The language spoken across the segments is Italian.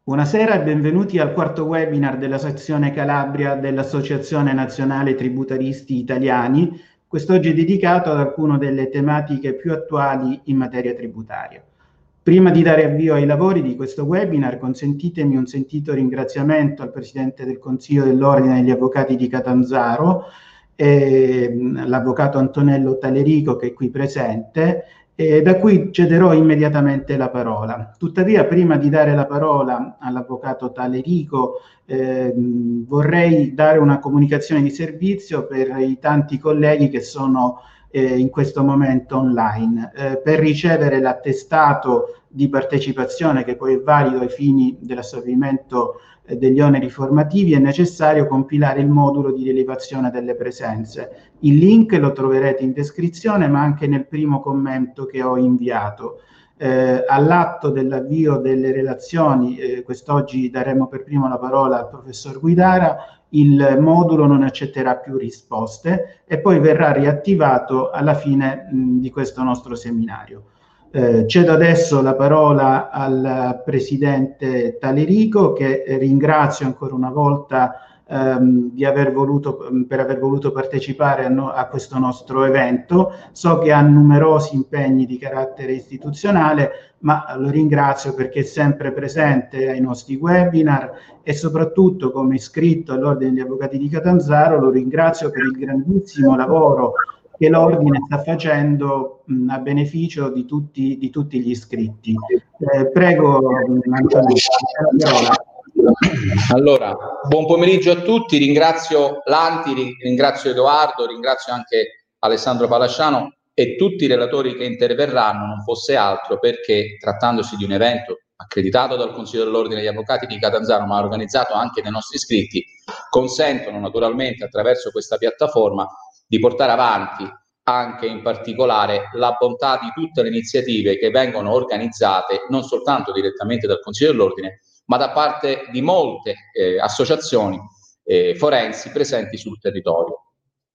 Buonasera e benvenuti al quarto webinar della sezione Calabria dell'Associazione Nazionale Tributaristi Italiani, quest'oggi è dedicato ad alcune delle tematiche più attuali in materia tributaria. Prima di dare avvio ai lavori di questo webinar, consentitemi un sentito ringraziamento al Presidente del Consiglio dell'Ordine degli Avvocati di Catanzaro, l'Avvocato Antonello Talerico che è qui presente, da cui cederò immediatamente la parola. Tuttavia, prima di dare la parola all'Avvocato Talerico, vorrei dare una comunicazione di servizio per i tanti colleghi che sono in questo momento online. Per ricevere l'attestato di partecipazione, che poi è valido ai fini dell'assolvimento degli oneri formativi, è necessario compilare il modulo di rilevazione delle presenze. Il link lo troverete in descrizione, ma anche nel primo commento che ho inviato. All'atto dell'avvio delle relazioni, quest'oggi daremo per primo la parola al professor Guidara. Il modulo non accetterà più risposte e poi verrà riattivato alla fine di questo nostro seminario. Cedo adesso la parola al Presidente Talerico, che ringrazio ancora una volta per aver voluto partecipare a questo nostro evento. So che ha numerosi impegni di carattere istituzionale, ma lo ringrazio perché è sempre presente ai nostri webinar e soprattutto come iscritto all'Ordine degli Avvocati di Catanzaro lo ringrazio per il grandissimo lavoro che l'Ordine sta facendo a beneficio di tutti gli iscritti. Prego, Antonio, la parola. Allora, buon pomeriggio a tutti, ringrazio Lanti, ringrazio Edoardo, ringrazio anche Alessandro Palasciano e tutti i relatori che interverranno, non fosse altro perché trattandosi di un evento accreditato dal Consiglio dell'Ordine degli Avvocati di Catanzaro, ma organizzato anche dai nostri iscritti, consentono naturalmente attraverso questa piattaforma di portare avanti anche in particolare la bontà di tutte le iniziative che vengono organizzate non soltanto direttamente dal Consiglio dell'Ordine, ma da parte di molte associazioni forensi presenti sul territorio.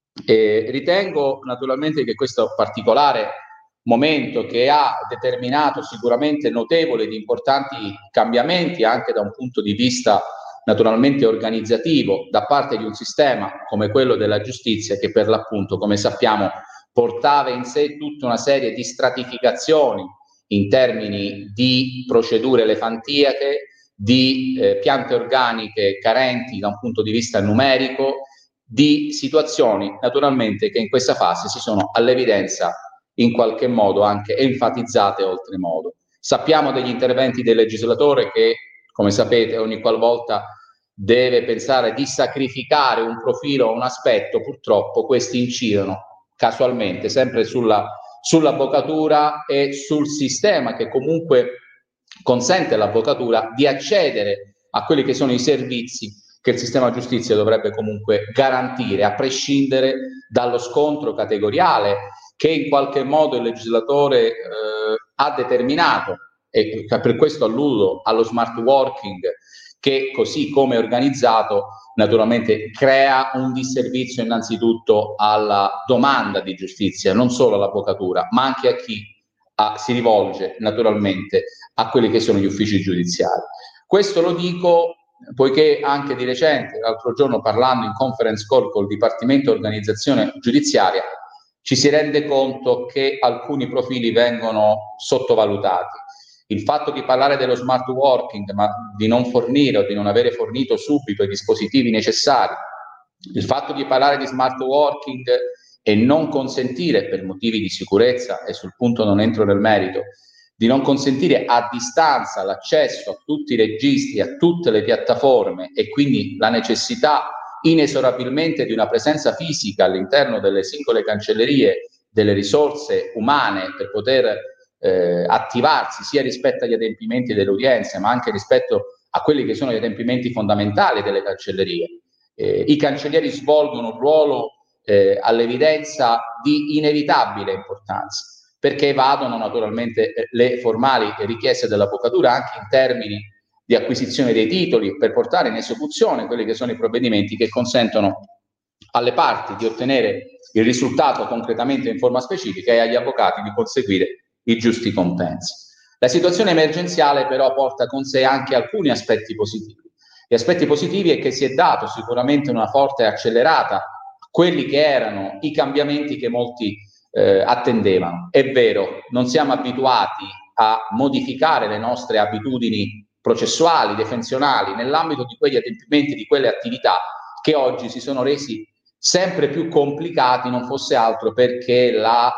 Ritengo naturalmente che questo particolare momento, che ha determinato sicuramente notevoli ed importanti cambiamenti anche da un punto di vista naturalmente organizzativo da parte di un sistema come quello della giustizia, che per l'appunto, come sappiamo, portava in sé tutta una serie di stratificazioni in termini di procedure elefantiache, di piante organiche carenti da un punto di vista numerico, di situazioni naturalmente che in questa fase si sono all'evidenza in qualche modo anche enfatizzate oltremodo. Sappiamo degli interventi del legislatore che, come sapete, ogni qualvolta deve pensare di sacrificare un profilo o un aspetto, purtroppo questi incidono casualmente sempre sull'avvocatura e sul sistema che comunque consente all'avvocatura di accedere a quelli che sono i servizi che il sistema giustizia dovrebbe comunque garantire, a prescindere dallo scontro categoriale che in qualche modo il legislatore ha determinato, e per questo alludo allo smart working, che così come è organizzato naturalmente crea un disservizio innanzitutto alla domanda di giustizia, non solo all'avvocatura, ma anche a chi si rivolge naturalmente a quelli che sono gli uffici giudiziari. Questo lo dico poiché anche di recente, l'altro giorno parlando in conference call col Dipartimento Organizzazione Giudiziaria, ci si rende conto che alcuni profili vengono sottovalutati. Il fatto di parlare dello smart working, ma di non fornire o di non avere fornito subito i dispositivi necessari, il fatto di parlare di smart working e non consentire, per motivi di sicurezza, e sul punto non entro nel merito, di non consentire a distanza l'accesso a tutti i registri, a tutte le piattaforme e quindi la necessità inesorabilmente di una presenza fisica all'interno delle singole cancellerie, delle risorse umane per poter attivarsi sia rispetto agli adempimenti delle udienze, ma anche rispetto a quelli che sono gli adempimenti fondamentali delle cancellerie. I cancellieri svolgono un ruolo all'evidenza di inevitabile importanza, perché evadono naturalmente le formali richieste dell'avvocatura anche in termini di acquisizione dei titoli per portare in esecuzione quelli che sono i provvedimenti che consentono alle parti di ottenere il risultato concretamente in forma specifica e agli avvocati di conseguire i giusti compensi. La situazione emergenziale però porta con sé anche alcuni aspetti positivi. Gli aspetti positivi è che si è dato sicuramente una forte accelerata quelli che erano i cambiamenti che molti attendevano. È vero, non siamo abituati a modificare le nostre abitudini processuali, defensionali, nell'ambito di quegli adempimenti, di quelle attività che oggi si sono resi sempre più complicati, non fosse altro perché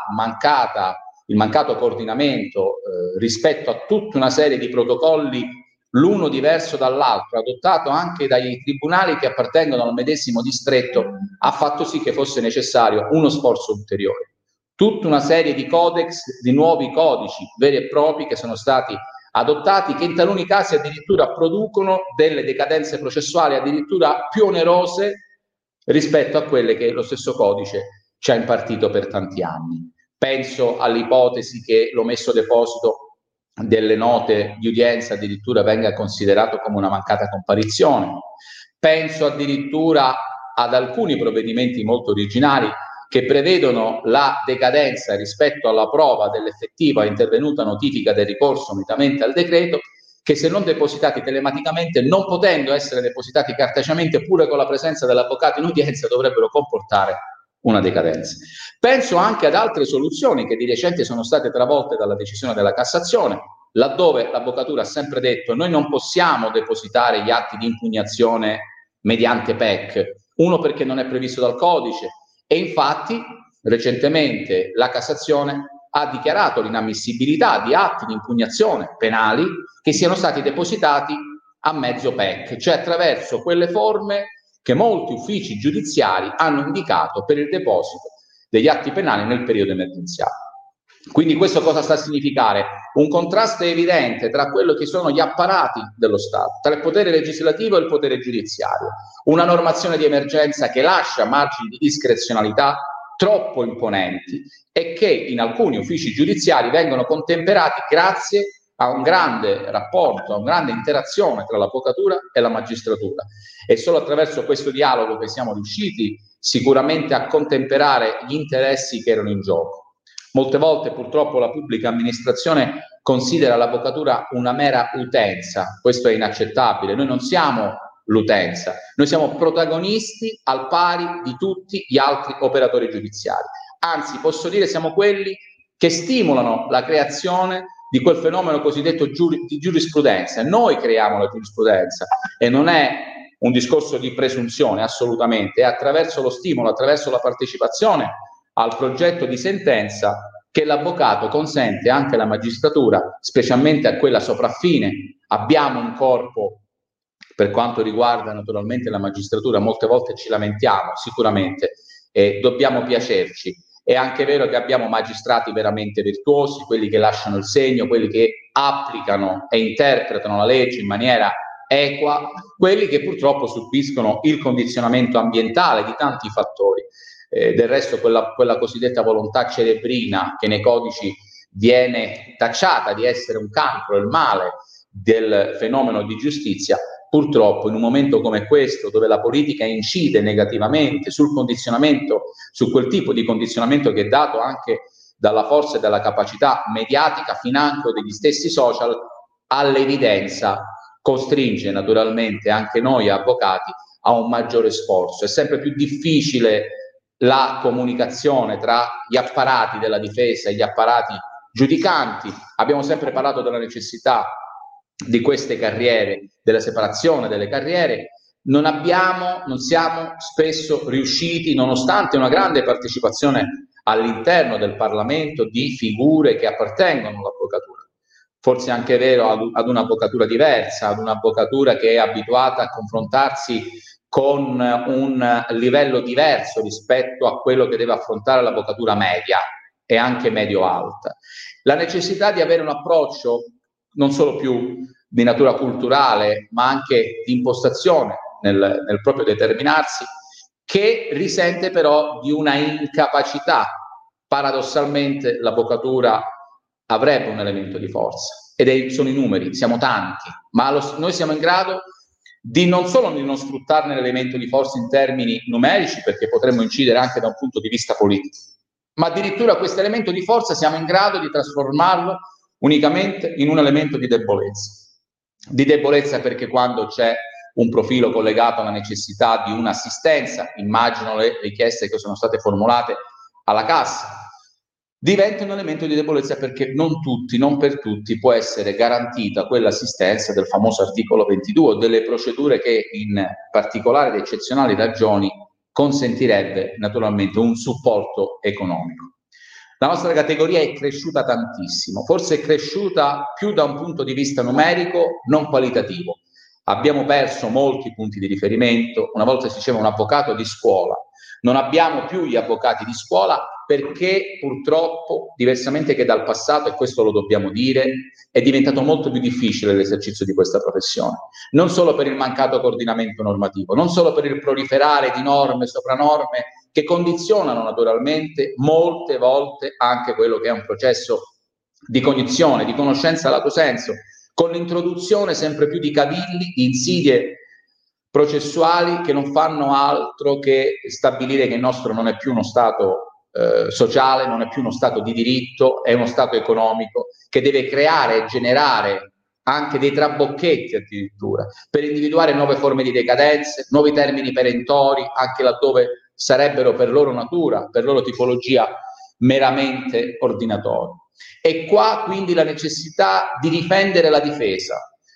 il mancato coordinamento rispetto a tutta una serie di protocolli, l'uno diverso dall'altro, adottato anche dai tribunali che appartengono al medesimo distretto, ha fatto sì che fosse necessario uno sforzo ulteriore. Tutta una serie di codex, di nuovi codici veri e propri che sono stati adottati, che in taluni casi addirittura producono delle decadenze processuali addirittura più onerose rispetto a quelle che lo stesso codice ci ha impartito per tanti anni. Penso all'ipotesi che l'omesso deposito delle note di udienza addirittura venga considerato come una mancata comparizione. Penso addirittura ad alcuni provvedimenti molto originali che prevedono la decadenza rispetto alla prova dell'effettiva intervenuta notifica del ricorso unitamente al decreto, che se non depositati telematicamente, non potendo essere depositati cartaceamente pure con la presenza dell'avvocato in udienza, dovrebbero comportare una decadenza. Penso anche ad altre soluzioni che di recente sono state travolte dalla decisione della Cassazione, laddove l'avvocatura ha sempre detto: noi non possiamo depositare gli atti di impugnazione mediante PEC, uno perché non è previsto dal codice, e infatti recentemente la Cassazione ha dichiarato l'inammissibilità di atti di impugnazione penali che siano stati depositati a mezzo PEC, cioè attraverso quelle forme che molti uffici giudiziari hanno indicato per il deposito degli atti penali nel periodo emergenziale. Quindi questo cosa sta a significare? Un contrasto evidente tra quello che sono gli apparati dello Stato, tra il potere legislativo e il potere giudiziario, una normazione di emergenza che lascia margini di discrezionalità troppo imponenti e che in alcuni uffici giudiziari vengono contemperati grazie a un grande rapporto, a una grande interazione tra l'avvocatura e la magistratura. È solo attraverso questo dialogo che siamo riusciti sicuramente a contemperare gli interessi che erano in gioco. Molte volte purtroppo la pubblica amministrazione considera l'avvocatura una mera utenza, questo è inaccettabile, noi non siamo l'utenza, noi siamo protagonisti al pari di tutti gli altri operatori giudiziari, anzi posso dire siamo quelli che stimolano la creazione di quel fenomeno cosiddetto di giurisprudenza. Noi creiamo la giurisprudenza e non è un discorso di presunzione, assolutamente, è attraverso lo stimolo, attraverso la partecipazione al progetto di sentenza che l'avvocato consente anche alla magistratura, specialmente a quella sopraffine. Abbiamo un corpo, per quanto riguarda naturalmente la magistratura, molte volte ci lamentiamo, sicuramente, dobbiamo piacerci. È anche vero che abbiamo magistrati veramente virtuosi, quelli che lasciano il segno, quelli che applicano e interpretano la legge in maniera equa, quelli che purtroppo subiscono il condizionamento ambientale di tanti fattori. Del resto quella cosiddetta volontà cerebrina che nei codici viene tacciata di essere un cancro, il male del fenomeno di giustizia, purtroppo in un momento come questo, dove la politica incide negativamente sul condizionamento, su quel tipo di condizionamento che è dato anche dalla forza e dalla capacità mediatica financo degli stessi social, all'evidenza costringe naturalmente anche noi avvocati a un maggiore sforzo. È sempre più difficile la comunicazione tra gli apparati della difesa e gli apparati giudicanti. Abbiamo sempre parlato della necessità di queste carriere, della separazione delle carriere. Non siamo spesso riusciti, nonostante una grande partecipazione all'interno del Parlamento di figure che appartengono all'avvocatura. Forse è anche vero ad un'avvocatura diversa, ad un'avvocatura che è abituata a confrontarsi con un livello diverso rispetto a quello che deve affrontare l'avvocatura media e anche medio-alta. La necessità di avere un approccio non solo più di natura culturale, ma anche di impostazione nel proprio determinarsi, che risente però di una incapacità. Paradossalmente l'avvocatura avrebbe un elemento di forza, sono i numeri, siamo tanti, ma noi siamo in grado di non solo di non sfruttarne l'elemento di forza in termini numerici, perché potremmo incidere anche da un punto di vista politico, ma addirittura questo elemento di forza siamo in grado di trasformarlo unicamente in un elemento di debolezza. Di debolezza perché quando c'è un profilo collegato alla necessità di un'assistenza, immagino le richieste che sono state formulate alla cassa, diventa un elemento di debolezza perché non tutti, non per tutti può essere garantita quell'assistenza del famoso articolo 22 o delle procedure che in particolare ed eccezionali ragioni consentirebbe naturalmente un supporto economico. La nostra categoria è cresciuta tantissimo, forse è cresciuta più da un punto di vista numerico, non qualitativo. Abbiamo perso molti punti di riferimento, una volta si diceva un avvocato di scuola, non abbiamo più gli avvocati di scuola perché purtroppo, diversamente che dal passato, e questo lo dobbiamo dire, è diventato molto più difficile l'esercizio di questa professione, non solo per il mancato coordinamento normativo, non solo per il proliferare di norme sopra norme che condizionano naturalmente molte volte anche quello che è un processo di cognizione, di conoscenza lato sensu, con l'introduzione sempre più di cavilli, di insidie processuali che non fanno altro che stabilire che il nostro non è più uno Stato sociale, non è più uno Stato di diritto, è uno Stato economico che deve creare e generare anche dei trabocchetti addirittura per individuare nuove forme di decadenze, nuovi termini perentori, anche laddove sarebbero per loro natura, per loro tipologia meramente ordinatori. E qua quindi la necessità di difendere la difesa.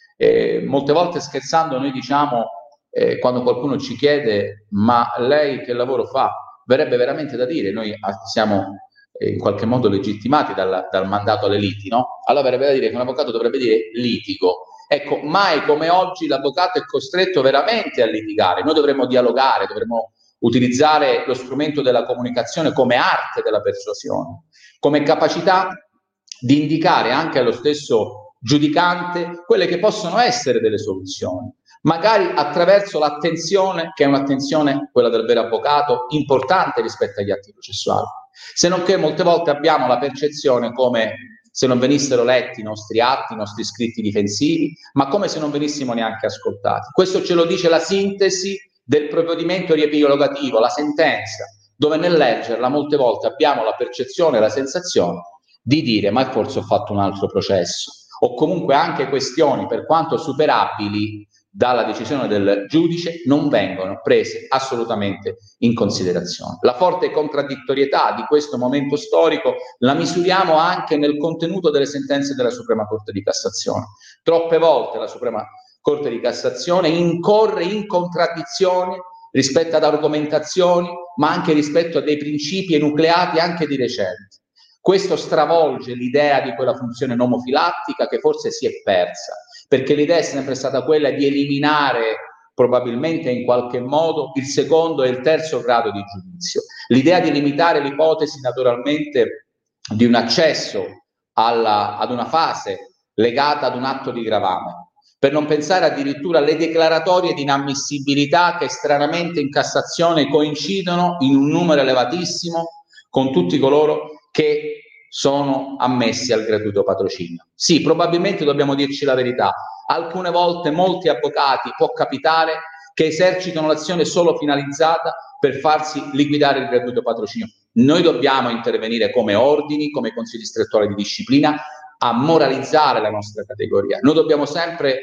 Molte volte scherzando noi diciamo, quando qualcuno ci chiede ma lei che lavoro fa? Verrebbe veramente da dire, noi siamo in qualche modo legittimati dal mandato alle liti, no? Allora verrebbe da dire che un avvocato dovrebbe dire litigo. Ecco, mai come oggi l'avvocato è costretto veramente a litigare. Noi dovremmo dialogare, dovremmo utilizzare lo strumento della comunicazione come arte della persuasione, come capacità di indicare anche allo stesso giudicante quelle che possono essere delle soluzioni, magari attraverso l'attenzione, che è un'attenzione, quella del vero avvocato, importante rispetto agli atti processuali. Se non che molte volte abbiamo la percezione come se non venissero letti i nostri atti, i nostri scritti difensivi, ma come se non venissimo neanche ascoltati. Questo ce lo dice la sintesi del provvedimento riepilogativo, la sentenza, dove nel leggerla molte volte abbiamo la percezione e la sensazione di dire ma forse ho fatto un altro processo, o comunque anche questioni per quanto superabili dalla decisione del giudice non vengono prese assolutamente in considerazione. La forte contraddittorietà di questo momento storico la misuriamo anche nel contenuto delle sentenze della Suprema Corte di Cassazione. Troppe volte la Suprema Corte di Cassazione incorre in contraddizioni rispetto ad argomentazioni, ma anche rispetto a dei principi enucleati anche di recente. Questo stravolge l'idea di quella funzione nomofilattica che forse si è persa, perché l'idea è sempre stata quella di eliminare probabilmente in qualche modo il secondo e il terzo grado di giudizio. L'idea di limitare l'ipotesi naturalmente di un accesso ad una fase legata ad un atto di gravame, per non pensare addirittura alle declaratorie di inammissibilità che stranamente in Cassazione coincidono in un numero elevatissimo con tutti coloro che sono ammessi al gratuito patrocinio. Sì, probabilmente dobbiamo dirci la verità. Alcune volte molti avvocati può capitare che esercitano l'azione solo finalizzata per farsi liquidare il gratuito patrocinio. Noi dobbiamo intervenire come ordini, come consigli distrettuali di disciplina, a moralizzare la nostra categoria. Noi dobbiamo sempre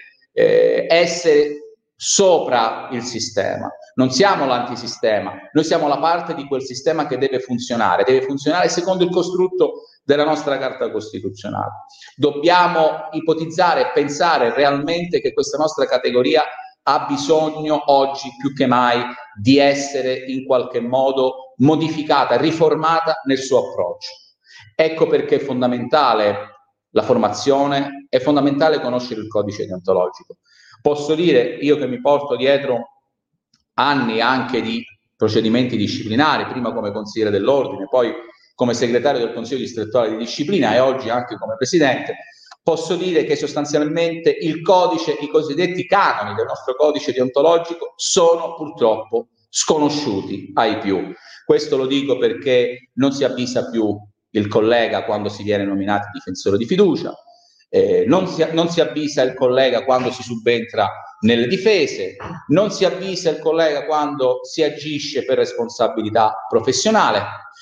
essere sopra il sistema. Non siamo l'antisistema, noi siamo la parte di quel sistema che deve funzionare secondo il costrutto della nostra Carta Costituzionale. Dobbiamo ipotizzare e pensare realmente che questa nostra categoria ha bisogno oggi più che mai di essere in qualche modo modificata, riformata nel suo approccio. Ecco perché è fondamentale la formazione, è fondamentale conoscere il codice deontologico. Posso dire, io che mi porto dietro anni anche di procedimenti disciplinari, prima come consigliere dell'ordine, poi come segretario del Consiglio distrettuale di disciplina e oggi anche come presidente, posso dire che sostanzialmente il codice, i cosiddetti canoni del nostro codice deontologico sono purtroppo sconosciuti ai più. Questo lo dico perché non si avvisa più il collega quando si viene nominato difensore di fiducia, non si avvisa il collega quando si subentra nelle difese, non si avvisa il collega quando si agisce per responsabilità professionale.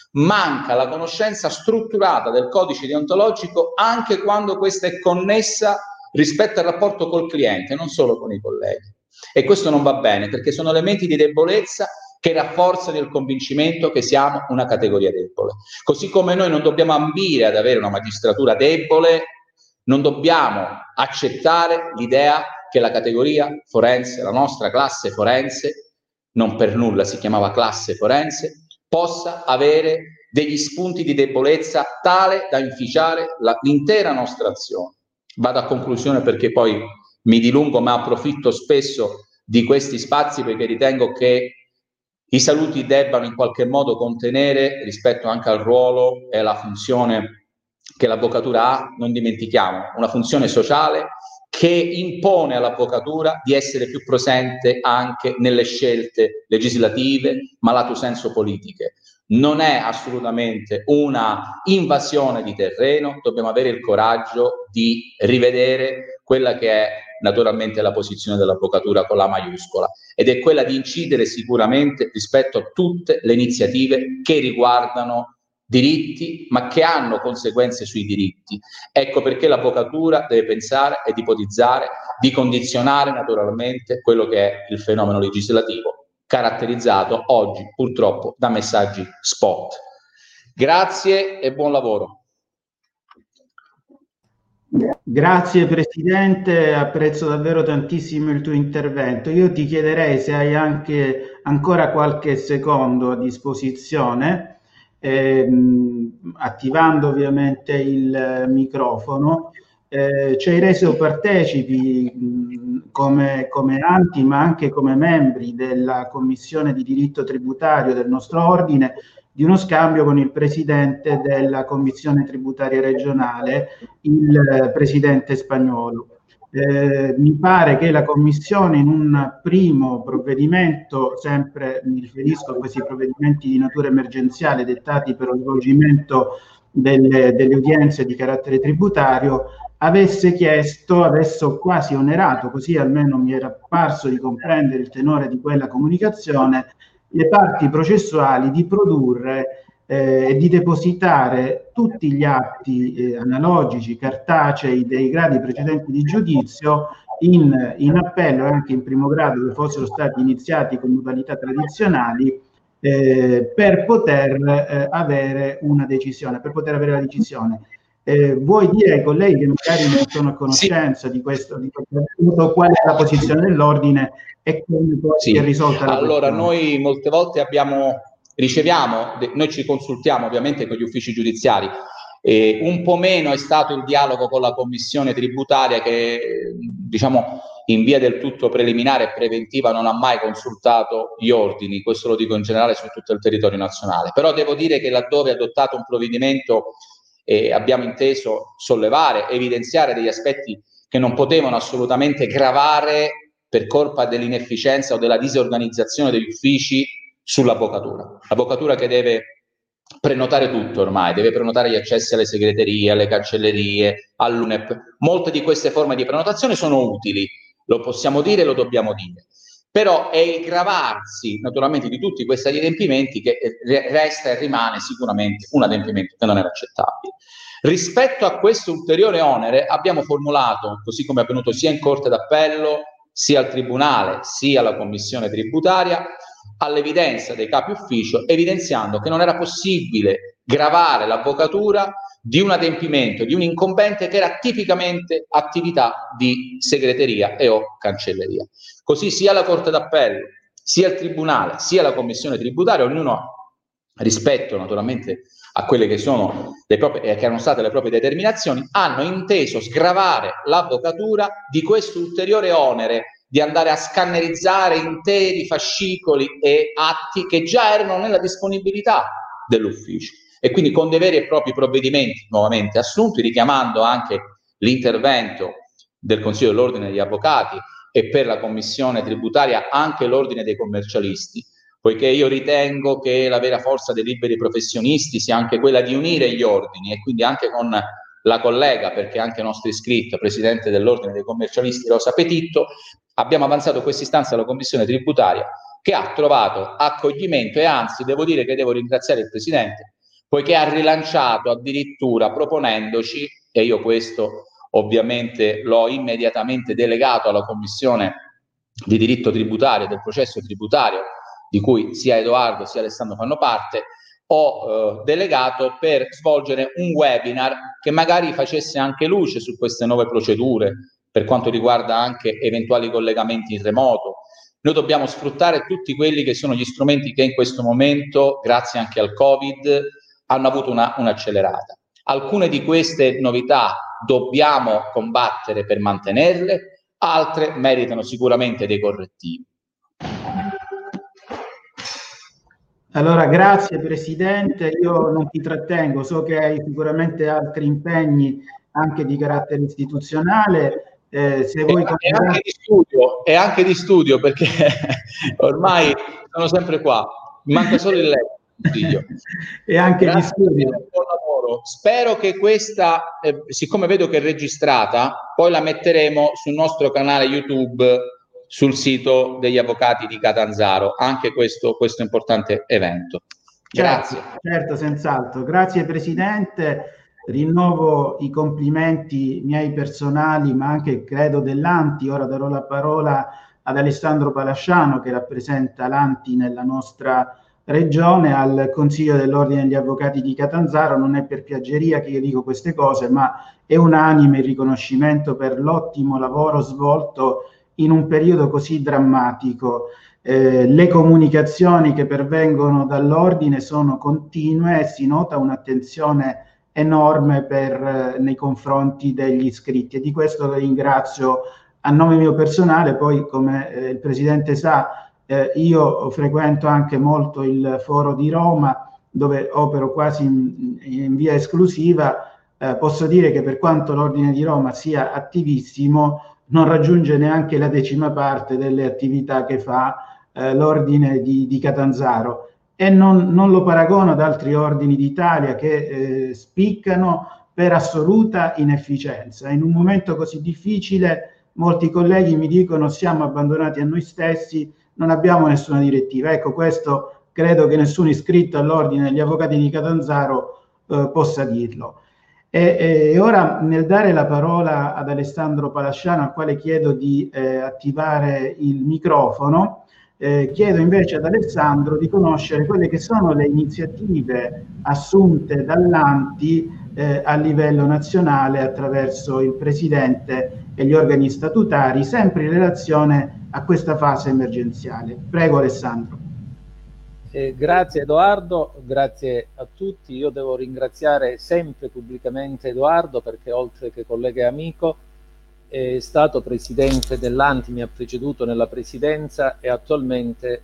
manca la conoscenza strutturata del codice deontologico anche quando questa è connessa rispetto al rapporto col cliente, non solo con i colleghi. E questo non va bene, perché sono elementi di debolezza che rafforzano il convincimento che siamo una categoria debole. Così come noi non dobbiamo ambire ad avere una magistratura debole, non dobbiamo accettare l'idea che la categoria forense, la nostra classe forense, non per nulla si chiamava classe forense, possa avere degli spunti di debolezza tale da inficiare l'intera nostra azione. Vado a conclusione perché poi mi dilungo, ma approfitto spesso di questi spazi perché ritengo che i saluti debbano in qualche modo contenere, rispetto anche al ruolo e alla funzione che l'avvocatura ha, non dimentichiamo, una funzione sociale che impone all'avvocatura di essere più presente anche nelle scelte legislative, ma lato senso politiche. Non è assolutamente una invasione di terreno, dobbiamo avere il coraggio di rivedere quella che è naturalmente la posizione dell'avvocatura con la maiuscola, ed è quella di incidere sicuramente rispetto a tutte le iniziative che riguardano diritti, ma che hanno conseguenze sui diritti. Ecco perché l'avvocatura deve pensare ed ipotizzare di condizionare naturalmente quello che è il fenomeno legislativo, caratterizzato oggi purtroppo da messaggi spot. Grazie e buon lavoro. Grazie Presidente, apprezzo davvero tantissimo il tuo intervento. Io ti chiederei se hai anche ancora qualche secondo a disposizione, attivando ovviamente il microfono. Ci hai reso partecipi come Anti, ma anche come membri della Commissione di diritto tributario del nostro ordine, di uno scambio con il Presidente della Commissione tributaria regionale, il Presidente Spagnolo. Mi pare che la Commissione in un primo provvedimento, sempre mi riferisco a questi provvedimenti di natura emergenziale dettati per lo svolgimento delle udienze di carattere tributario, avesse chiesto, avesse quasi onerato, così almeno mi era parso di comprendere il tenore di quella comunicazione, le parti processuali di produrre e di depositare tutti gli atti analogici, cartacei dei gradi precedenti di giudizio in appello e anche in primo grado, dove fossero stati iniziati con modalità tradizionali, per poter avere una decisione, per poter avere la decisione. Vuoi dire ai colleghi che magari non sono a conoscenza di questo qual è la posizione dell'ordine e come poi si è risolta la questione? Allora, noi molte volte noi ci consultiamo ovviamente con gli uffici giudiziari, un po' meno è stato il dialogo con la commissione tributaria che, diciamo, in via del tutto preliminare e preventiva non ha mai consultato gli ordini, questo lo dico in generale su tutto il territorio nazionale, però devo dire che laddove è adottato un provvedimento abbiamo inteso sollevare, evidenziare degli aspetti che non potevano assolutamente gravare per colpa dell'inefficienza o della disorganizzazione degli uffici sull'avvocatura. L'avvocatura che deve prenotare tutto ormai, deve prenotare gli accessi alle segreterie, alle cancellerie, all'UNEP. Molte di queste forme di prenotazione sono utili, lo possiamo dire e lo dobbiamo dire. Però è il gravarsi naturalmente di tutti questi adempimenti che resta e rimane sicuramente un adempimento che non era accettabile. Rispetto a questo ulteriore onere abbiamo formulato, così come è avvenuto sia in Corte d'Appello, sia al Tribunale, sia alla Commissione tributaria, all'evidenza dei capi ufficio, evidenziando che non era possibile gravare l'avvocatura di un adempimento, di un incombente che era tipicamente attività di segreteria e o cancelleria. Così sia la Corte d'Appello, sia il Tribunale, sia la Commissione tributaria, ognuno rispetto naturalmente a quelle che sono che erano state le proprie determinazioni, hanno inteso sgravare l'avvocatura di questo ulteriore onere di andare a scannerizzare interi fascicoli e atti che già erano nella disponibilità dell'ufficio, e quindi con dei veri e propri provvedimenti nuovamente assunti, richiamando anche l'intervento del Consiglio dell'Ordine degli Avvocati e per la Commissione tributaria anche l'Ordine dei Commercialisti, poiché io ritengo che la vera forza dei liberi professionisti sia anche quella di unire gli ordini, e quindi anche con la collega, perché anche nostra iscritta, Presidente dell'Ordine dei Commercialisti, Rosa Petitto, abbiamo avanzato questa istanza alla Commissione tributaria che ha trovato accoglimento, e anzi devo dire che devo ringraziare il Presidente poiché ha rilanciato addirittura proponendoci, e io questo ovviamente l'ho immediatamente delegato alla Commissione di diritto tributario e del processo tributario, di cui sia Edoardo sia Alessandro fanno parte, ho delegato per svolgere un webinar che magari facesse anche luce su queste nuove procedure, per quanto riguarda anche eventuali collegamenti in remoto. Noi dobbiamo sfruttare tutti quelli che sono gli strumenti che in questo momento, grazie anche al Covid, hanno avuto un'accelerata. Alcune di queste novità dobbiamo combattere per mantenerle, altre meritano sicuramente dei correttivi. Allora, grazie Presidente, io non ti trattengo, so che hai sicuramente altri impegni anche di carattere istituzionale. Se vuoi e anche di studio, perché ormai sono sempre qua, manca solo il letto. E anche di studio. Buon lavoro. Spero che questa, siccome vedo che è registrata, poi la metteremo sul nostro canale YouTube, sul sito degli avvocati di Catanzaro, anche questo importante evento. Grazie. Certo, senz'altro. Grazie Presidente. Rinnovo i complimenti miei personali, ma anche credo dell'Anti. Ora darò la parola ad Alessandro Palasciano, che rappresenta l'Anti nella nostra regione, al Consiglio dell'Ordine degli Avvocati di Catanzaro. Non è per piaggeria che io dico queste cose, ma è unanime il riconoscimento per l'ottimo lavoro svolto in un periodo così drammatico. Le comunicazioni che pervengono dall'Ordine sono continue e si nota un'attenzione enorme nei confronti degli iscritti, e di questo lo ringrazio a nome mio personale. Poi, come il Presidente sa, io frequento anche molto il Foro di Roma, dove opero quasi in via esclusiva. Posso dire che per quanto l'Ordine di Roma sia attivissimo, non raggiunge neanche la 10ª parte delle attività che fa l'Ordine di Catanzaro, e non lo paragono ad altri ordini d'Italia che spiccano per assoluta inefficienza. In un momento così difficile molti colleghi mi dicono: siamo abbandonati a noi stessi, non abbiamo nessuna direttiva. Ecco, questo credo che nessun iscritto all'Ordine degli Avvocati di Catanzaro possa dirlo. E ora, nel dare la parola ad Alessandro Palasciano, al quale chiedo di attivare il microfono, chiedo invece ad Alessandro di conoscere quelle che sono le iniziative assunte dall'Anti a livello nazionale attraverso il Presidente e gli organi statutari, sempre in relazione a questa fase emergenziale. Prego Alessandro. Grazie Edoardo, grazie a tutti. Io devo ringraziare sempre pubblicamente Edoardo, perché oltre che collega e amico è stato presidente dell'Anti, mi ha preceduto nella presidenza e attualmente,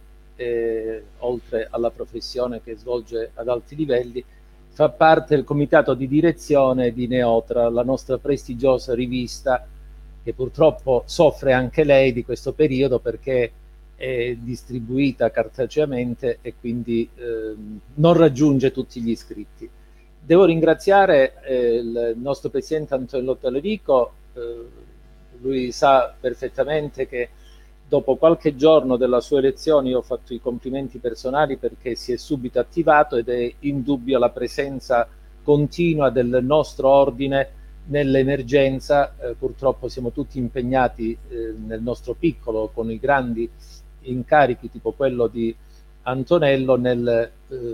oltre alla professione che svolge ad alti livelli, fa parte del comitato di direzione di Neotra, la nostra prestigiosa rivista, che purtroppo soffre anche lei di questo periodo perché è distribuita cartaceamente e quindi non raggiunge tutti gli iscritti. Devo ringraziare il nostro presidente Antonello Talerico. Lui sa perfettamente che dopo qualche giorno della sua elezione io ho fatto i complimenti personali, perché si è subito attivato ed è indubbia la presenza continua del nostro ordine nell'emergenza. Purtroppo siamo tutti impegnati nel nostro piccolo con i grandi incarichi tipo quello di Antonello nel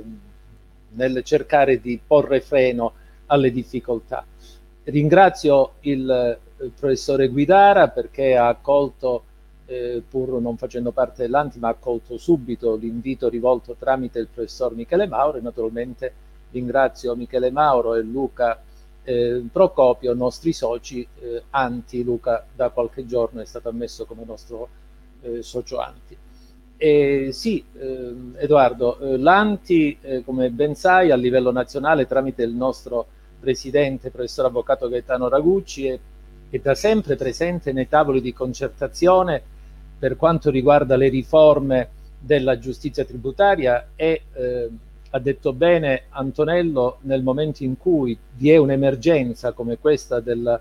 cercare di porre freno alle difficoltà. Ringrazio il professore Guidara perché ha accolto, pur non facendo parte dell'Anti, ma ha accolto subito l'invito rivolto tramite il professor Michele Mauro, e naturalmente ringrazio Michele Mauro e Luca Procopio, nostri soci Anti. Luca da qualche giorno è stato ammesso come nostro socio Anti. Sì, Edoardo, l'Anti, come ben sai, a livello nazionale, tramite il nostro presidente, professor avvocato Gaetano Ragucci, è da sempre presente nei tavoli di concertazione per quanto riguarda le riforme della giustizia tributaria e ha detto bene Antonello, nel momento in cui vi è un'emergenza come questa del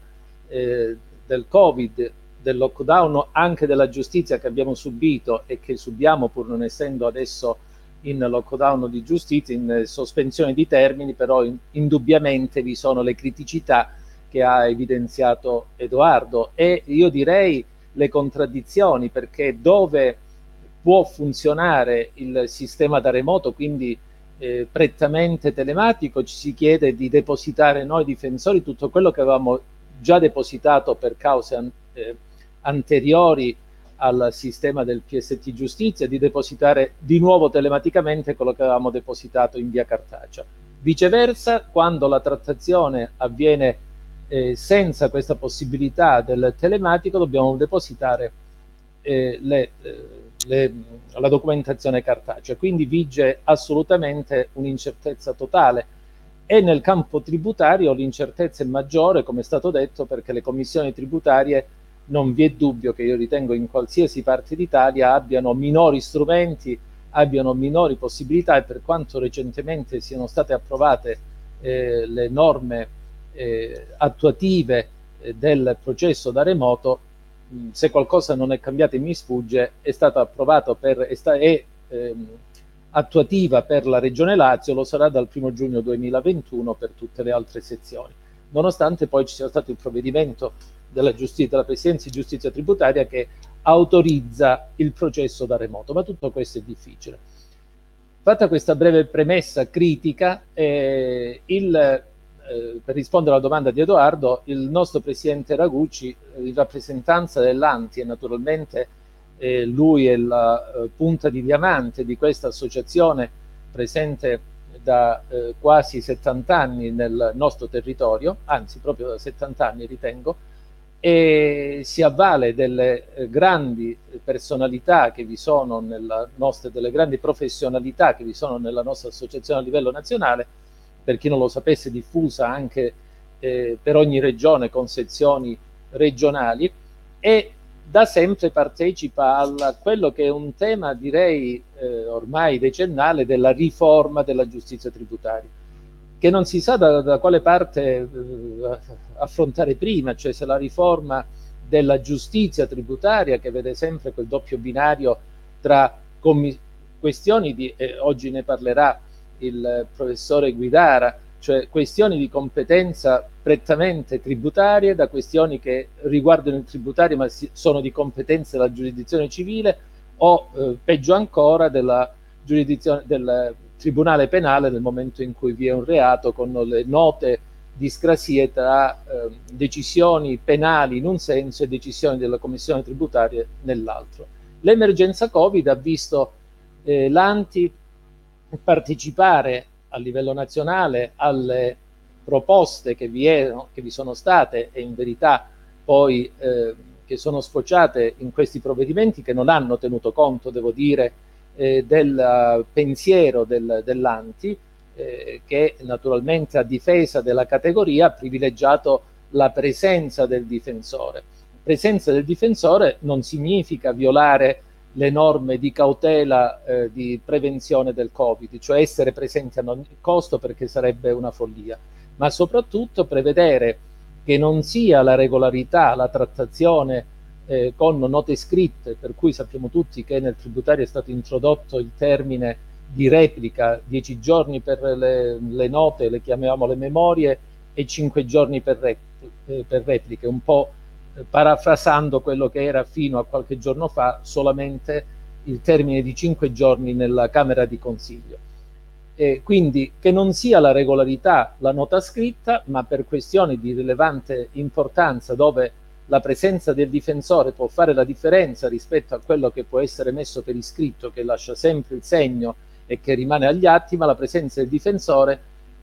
Covid, del lockdown, anche della giustizia che abbiamo subito e che subiamo pur non essendo adesso in lockdown di giustizia, in sospensione di termini, però indubbiamente vi sono le criticità che ha evidenziato Edoardo, e io direi le contraddizioni, perché dove può funzionare il sistema da remoto, quindi prettamente telematico, ci si chiede di depositare noi difensori tutto quello che avevamo già depositato per cause anteriori al sistema del PST Giustizia, di depositare di nuovo telematicamente quello che avevamo depositato in via cartacea. Viceversa, quando la trattazione avviene senza questa possibilità del telematico, dobbiamo depositare la documentazione cartacea, quindi vige assolutamente un'incertezza totale. E nel campo tributario l'incertezza è maggiore, come è stato detto, perché le commissioni tributarie, non vi è dubbio che io ritengo in qualsiasi parte d'Italia, abbiano minori strumenti, abbiano minori possibilità, e per quanto recentemente siano state approvate le norme attuative del processo da remoto, se qualcosa non è cambiato e mi sfugge, è stata approvata è attuativa per la Regione Lazio, lo sarà dal 1 giugno 2021 per tutte le altre sezioni, nonostante poi ci sia stato il provvedimento della Presidenza di Giustizia Tributaria che autorizza il processo da remoto, ma tutto questo è difficile. Fatta questa breve premessa critica, per rispondere alla domanda di Edoardo, il nostro Presidente Ragucci, in rappresentanza dell'Anti, e naturalmente lui è la punta di diamante di questa associazione presente da quasi 70 anni nel nostro territorio, anzi proprio da 70 anni ritengo, e si avvale delle grandi personalità che vi sono nella nostra, delle grandi professionalità che vi sono nella nostra associazione a livello nazionale, per chi non lo sapesse diffusa anche per ogni regione con sezioni regionali, e da sempre partecipa a quello che è un tema, direi ormai decennale, della riforma della giustizia tributaria, che non si sa da quale parte affrontare prima, cioè se la riforma della giustizia tributaria, che vede sempre quel doppio binario tra questioni di, oggi ne parlerà il professore Guidara, cioè questioni di competenza prettamente tributarie, da questioni che riguardano il tributario ma sono di competenza della giurisdizione civile, o peggio ancora della giurisdizione del tribunale penale nel momento in cui vi è un reato, con le note discrasie tra decisioni penali in un senso e decisioni della commissione tributaria nell'altro. L'emergenza Covid ha visto l'Anti partecipare a livello nazionale alle proposte che vi sono state, e in verità poi che sono sfociate in questi provvedimenti, che non hanno tenuto conto, devo dire, del pensiero dell'Anti, che naturalmente a difesa della categoria ha privilegiato la presenza del difensore. Presenza del difensore non significa violare le norme di cautela di prevenzione del Covid, cioè essere presenti a ogni costo, perché sarebbe una follia, ma soprattutto prevedere che non sia la regolarità, la trattazione con note scritte, per cui sappiamo tutti che nel tributario è stato introdotto il termine di replica, 10 giorni per le note, le chiamiamo le memorie, e 5 giorni per repliche, un po' parafrasando quello che era fino a qualche giorno fa solamente il termine di 5 giorni nella Camera di Consiglio. Quindi che non sia la regolarità la nota scritta, ma per questioni di rilevante importanza, dove la presenza del difensore può fare la differenza rispetto a quello che può essere messo per iscritto, che lascia sempre il segno e che rimane agli atti, ma la presenza del difensore,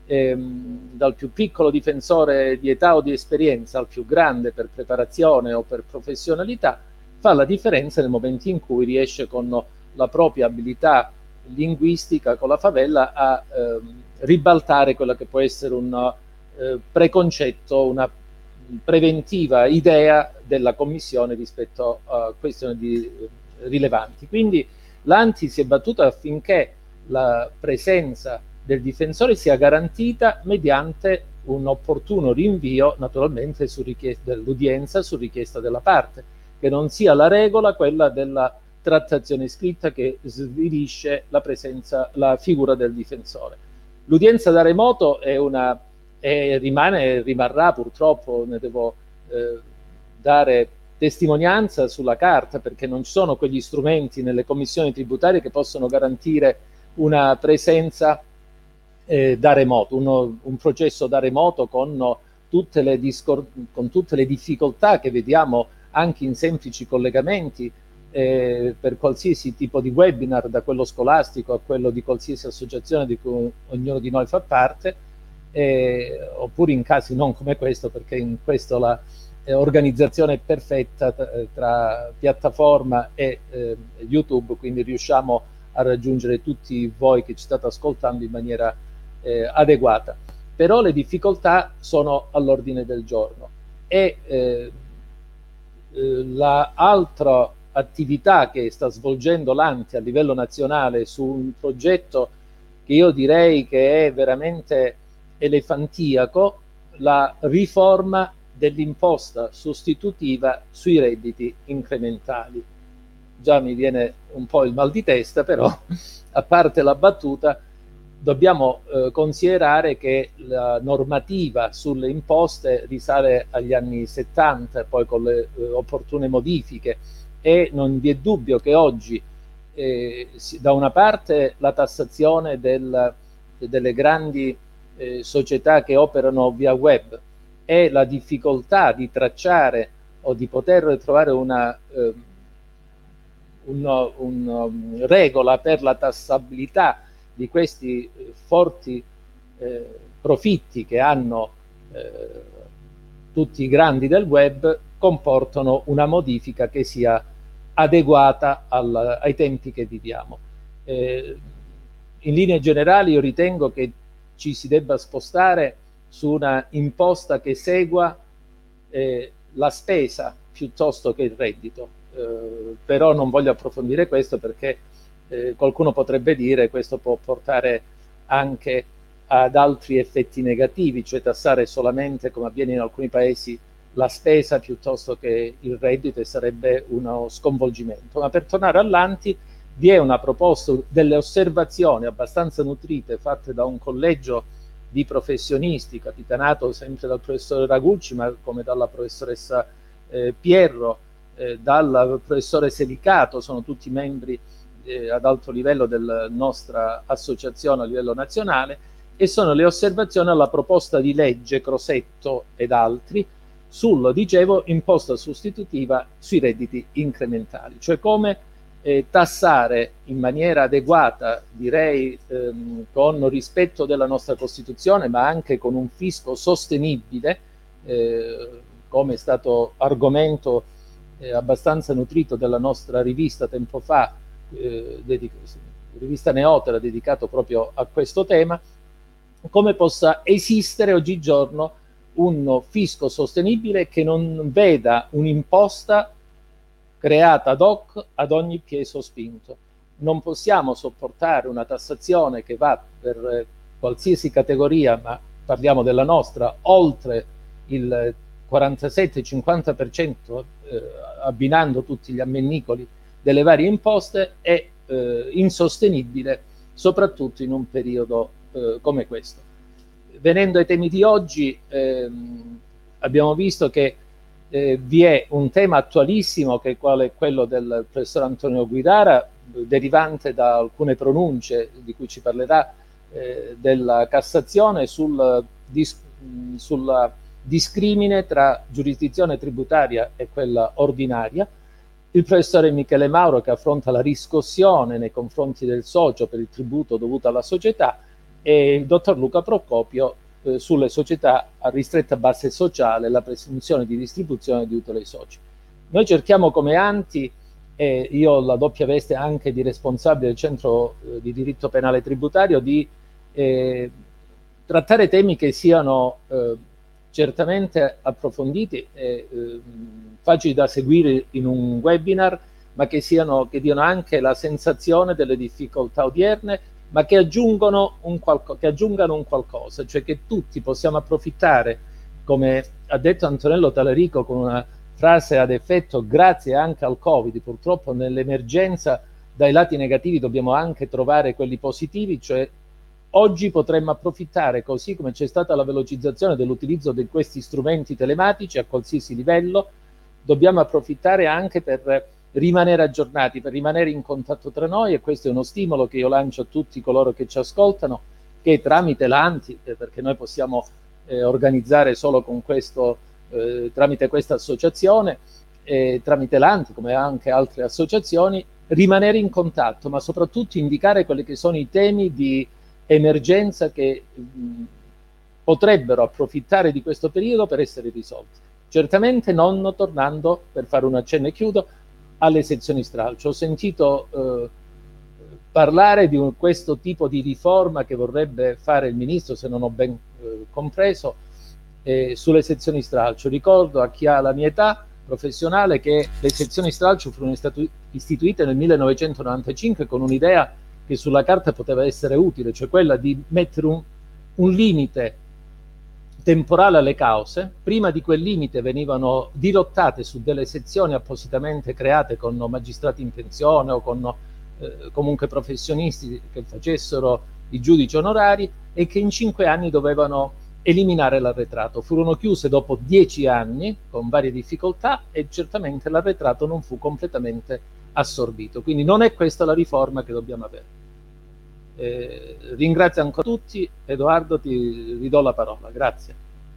dal più piccolo difensore di età o di esperienza al più grande per preparazione o per professionalità, fa la differenza nel momento in cui riesce con la propria abilità linguistica, con la favella, a ribaltare quello che può essere un preconcetto, una preventiva idea della Commissione rispetto a questioni rilevanti. Quindi l'Anti si è battuta affinché la presenza del difensore sia garantita mediante un opportuno rinvio, naturalmente su richiesta dell'udienza, su richiesta della parte, che non sia la regola quella della trattazione scritta che svilisce la presenza, la figura del difensore. L'udienza da remoto è rimarrà purtroppo, ne devo dare testimonianza sulla carta, perché non ci sono quegli strumenti nelle commissioni tributarie che possono garantire una presenza da remoto, un processo da remoto con tutte le difficoltà che vediamo anche in semplici collegamenti per qualsiasi tipo di webinar, da quello scolastico a quello di qualsiasi associazione di cui ognuno di noi fa parte, oppure in casi non come questo, perché in questo la organizzazione è perfetta tra piattaforma e YouTube, quindi riusciamo a raggiungere tutti voi che ci state ascoltando in maniera adeguata. Però le difficoltà sono all'ordine del giorno e l'altra attività che sta svolgendo l'ANTI a livello nazionale su un progetto che io direi che è veramente elefantiaco, la riforma dell'imposta sostitutiva sui redditi incrementali. Già mi viene un po' il mal di testa, però a parte la battuta, dobbiamo considerare che la normativa sulle imposte risale agli anni 70, poi con le opportune modifiche, e non vi è dubbio che oggi da una parte la tassazione delle grandi società che operano via web e la difficoltà di tracciare o di poter trovare una regola per la tassabilità di questi forti profitti che hanno tutti i grandi del web, comportano una modifica che sia adeguata ai tempi che viviamo. In linee generali io ritengo che ci si debba spostare su una imposta che segua la spesa piuttosto che il reddito, però non voglio approfondire questo perché qualcuno potrebbe dire questo può portare anche ad altri effetti negativi, cioè tassare solamente, come avviene in alcuni paesi, la spesa piuttosto che il reddito, e sarebbe uno sconvolgimento. Ma per tornare all'Anti, vi è una proposta, delle osservazioni abbastanza nutrite fatte da un collegio di professionisti, capitanato sempre dal professore Ragucci, ma come dalla professoressa Pierro, dal professore Selicato, sono tutti membri ad alto livello della nostra associazione a livello nazionale, e sono le osservazioni alla proposta di legge Crosetto ed altri sul, dicevo, imposta sostitutiva sui redditi incrementali, cioè come tassare in maniera adeguata, direi con rispetto della nostra Costituzione, ma anche con un fisco sostenibile, come è stato argomento abbastanza nutrito della nostra rivista tempo fa, rivista Neotera, dedicato proprio a questo tema, come possa esistere oggigiorno un fisco sostenibile che non veda un'imposta creata ad hoc ad ogni piè sospinto. Non possiamo sopportare una tassazione che va per qualsiasi categoria, ma parliamo della nostra, oltre il 47-50%, abbinando tutti gli ammennicoli delle varie imposte, è insostenibile, soprattutto in un periodo come questo. Venendo ai temi di oggi, abbiamo visto che vi è un tema attualissimo, che è quello del professor Antonio Guidara, derivante da alcune pronunce di cui ci parlerà della Cassazione sul discrimine tra giurisdizione tributaria e quella ordinaria, il professore Michele Mauro, che affronta la riscossione nei confronti del socio per il tributo dovuto alla società, e il dottor Luca Procopio sulle società a ristretta base sociale, la presunzione di distribuzione di utili ai soci. Noi cerchiamo come Anti, e io ho la doppia veste anche di responsabile del Centro di Diritto Penale Tributario, di trattare temi che siano certamente approfonditi e facili da seguire in un webinar, ma che diano anche la sensazione delle difficoltà odierne, ma che aggiungano un qualcosa, cioè che tutti possiamo approfittare, come ha detto Antonello Talarico con una frase ad effetto grazie anche al Covid. Purtroppo nell'emergenza dai lati negativi dobbiamo anche trovare quelli positivi, cioè oggi potremmo approfittare, così come c'è stata la velocizzazione dell'utilizzo di questi strumenti telematici a qualsiasi livello, dobbiamo approfittare anche per rimanere aggiornati, per rimanere in contatto tra noi, e questo è uno stimolo che io lancio a tutti coloro che ci ascoltano, che tramite l'Anti, perché noi possiamo organizzare solo con questo, tramite questa associazione, tramite l'Anti, come anche altre associazioni, rimanere in contatto, ma soprattutto indicare quelli che sono i temi di emergenza che potrebbero approfittare di questo periodo per essere risolti. Certamente non tornando, per fare un accenno e chiudo, alle sezioni stralcio. Ho sentito parlare di questo tipo di riforma che vorrebbe fare il Ministro, se non ho ben compreso, sulle sezioni stralcio. Ricordo a chi ha la mia età professionale che le sezioni stralcio furono istituite nel 1995 con un'idea che sulla carta poteva essere utile, cioè quella di mettere un limite temporale alle cause. Prima di quel limite venivano dirottate su delle sezioni appositamente create con magistrati in pensione o con comunque professionisti che facessero i giudici onorari, e che in 5 anni dovevano eliminare l'arretrato. Furono chiuse dopo 10 anni con varie difficoltà e certamente l'arretrato non fu completamente assorbito. Quindi non è questa la riforma che dobbiamo avere. Ringrazio ancora tutti. Edoardo, ti ridò la parola. Grazie.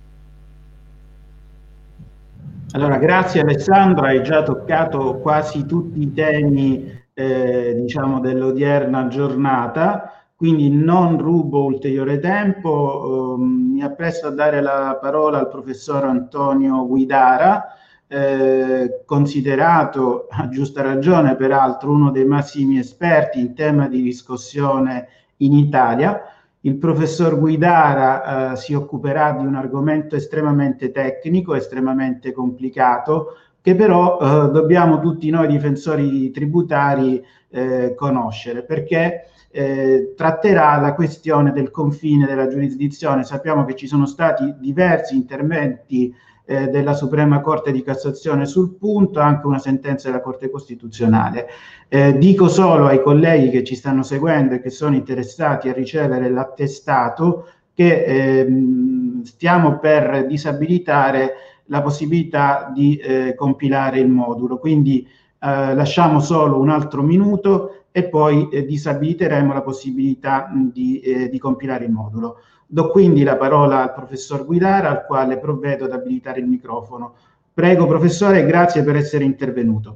Allora, grazie Alessandro, hai già toccato quasi tutti i temi diciamo dell'odierna giornata, quindi non rubo ulteriore tempo. Mi appresto a dare la parola al professor Antonio Guidara, considerato a giusta ragione peraltro uno dei massimi esperti in tema di riscossione in Italia. Il professor Guidara si occuperà di un argomento estremamente tecnico, estremamente complicato, che però dobbiamo tutti noi difensori tributari conoscere, perché tratterà la questione del confine della giurisdizione. Sappiamo che ci sono stati diversi interventi della Suprema Corte di Cassazione sul punto, anche una sentenza della Corte Costituzionale. Dico solo ai colleghi che ci stanno seguendo e che sono interessati a ricevere l'attestato che stiamo per disabilitare la possibilità di compilare il modulo, quindi lasciamo solo un altro minuto e poi disabiliteremo la possibilità di compilare il modulo. Do quindi la parola al professor Guidara, al quale provvedo ad abilitare il microfono. Prego professore, grazie per essere intervenuto.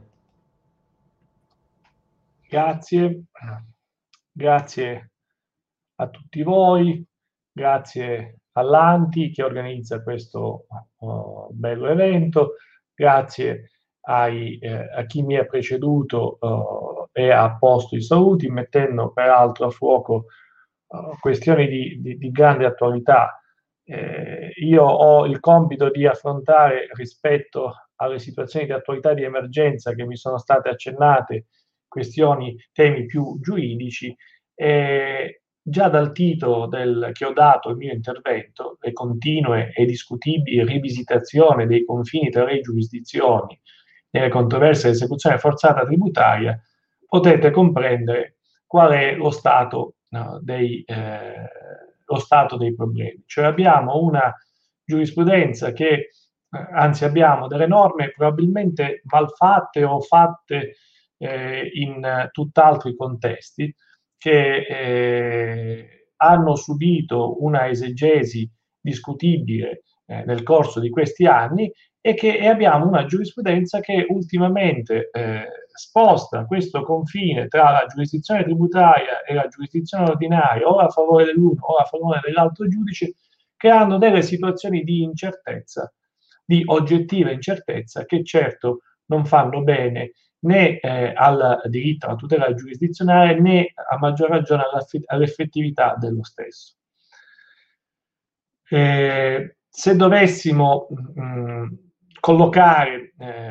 Grazie a tutti voi, grazie all'Anti che organizza questo bello evento, grazie a chi mi ha preceduto e ha posto i saluti, mettendo peraltro a fuoco questioni di grande attualità. Io ho il compito di affrontare, rispetto alle situazioni di attualità di emergenza che mi sono state accennate, temi più giuridici. Già dal titolo che ho dato al mio intervento, le continue e discutibili rivisitazioni dei confini tra le giurisdizioni nelle controversie dell'esecuzione forzata tributaria, potete comprendere qual è lo stato dei problemi. Cioè abbiamo una giurisprudenza che, anzi abbiamo delle norme probabilmente malfatte o fatte in tutt'altri contesti, che hanno subito una esegesi discutibile nel corso di questi anni, e abbiamo una giurisprudenza che ultimamente sposta questo confine tra la giurisdizione tributaria e la giurisdizione ordinaria, o a favore dell'uno o a favore dell'altro giudice, creando delle situazioni di incertezza, di oggettiva incertezza, che certo non fanno bene né al diritto alla tutela giurisdizionale, né a maggior ragione all'effettività dello stesso. Se dovessimo collocare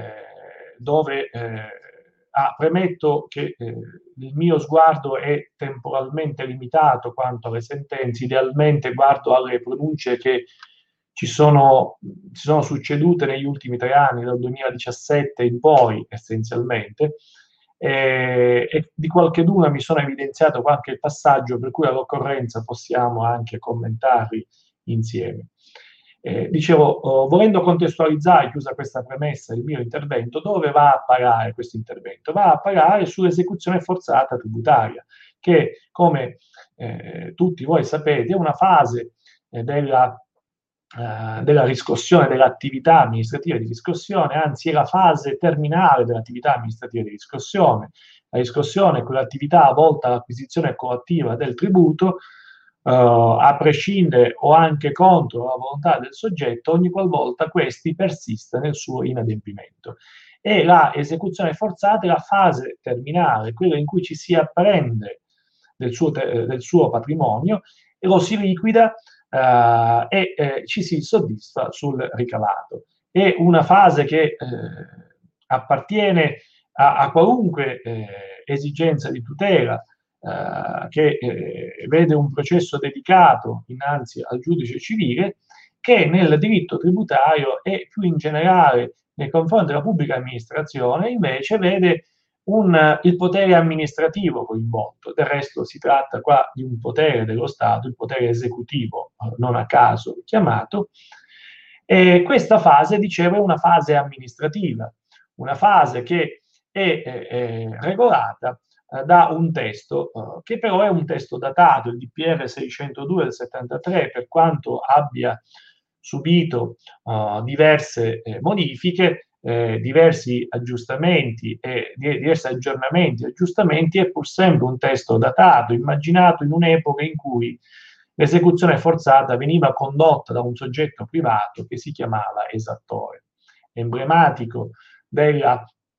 premetto che il mio sguardo è temporalmente limitato quanto alle sentenze, idealmente guardo alle pronunce che si sono succedute negli ultimi 3 anni, dal 2017 in poi essenzialmente, e di qualcheduna mi sono evidenziato qualche passaggio per cui all'occorrenza possiamo anche commentarli insieme. Dicevo, volendo contestualizzare, chiusa questa premessa, il mio intervento, dove va a parare questo intervento? Va a parare sull'esecuzione forzata tributaria, che come tutti voi sapete è una fase della riscossione, dell'attività amministrativa di riscossione, anzi è la fase terminale dell'attività amministrativa di riscossione. La riscossione è quell'attività volta all'acquisizione coattiva del tributo, a prescindere o anche contro la volontà del soggetto, ogni qualvolta questi persiste nel suo inadempimento. E la esecuzione forzata è la fase terminale, quella in cui ci si apprende del suo patrimonio e lo si liquida ci si soddisfa sul ricavato. È una fase che appartiene a qualunque esigenza di tutela, che vede un processo dedicato innanzi al giudice civile, che nel diritto tributario e più in generale nei confronti della pubblica amministrazione invece vede il potere amministrativo coinvolto. Del resto si tratta qua di un potere dello Stato, il potere esecutivo, non a caso chiamato, e questa fase, dicevo, è una fase amministrativa, una fase che è regolata da un testo che però è un testo datato, il DPR 602 del 73, per quanto abbia subito diverse modifiche, diversi aggiustamenti e diversi aggiornamenti e aggiustamenti, è pur sempre un testo datato, immaginato in un'epoca in cui l'esecuzione forzata veniva condotta da un soggetto privato che si chiamava esattore. Emblematico della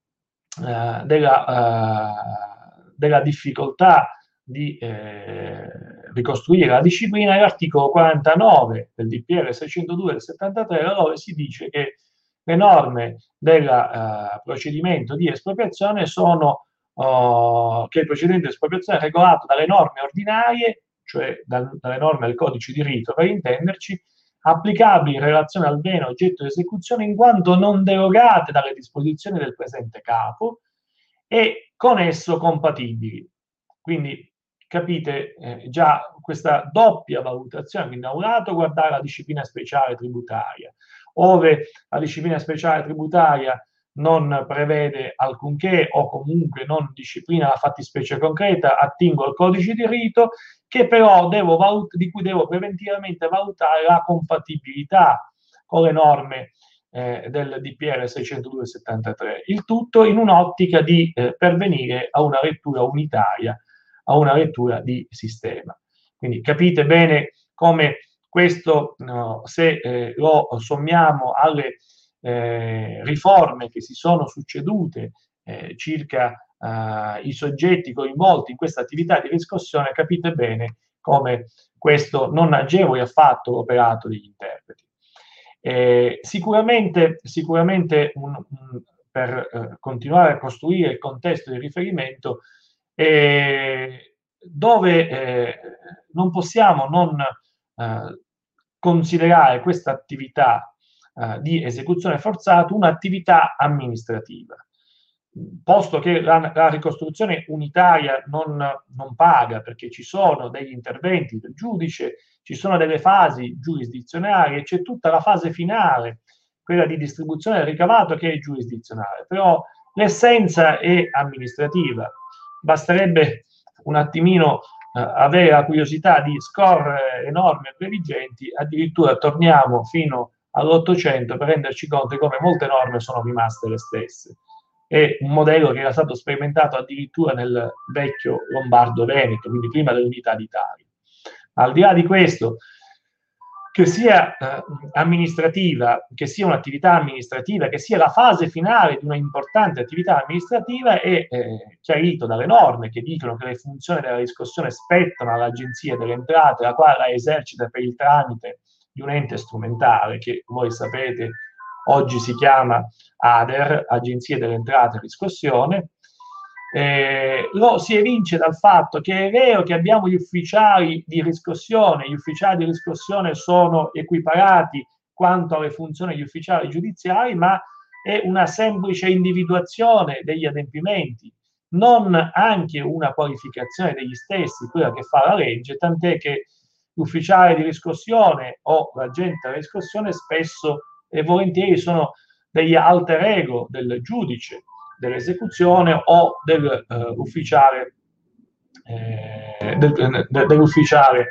difficoltà di ricostruire la disciplina è l'articolo 49 del DPR 602 del 73, dove si dice che le norme del procedimento di espropriazione sono che il procedimento di espropriazione è regolato dalle norme ordinarie, cioè dalle norme del codice di rito, per intenderci, applicabili in relazione al bene oggetto di esecuzione in quanto non derogate dalle disposizioni del presente capo e con esso compatibili. Quindi capite già questa doppia valutazione, quindi da un lato guardare la disciplina speciale tributaria, ove la disciplina speciale tributaria non prevede alcunché o comunque non disciplina la fattispecie concreta, attingo al codice di rito, che però di cui devo preventivamente valutare la compatibilità con le norme del DPR 602/73, il tutto in un'ottica di pervenire a una lettura unitaria, a una lettura di sistema. Quindi capite bene come questo, se lo sommiamo alle riforme che si sono succedute circa i soggetti coinvolti in questa attività di riscossione, capite bene come questo non agevoli affatto l'operato degli interpreti. Sicuramente per continuare a costruire il contesto di riferimento, dove non possiamo non considerare questa attività di esecuzione forzata un'attività amministrativa, posto che la ricostruzione unitaria non paga, perché ci sono degli interventi del giudice, ci sono delle fasi giurisdizionali e c'è tutta la fase finale, quella di distribuzione del ricavato, che è giurisdizionale, però l'essenza è amministrativa. Basterebbe un attimino avere la curiosità di scorrere le norme previgenti, addirittura torniamo fino all'800 per renderci conto di come molte norme sono rimaste le stesse. È un modello che era stato sperimentato addirittura nel vecchio Lombardo-Veneto, quindi prima dell'unità d'Italia. Al di là di questo, che sia amministrativa, che sia un'attività amministrativa, che sia la fase finale di una importante attività amministrativa, è chiarito dalle norme che dicono che le funzioni della riscossione spettano all'Agenzia delle Entrate, la quale la esercita per il tramite di un ente strumentale che voi sapete oggi si chiama ADER, Agenzia delle Entrate e Riscossione. Lo si evince dal fatto che è vero che abbiamo gli ufficiali di riscossione sono equiparati quanto alle funzioni degli ufficiali giudiziari, ma è una semplice individuazione degli adempimenti, non anche una qualificazione degli stessi, quella che fa la legge, tant'è che l'ufficiale di riscossione o l'agente della riscossione spesso e volentieri sono degli alter ego del giudice dell'esecuzione o dell'ufficiale dell'ufficiale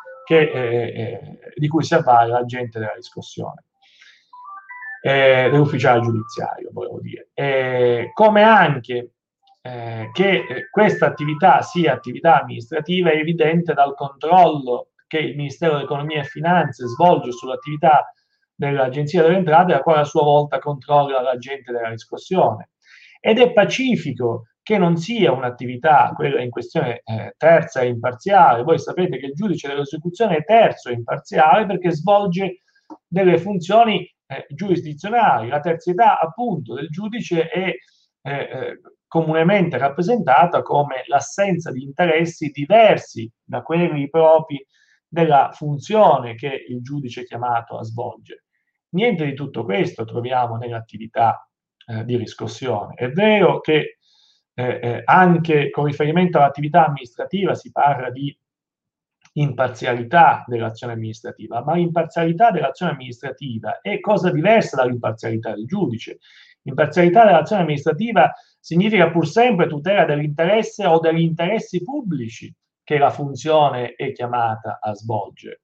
di cui si avvale l'agente della riscossione, dell'ufficiale giudiziario, volevo dire. Come anche che questa attività sia attività amministrativa è evidente dal controllo che il Ministero dell'Economia e Finanze svolge sull'attività dell'Agenzia delle Entrate, la quale a sua volta controlla l'agente della riscossione. Ed è pacifico che non sia un'attività, quella in questione, terza e imparziale. Voi sapete che il giudice dell'esecuzione è terzo e imparziale perché svolge delle funzioni giurisdizionali. La terzietà, appunto, del giudice è comunemente rappresentata come l'assenza di interessi diversi da quelli propri della funzione che il giudice è chiamato a svolgere. Niente di tutto questo troviamo nell'attività di riscossione. È vero che anche con riferimento all'attività amministrativa si parla di imparzialità dell'azione amministrativa, ma l'imparzialità dell'azione amministrativa è cosa diversa dall'imparzialità del giudice. Imparzialità dell'azione amministrativa significa pur sempre tutela dell'interesse o degli interessi pubblici che la funzione è chiamata a svolgere.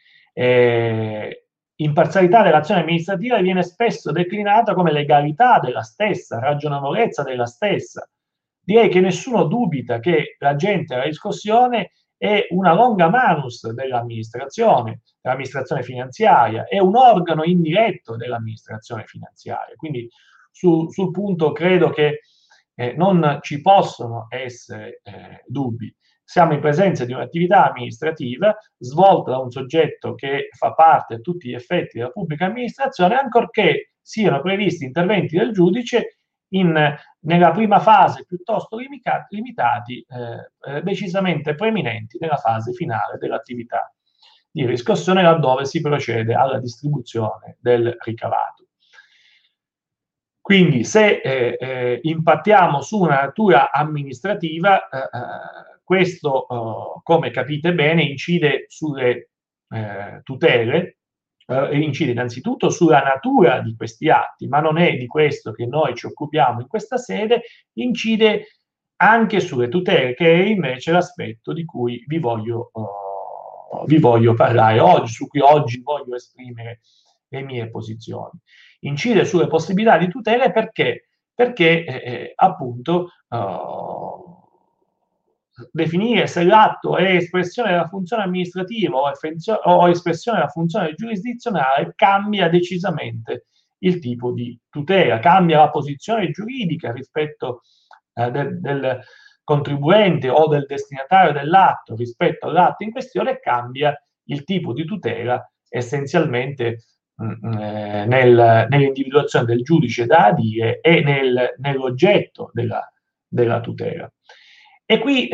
Imparzialità dell'azione amministrativa viene spesso declinata come legalità della stessa, ragionevolezza della stessa. Direi che nessuno dubita che l'agente della riscossione è una longa manus dell'amministrazione finanziaria, è un organo indiretto dell'amministrazione finanziaria. Quindi sul punto credo che non ci possono essere dubbi. Siamo in presenza di un'attività amministrativa svolta da un soggetto che fa parte a tutti gli effetti della pubblica amministrazione, ancorché siano previsti interventi del giudice nella prima fase piuttosto limitati, decisamente preeminenti nella fase finale dell'attività di riscossione, laddove si procede alla distribuzione del ricavato. Quindi se impattiamo su una natura amministrativa, questo, come capite bene, incide sulle tutele, incide innanzitutto sulla natura di questi atti, ma non è di questo che noi ci occupiamo in questa sede, incide anche sulle tutele, che è invece l'aspetto di cui vi voglio parlare oggi, su cui oggi voglio esprimere le mie posizioni. Incide sulle possibilità di tutele perché appunto definire se l'atto è espressione della funzione amministrativa o espressione della funzione giurisdizionale cambia decisamente il tipo di tutela, cambia la posizione giuridica rispetto del contribuente o del destinatario dell'atto rispetto all'atto in questione, e cambia il tipo di tutela essenzialmente nell'individuazione del giudice da adire e nell'oggetto della tutela. E qui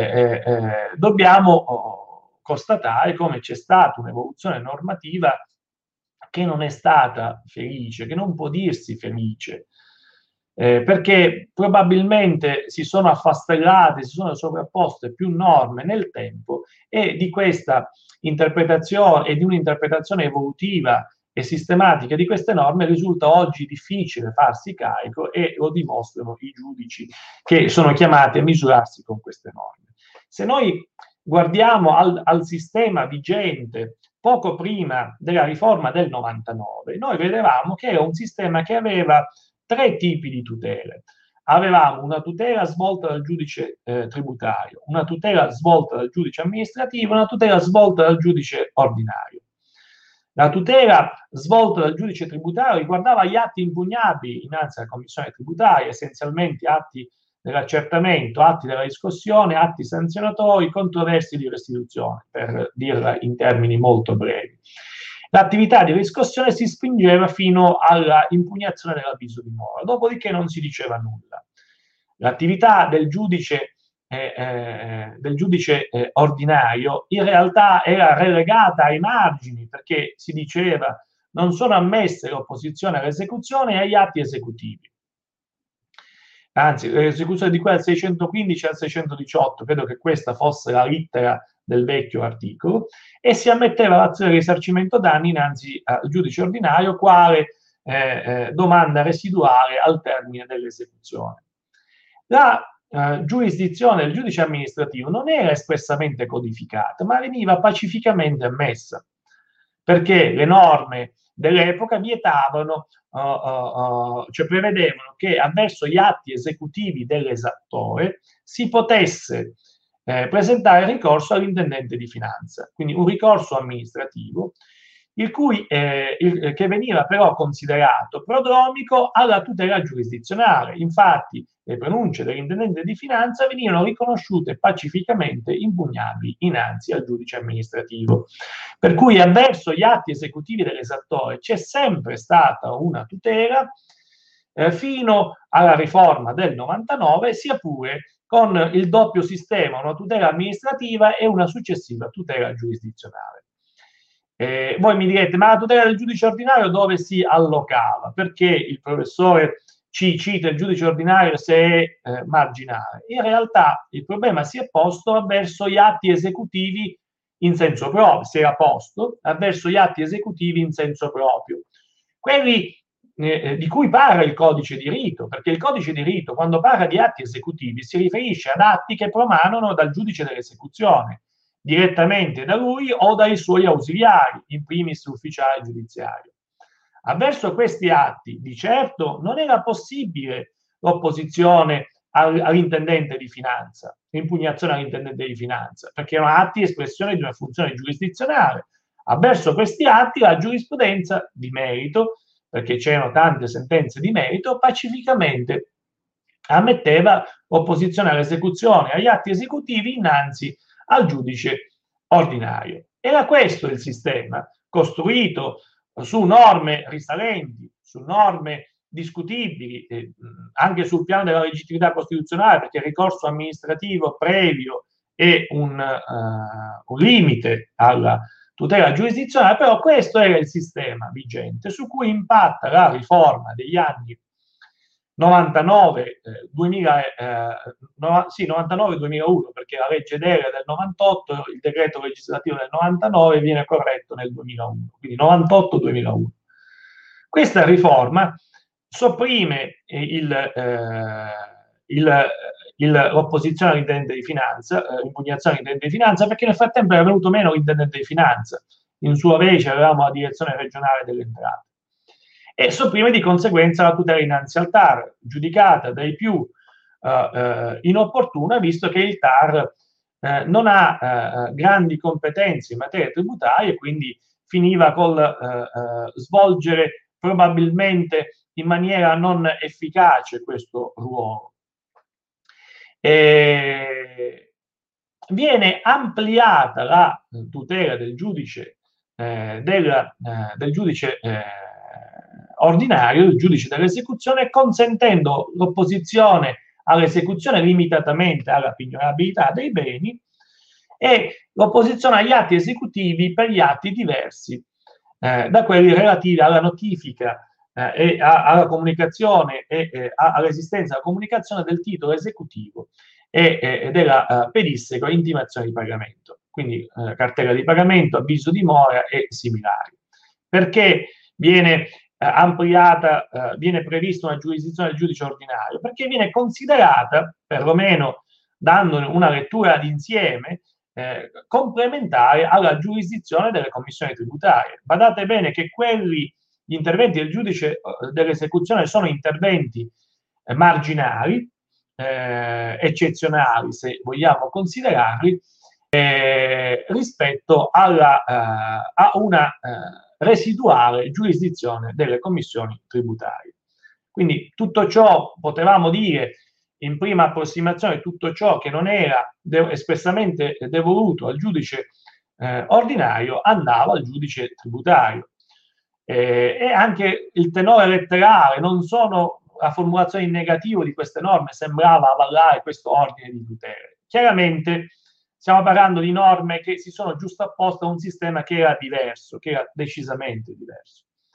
dobbiamo constatare come c'è stata un'evoluzione normativa che non è stata felice, che non può dirsi felice, perché probabilmente si sono affastellate, si sono sovrapposte più norme nel tempo, e di questa interpretazione e di un'interpretazione evolutiva e sistematica di queste norme risulta oggi difficile farsi carico, e lo dimostrano i giudici che sono chiamati a misurarsi con queste norme. Se noi guardiamo al sistema vigente poco prima della riforma del 99, noi vedevamo che era un sistema che aveva tre tipi di tutele. Avevamo una tutela svolta dal giudice tributario, una tutela svolta dal giudice amministrativo, una tutela svolta dal giudice ordinario. La tutela svolta dal giudice tributario riguardava gli atti impugnabili innanzi alla commissione tributaria, essenzialmente atti dell'accertamento, atti della riscossione, atti sanzionatori, controversie di restituzione, per dirla in termini molto brevi. L'attività di riscossione si spingeva fino alla impugnazione dell'avviso di mora, dopodiché non si diceva nulla. L'attività del giudice ordinario in realtà era relegata ai margini, perché si diceva non sono ammesse l'opposizione all'esecuzione e agli atti esecutivi. Anzi, l'esecuzione di cui al 615 e al 618, credo che questa fosse la lettera del vecchio articolo, e si ammetteva l'azione di risarcimento danni innanzi al giudice ordinario quale domanda residuale al termine dell'esecuzione. La giurisdizione del giudice amministrativo non era espressamente codificata, ma veniva pacificamente ammessa, perché le norme dell'epoca vietavano, cioè prevedevano che avverso gli atti esecutivi dell'esattore si potesse presentare ricorso all'intendente di finanza, quindi un ricorso amministrativo che veniva però considerato prodromico alla tutela giurisdizionale. Infatti le pronunce dell'intendente di finanza venivano riconosciute pacificamente impugnabili innanzi al giudice amministrativo. Per cui avverso gli atti esecutivi dell'esattore c'è sempre stata una tutela fino alla riforma del 99, sia pure con il doppio sistema, una tutela amministrativa e una successiva tutela giurisdizionale. Voi mi direte, ma la tutela del giudice ordinario dove si allocava? Perché il professore ci cita il giudice ordinario se è marginale? In realtà il problema si è posto avverso gli atti esecutivi in senso proprio, si era posto avverso gli atti esecutivi in senso proprio. Quelli di cui parla il codice di rito, perché il codice di rito, quando parla di atti esecutivi, si riferisce ad atti che promanano dal giudice dell'esecuzione, direttamente da lui o dai suoi ausiliari, in primis l'ufficiale giudiziario. Avverso questi atti, di certo, non era possibile l'opposizione all'intendente di finanza, l'impugnazione all'intendente di finanza, perché erano atti espressione di una funzione giurisdizionale. Avverso questi atti la giurisprudenza di merito, perché c'erano tante sentenze di merito, pacificamente ammetteva opposizione all'esecuzione agli atti esecutivi innanzi al giudice ordinario. Era questo il sistema, costruito su norme risalenti, su norme discutibili, anche sul piano della legittimità costituzionale, perché il ricorso amministrativo previo è un limite alla tutela giurisdizionale, però questo era il sistema vigente su cui impatta la riforma degli anni 99-2001, perché la legge delega del 98, il decreto legislativo del 99 viene corretto nel 2001, quindi 98-2001. Questa riforma sopprime l'opposizione all'intendente di finanza, l'impugnazione all'intendente di finanza, perché nel frattempo era venuto meno l'intendente di finanza, in sua vece avevamo la direzione regionale delle entrate, e sopprime di conseguenza la tutela innanzi al TAR, giudicata dai più inopportuna, visto che il TAR non ha grandi competenze in materia tributaria e quindi finiva col svolgere probabilmente in maniera non efficace questo ruolo. Viene ampliata la tutela del giudice ordinario, il giudice dell'esecuzione, consentendo l'opposizione all'esecuzione limitatamente alla pignorabilità dei beni e l'opposizione agli atti esecutivi per gli atti diversi da quelli relativi alla notifica e alla comunicazione e all'esistenza della comunicazione del titolo esecutivo e della pedissequa intimazione di pagamento, quindi cartella di pagamento, avviso di mora e similari. Perché viene ampliata, viene prevista una giurisdizione del giudice ordinario? Perché viene considerata, perlomeno dandone una lettura d'insieme, complementare alla giurisdizione delle commissioni tributarie. Badate bene che gli interventi del giudice dell'esecuzione sono interventi marginali, eccezionali se vogliamo considerarli, rispetto a una residuale giurisdizione delle commissioni tributarie. Quindi tutto ciò, potevamo dire in prima approssimazione, tutto ciò che non era espressamente devoluto al giudice ordinario andava al giudice tributario. E anche il tenore letterale, non sono la formulazione in negativo di queste norme, sembrava avallare questo ordine di tutele. Chiaramente stiamo parlando di norme che si sono giustapposte a un sistema che era diverso, che era decisamente diverso.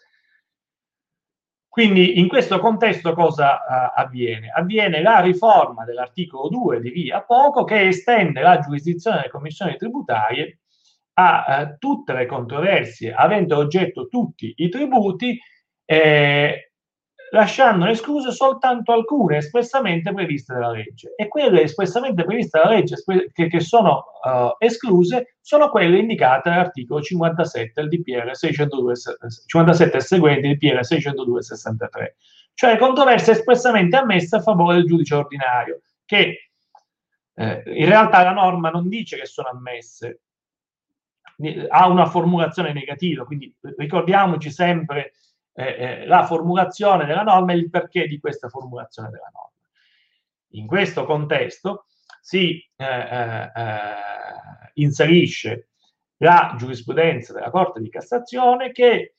Quindi in questo contesto cosa avviene? Avviene la riforma dell'articolo 2 di lì a poco, che estende la giurisdizione delle commissioni tributarie a tutte le controversie avendo oggetto tutti i tributi, lasciandone escluse soltanto alcune espressamente previste dalla legge. E quelle espressamente previste dalla legge che sono escluse sono quelle indicate all'articolo 57 del DPR 602, 57 e seguenti del DPR 602/63, cioè controversie espressamente ammesse a favore del giudice ordinario, che in realtà la norma non dice che sono ammesse, ha una formulazione negativa, quindi ricordiamoci sempre la formulazione della norma e il perché di questa formulazione della norma. In questo contesto si inserisce la giurisprudenza della Corte di Cassazione, che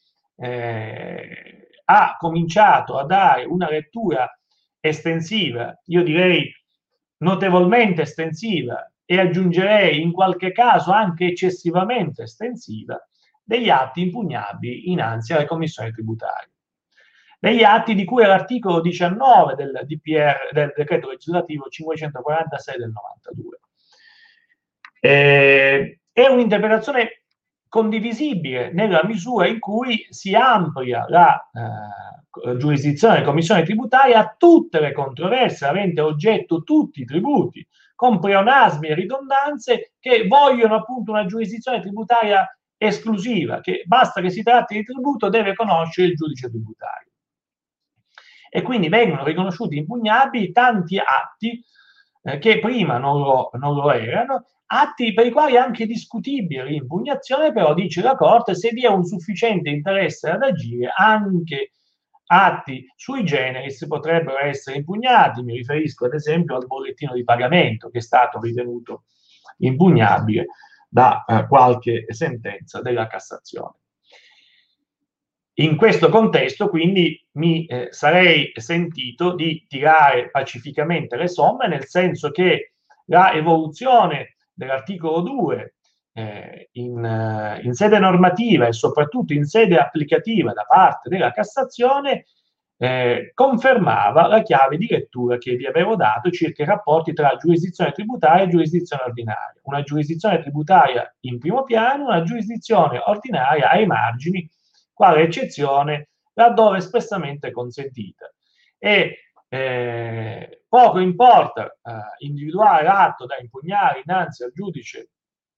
ha cominciato a dare una lettura estensiva, io direi notevolmente estensiva, e aggiungerei in qualche caso anche eccessivamente estensiva, degli atti impugnabili innanzi alle commissioni tributarie. Degli atti di cui è l'articolo 19 del DPR, del decreto legislativo 546 del 92. È un'interpretazione condivisibile nella misura in cui si amplia la giurisdizione delle commissioni tributarie a tutte le controversie aventi oggetto tutti i tributi, con pleonasmi e ridondanze, che vogliono appunto una giurisdizione tributaria esclusiva, che basta che si tratti di tributo, deve conoscere il giudice tributario. E quindi vengono riconosciuti impugnabili tanti atti che prima non lo erano, atti per i quali è anche discutibile l'impugnazione, però dice la Corte, se vi è un sufficiente interesse ad agire, anche atti sui generis potrebbero essere impugnati. Mi riferisco ad esempio al bollettino di pagamento, che è stato ritenuto impugnabile da qualche sentenza della Cassazione. In questo contesto, quindi, mi sarei sentito di tirare pacificamente le somme, nel senso che la evoluzione dell'articolo 2 in sede normativa e soprattutto in sede applicativa da parte della Cassazione confermava la chiave di lettura che vi avevo dato circa i rapporti tra giurisdizione tributaria e giurisdizione ordinaria. Una giurisdizione tributaria in primo piano, una giurisdizione ordinaria ai margini, quale eccezione laddove espressamente consentita. E poco importa individuare l'atto da impugnare innanzi al giudice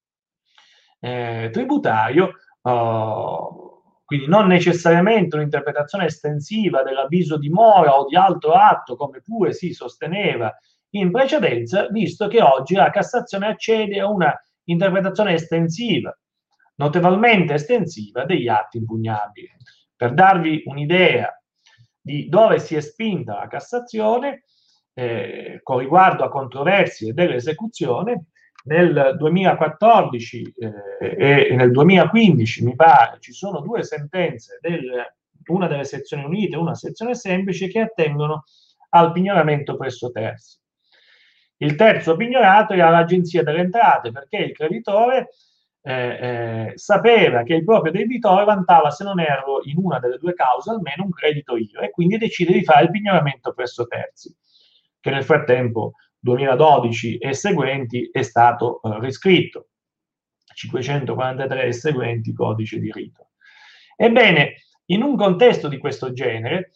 tributario, quindi non necessariamente un'interpretazione estensiva dell'avviso di mora o di altro atto, come pure si sosteneva in precedenza, visto che oggi la Cassazione accede a una interpretazione estensiva, notevolmente estensiva, degli atti impugnabili. Per darvi un'idea di dove si è spinta la Cassazione con riguardo a controversie dell'esecuzione, nel 2014 e nel 2015, mi pare, ci sono due sentenze, una delle sezioni unite e una sezione semplice, che attengono al pignoramento presso terzi. Il terzo pignorato era l'Agenzia delle Entrate, perché il creditore sapeva che il proprio debitore vantava, se non erro, in una delle due cause almeno un credito IVA, e quindi decide di fare il pignoramento presso terzi, che nel frattempo 2012 e seguenti è stato riscritto, 543 e seguenti codice di rito. Ebbene, in un contesto di questo genere,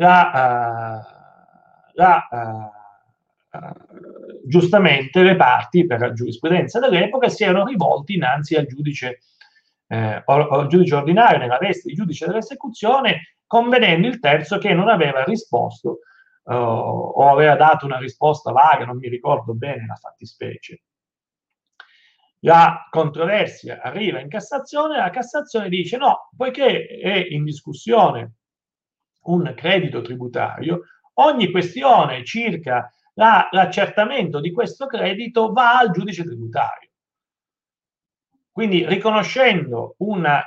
giustamente le parti, per la giurisprudenza dell'epoca, si erano rivolti innanzi al giudice ordinario nella veste di giudice dell'esecuzione, convenendo il terzo che non aveva risposto o aveva dato una risposta vaga, non mi ricordo bene la fattispecie. La controversia arriva in Cassazione, la Cassazione dice no, poiché è in discussione un credito tributario, ogni questione circa l'accertamento di questo credito va al giudice tributario. Quindi riconoscendo una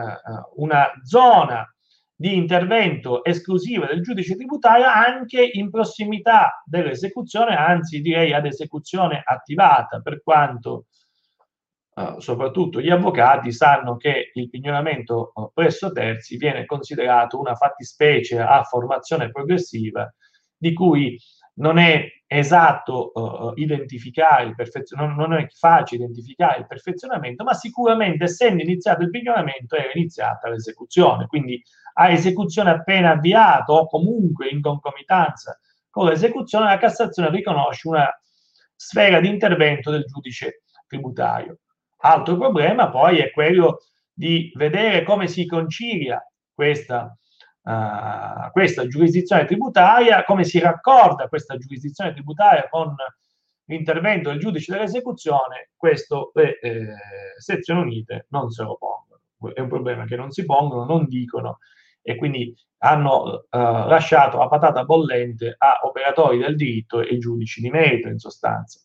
zona di intervento esclusiva del giudice tributario anche in prossimità dell'esecuzione, anzi direi ad esecuzione attivata, per quanto soprattutto gli avvocati sanno che il pignoramento presso terzi viene considerato una fattispecie a formazione progressiva di cui non è esatto identificare non è facile identificare il perfezionamento, ma sicuramente essendo iniziato il pignoramento era iniziata l'esecuzione, quindi a esecuzione appena avviato o comunque in concomitanza con l'esecuzione, la Cassazione riconosce una sfera di intervento del giudice tributario. Altro problema poi è quello di vedere come si concilia questa giurisdizione tributaria, come si raccorda questa giurisdizione tributaria con l'intervento del giudice dell'esecuzione. Questo le sezioni unite non se lo pongono, è un problema che non si pongono, non dicono, e quindi hanno lasciato la patata bollente a operatori del diritto e giudici di merito, in sostanza.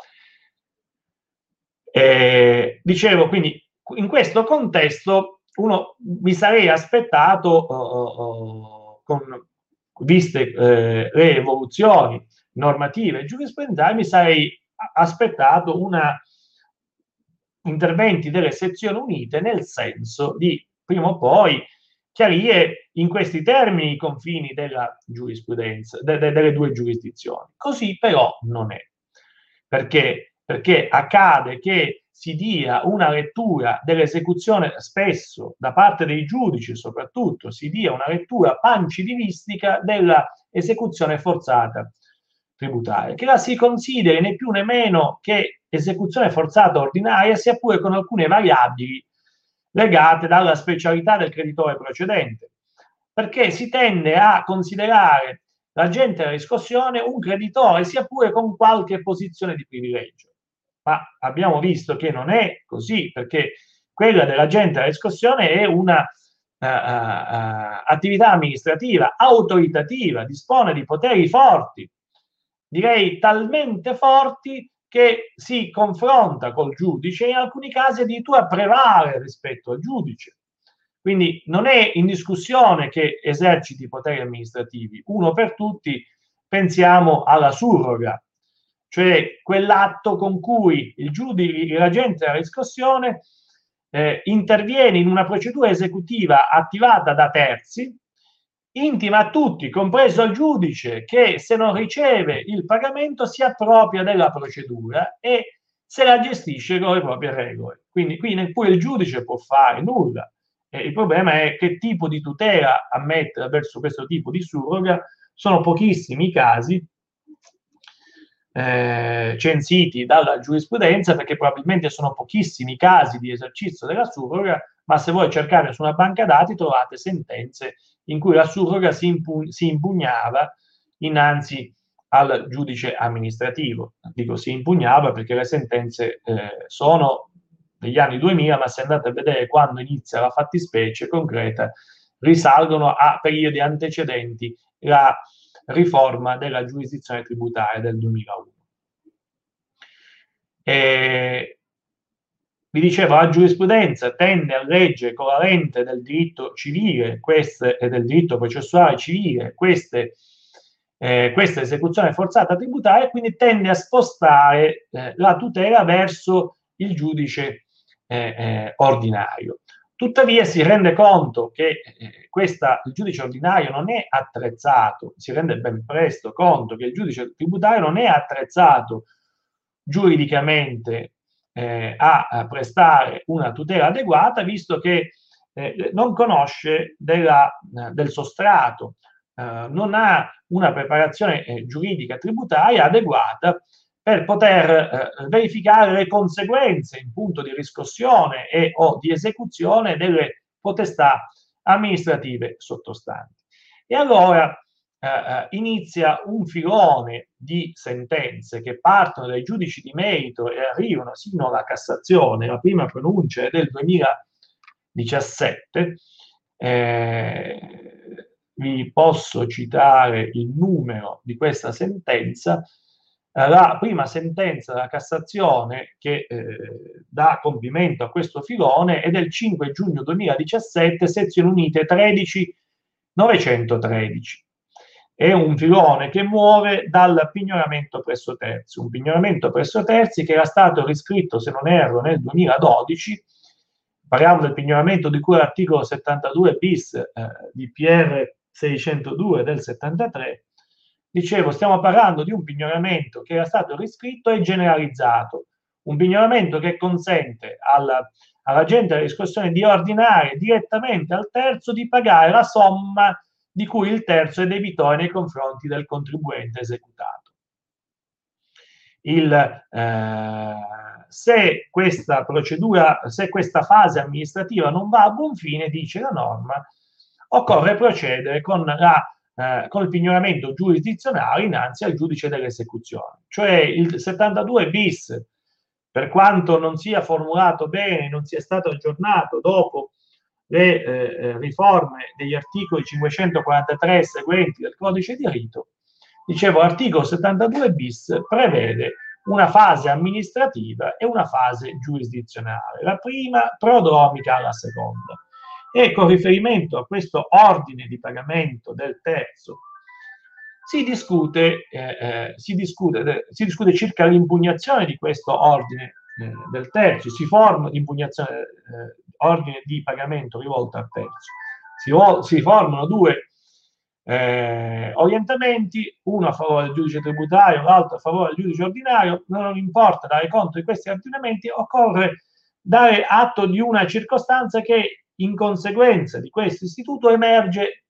Dicevo, quindi in questo contesto mi sarei aspettato, viste le evoluzioni normative e giurisprudenziali, mi sarei aspettato interventi delle sezioni unite nel senso di prima o poi chiarire in questi termini i confini della giurisprudenza, delle due giurisdizioni. Così però non è. Perché accade che si dia una lettura dell'esecuzione, spesso da parte dei giudici soprattutto, si dia una lettura pancidivistica della esecuzione forzata tributaria, che la si consideri né più né meno che esecuzione forzata ordinaria, sia pure con alcune variabili legate dalla specialità del creditore procedente, perché si tende a considerare l'agente della riscossione un creditore sia pure con qualche posizione di privilegio. Ma abbiamo visto che non è così, perché quella dell'agente della riscossione è una attività amministrativa autoritativa, dispone di poteri forti, direi talmente forti che si confronta col giudice e in alcuni casi addirittura prevale rispetto al giudice. Quindi non è in discussione che eserciti poteri amministrativi. Uno per tutti, pensiamo alla surroga, cioè quell'atto con cui l'agente della riscossione interviene in una procedura esecutiva attivata da terzi, intima a tutti, compreso il giudice, che se non riceve il pagamento si appropria della procedura e se la gestisce con le proprie regole. Quindi qui neppure il giudice può fare nulla. Il problema è che tipo di tutela ammettere verso questo tipo di surroga. Sono pochissimi i casi censiti dalla giurisprudenza, perché probabilmente sono pochissimi i casi di esercizio della surroga, ma se voi cercate su una banca dati trovate sentenze in cui la surroga si impugnava innanzi al giudice amministrativo. Dico si impugnava perché le sentenze sono degli anni 2000, ma se andate a vedere quando inizia la fattispecie concreta risalgono a periodi antecedenti la riforma della giurisdizione tributaria del 2001. Vi dicevo, la giurisprudenza tende a leggere con la lente del diritto civile e del diritto processuale civile questa esecuzione forzata tributaria, e quindi tende a spostare la tutela verso il giudice ordinario. Tuttavia si rende conto che il giudice ordinario non è attrezzato, si rende ben presto conto che il giudice tributario non è attrezzato giuridicamente a prestare una tutela adeguata, visto che non conosce del sostrato, non ha una preparazione giuridica tributaria adeguata per poter verificare le conseguenze in punto di riscossione o di esecuzione delle potestà amministrative sottostanti. E allora inizia un filone di sentenze che partono dai giudici di merito e arrivano sino alla Cassazione. La prima pronuncia è del 2017. Vi posso citare il numero di questa sentenza. La prima sentenza della Cassazione che dà compimento a questo filone è del 5 giugno 2017, sezioni unite 13913. è un filone che muove dal pignoramento presso terzi, un pignoramento presso terzi che era stato riscritto, se non erro, nel 2012. Parliamo del pignoramento di cui l'articolo 72 bis di PR 602 del 73. Dicevo, stiamo parlando di un pignoramento che era stato riscritto e generalizzato, un pignoramento che consente all'agente della riscossione di ordinare direttamente al terzo di pagare la somma di cui il terzo è debitore nei confronti del contribuente esecutato. Se questa procedura, se questa fase amministrativa non va a buon fine, dice la norma, occorre procedere con il pignoramento giurisdizionale innanzi al giudice dell'esecuzione. Cioè il 72 bis, per quanto non sia formulato bene, non sia stato aggiornato dopo le riforme degli articoli 543 e seguenti del codice di rito, dicevo, l'articolo 72 bis prevede una fase amministrativa e una fase giurisdizionale, la prima prodromica alla seconda. E con riferimento a questo ordine di pagamento del terzo si discute circa l'impugnazione di questo ordine del terzo, si forma l'impugnazione ordine di pagamento rivolto al terzo. Si formano due orientamenti, uno a favore del giudice tributario, l'altro a favore del giudice ordinario. Non importa dare conto di questi ordinamenti, occorre dare atto di una circostanza che in conseguenza di questo istituto emerge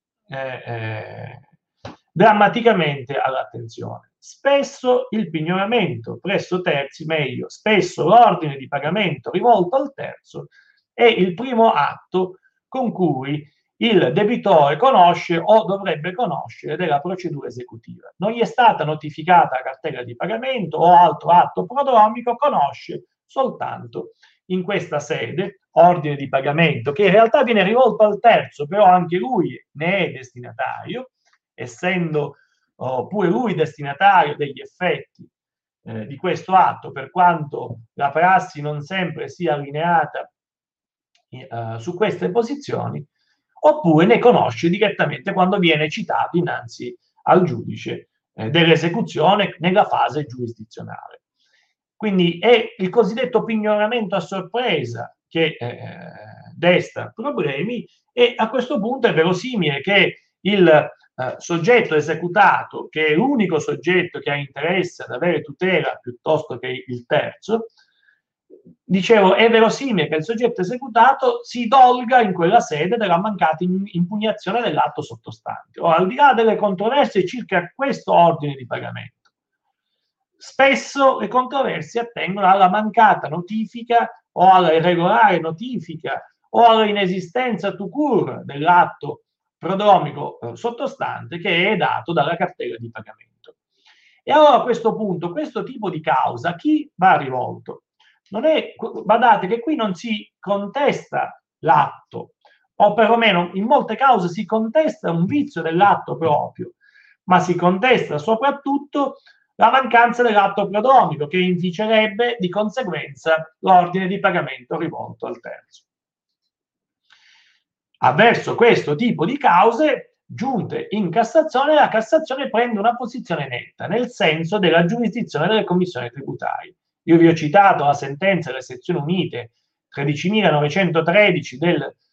drammaticamente all'attenzione. Spesso il pignoramento presso terzi, meglio, spesso l'ordine di pagamento rivolto al terzo è il primo atto con cui il debitore conosce o dovrebbe conoscere della procedura esecutiva. Non gli è stata notificata la cartella di pagamento o altro atto prodromico, conosce soltanto in questa sede ordine di pagamento, che in realtà viene rivolto al terzo, però anche lui ne è destinatario, essendo pure lui destinatario degli effetti di questo atto, per quanto la prassi non sempre sia allineata su queste posizioni, oppure ne conosce direttamente quando viene citato innanzi al giudice dell'esecuzione nella fase giurisdizionale. Quindi è il cosiddetto pignoramento a sorpresa che desta problemi, e a questo punto è verosimile che il soggetto esecutato, che è l'unico soggetto che ha interesse ad avere tutela piuttosto che il terzo, dicevo, è verosimile che il soggetto esecutato si dolga in quella sede della mancata impugnazione dell'atto sottostante. Ora, al di là delle controversie circa questo ordine di pagamento, spesso le controversie attengono alla mancata notifica o alla irregolare notifica o alla inesistenza tout court dell'atto prodromico sottostante che è dato dalla cartella di pagamento. E allora a questo punto, questo tipo di causa a chi va rivolto? Badate che qui non si contesta l'atto, o perlomeno in molte cause si contesta un vizio dell'atto proprio, ma si contesta soprattutto la mancanza dell'atto prodromico, che inficerebbe di conseguenza l'ordine di pagamento rivolto al terzo. Avverso questo tipo di cause giunte in Cassazione, la Cassazione prende una posizione netta nel senso della giurisdizione delle commissioni tributarie. Io vi ho citato la sentenza delle sezioni unite 13.913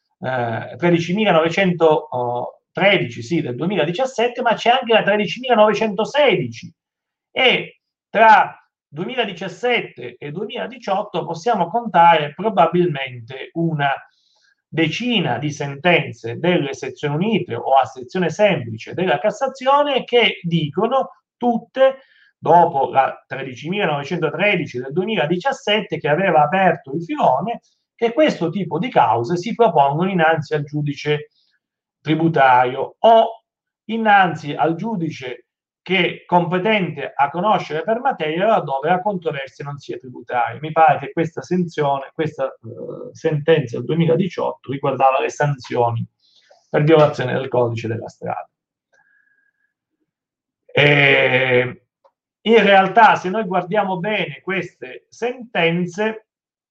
del 2017, ma c'è anche la 13.916, e tra 2017 e 2018 possiamo contare probabilmente una decina di sentenze delle sezioni unite o a sezione semplice della Cassazione che dicono tutte, dopo la 13.913 del 2017 che aveva aperto il filone, che questo tipo di cause si propongono innanzi al giudice tributario o innanzi al giudice che è competente a conoscere per materia laddove la controversia non sia tributaria. Mi pare che questa sentenza del 2018 riguardava le sanzioni per violazione del codice della strada. In realtà, se noi guardiamo bene queste sentenze,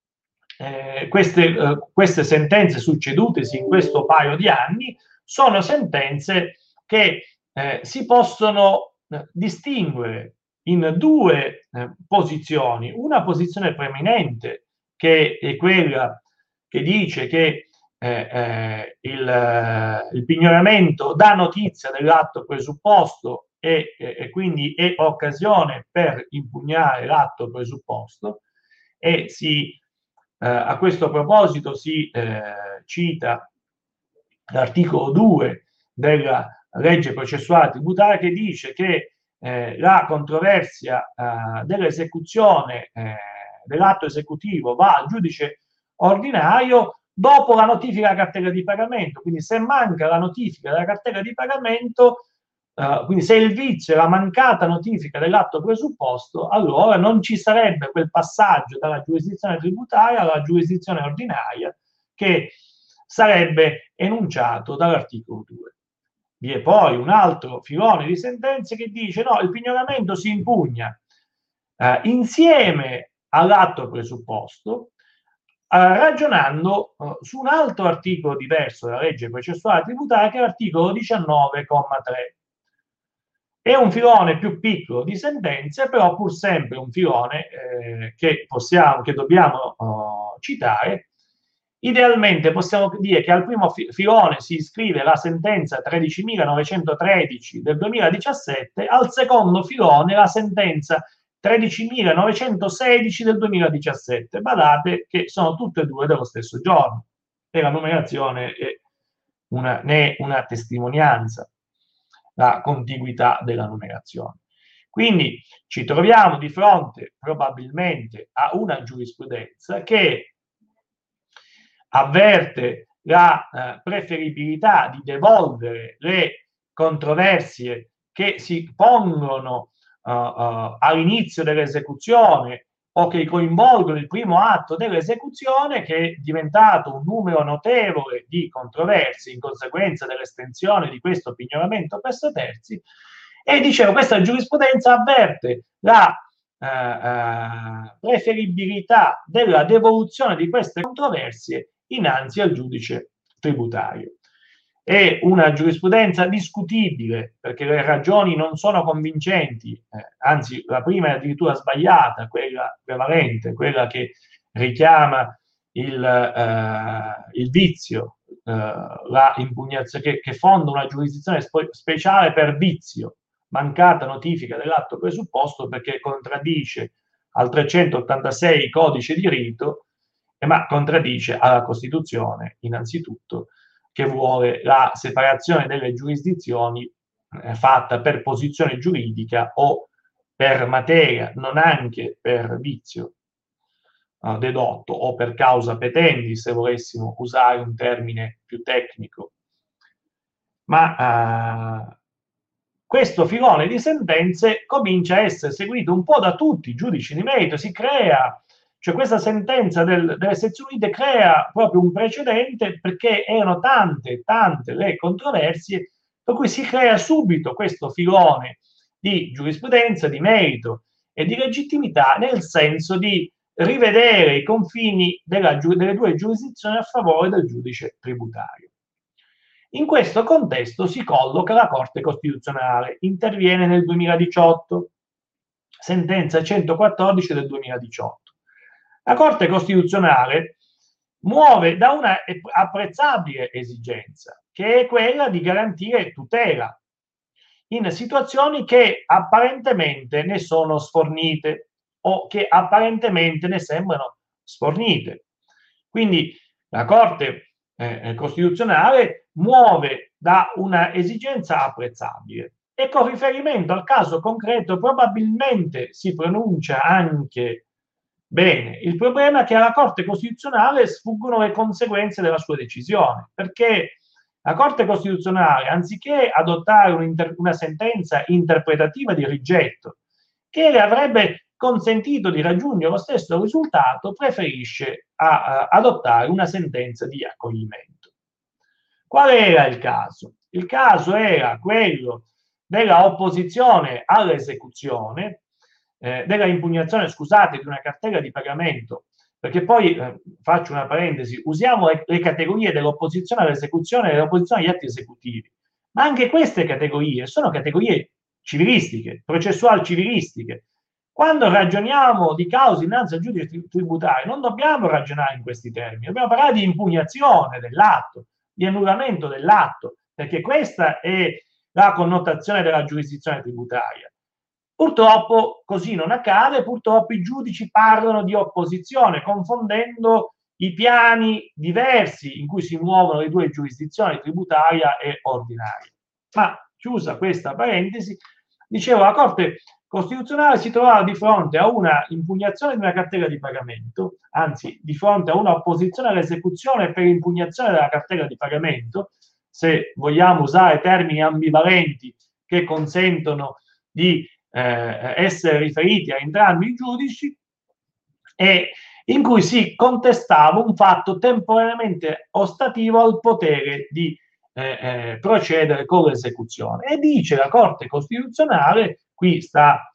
queste sentenze succedutesi in questo paio di anni sono sentenze che si possono distinguere in due posizioni. Una posizione preeminente, che è quella che dice che il pignoramento dà notizia dell'atto presupposto e quindi è occasione per impugnare l'atto presupposto, e a questo proposito si cita l'articolo 2 della legge processuale tributaria, che dice che la controversia dell'esecuzione dell'atto esecutivo va al giudice ordinario dopo la notifica della cartella di pagamento. Quindi se manca la notifica della cartella di pagamento, quindi se il vizio è la mancata notifica dell'atto presupposto, allora non ci sarebbe quel passaggio dalla giurisdizione tributaria alla giurisdizione ordinaria che sarebbe enunciato dall'articolo 2. Vi è poi un altro filone di sentenze che dice no, il pignoramento si impugna insieme all'atto presupposto, ragionando su un altro articolo diverso della legge processuale tributaria, che è l'articolo 19,3. È un filone più piccolo di sentenze, però pur sempre un filone che dobbiamo citare. Idealmente possiamo dire che al primo filone si iscrive la sentenza 13.913 del 2017, al secondo filone la sentenza 13.916 del 2017. Badate che sono tutte e due dello stesso giorno, e la numerazione ne è una testimonianza, la contiguità della numerazione. Quindi ci troviamo di fronte probabilmente a una giurisprudenza che avverte la preferibilità di devolvere le controversie che si pongono all'inizio dell'esecuzione o che coinvolgono il primo atto dell'esecuzione, che è diventato un numero notevole di controversie in conseguenza dell'estensione di questo pignoramento presso terzi. E dicevo, questa giurisprudenza avverte la preferibilità della devoluzione di queste controversie innanzi al giudice tributario. È una giurisprudenza discutibile, perché le ragioni non sono convincenti, anzi la prima è addirittura sbagliata, quella prevalente, quella che richiama il vizio, la impugnazione, che fonda una giurisdizione speciale per vizio, mancata notifica dell'atto presupposto, perché contraddice al 386 codice di rito, ma contraddice alla Costituzione innanzitutto, che vuole la separazione delle giurisdizioni fatta per posizione giuridica o per materia, non anche per vizio dedotto o per causa petendi, se volessimo usare un termine più tecnico. Ma questo filone di sentenze comincia a essere seguito un po' da tutti i giudici di merito. Si crea, cioè questa sentenza delle sezioni unite crea proprio un precedente, perché erano tante le controversie, per cui si crea subito questo filone di giurisprudenza, di merito e di legittimità, nel senso di rivedere i confini delle due giurisdizioni a favore del giudice tributario. In questo contesto si colloca la Corte Costituzionale, interviene nel 2018, sentenza 114 del 2018. La Corte Costituzionale muove da una apprezzabile esigenza, che è quella di garantire tutela in situazioni che apparentemente ne sono sfornite o che apparentemente ne sembrano sfornite. Quindi la Corte Costituzionale muove da una esigenza apprezzabile e con riferimento al caso concreto probabilmente si pronuncia anche bene. Il problema è che alla Corte Costituzionale sfuggono le conseguenze della sua decisione, perché la Corte Costituzionale, anziché adottare una sentenza interpretativa di rigetto che le avrebbe consentito di raggiungere lo stesso risultato, preferisce adottare una sentenza di accoglimento. Qual era il caso? Il caso era quello della opposizione all'esecuzione, della impugnazione, scusate, di una cartella di pagamento, perché poi faccio una parentesi, usiamo le categorie dell'opposizione all'esecuzione e dell'opposizione agli atti esecutivi, Ma anche queste categorie sono categorie civilistiche, processuali civilistiche. Quando ragioniamo di cause innanzi al giudice tributario non dobbiamo ragionare in questi termini, dobbiamo parlare di impugnazione dell'atto, di annullamento dell'atto, perché questa è la connotazione della giurisdizione tributaria. Purtroppo così non accade, purtroppo i giudici parlano di opposizione, confondendo i piani diversi in cui si muovono le due giurisdizioni, tributaria e ordinaria. Ma chiusa questa parentesi, dicevo, la Corte Costituzionale si trovava di fronte a una impugnazione di una cartella di pagamento, anzi di fronte a una opposizione all'esecuzione per impugnazione della cartella di pagamento, se vogliamo usare termini ambivalenti che consentono di essere riferiti a entrambi i giudici, e in cui si contestava un fatto temporaneamente ostativo al potere di procedere con l'esecuzione. E dice la Corte Costituzionale, qui sta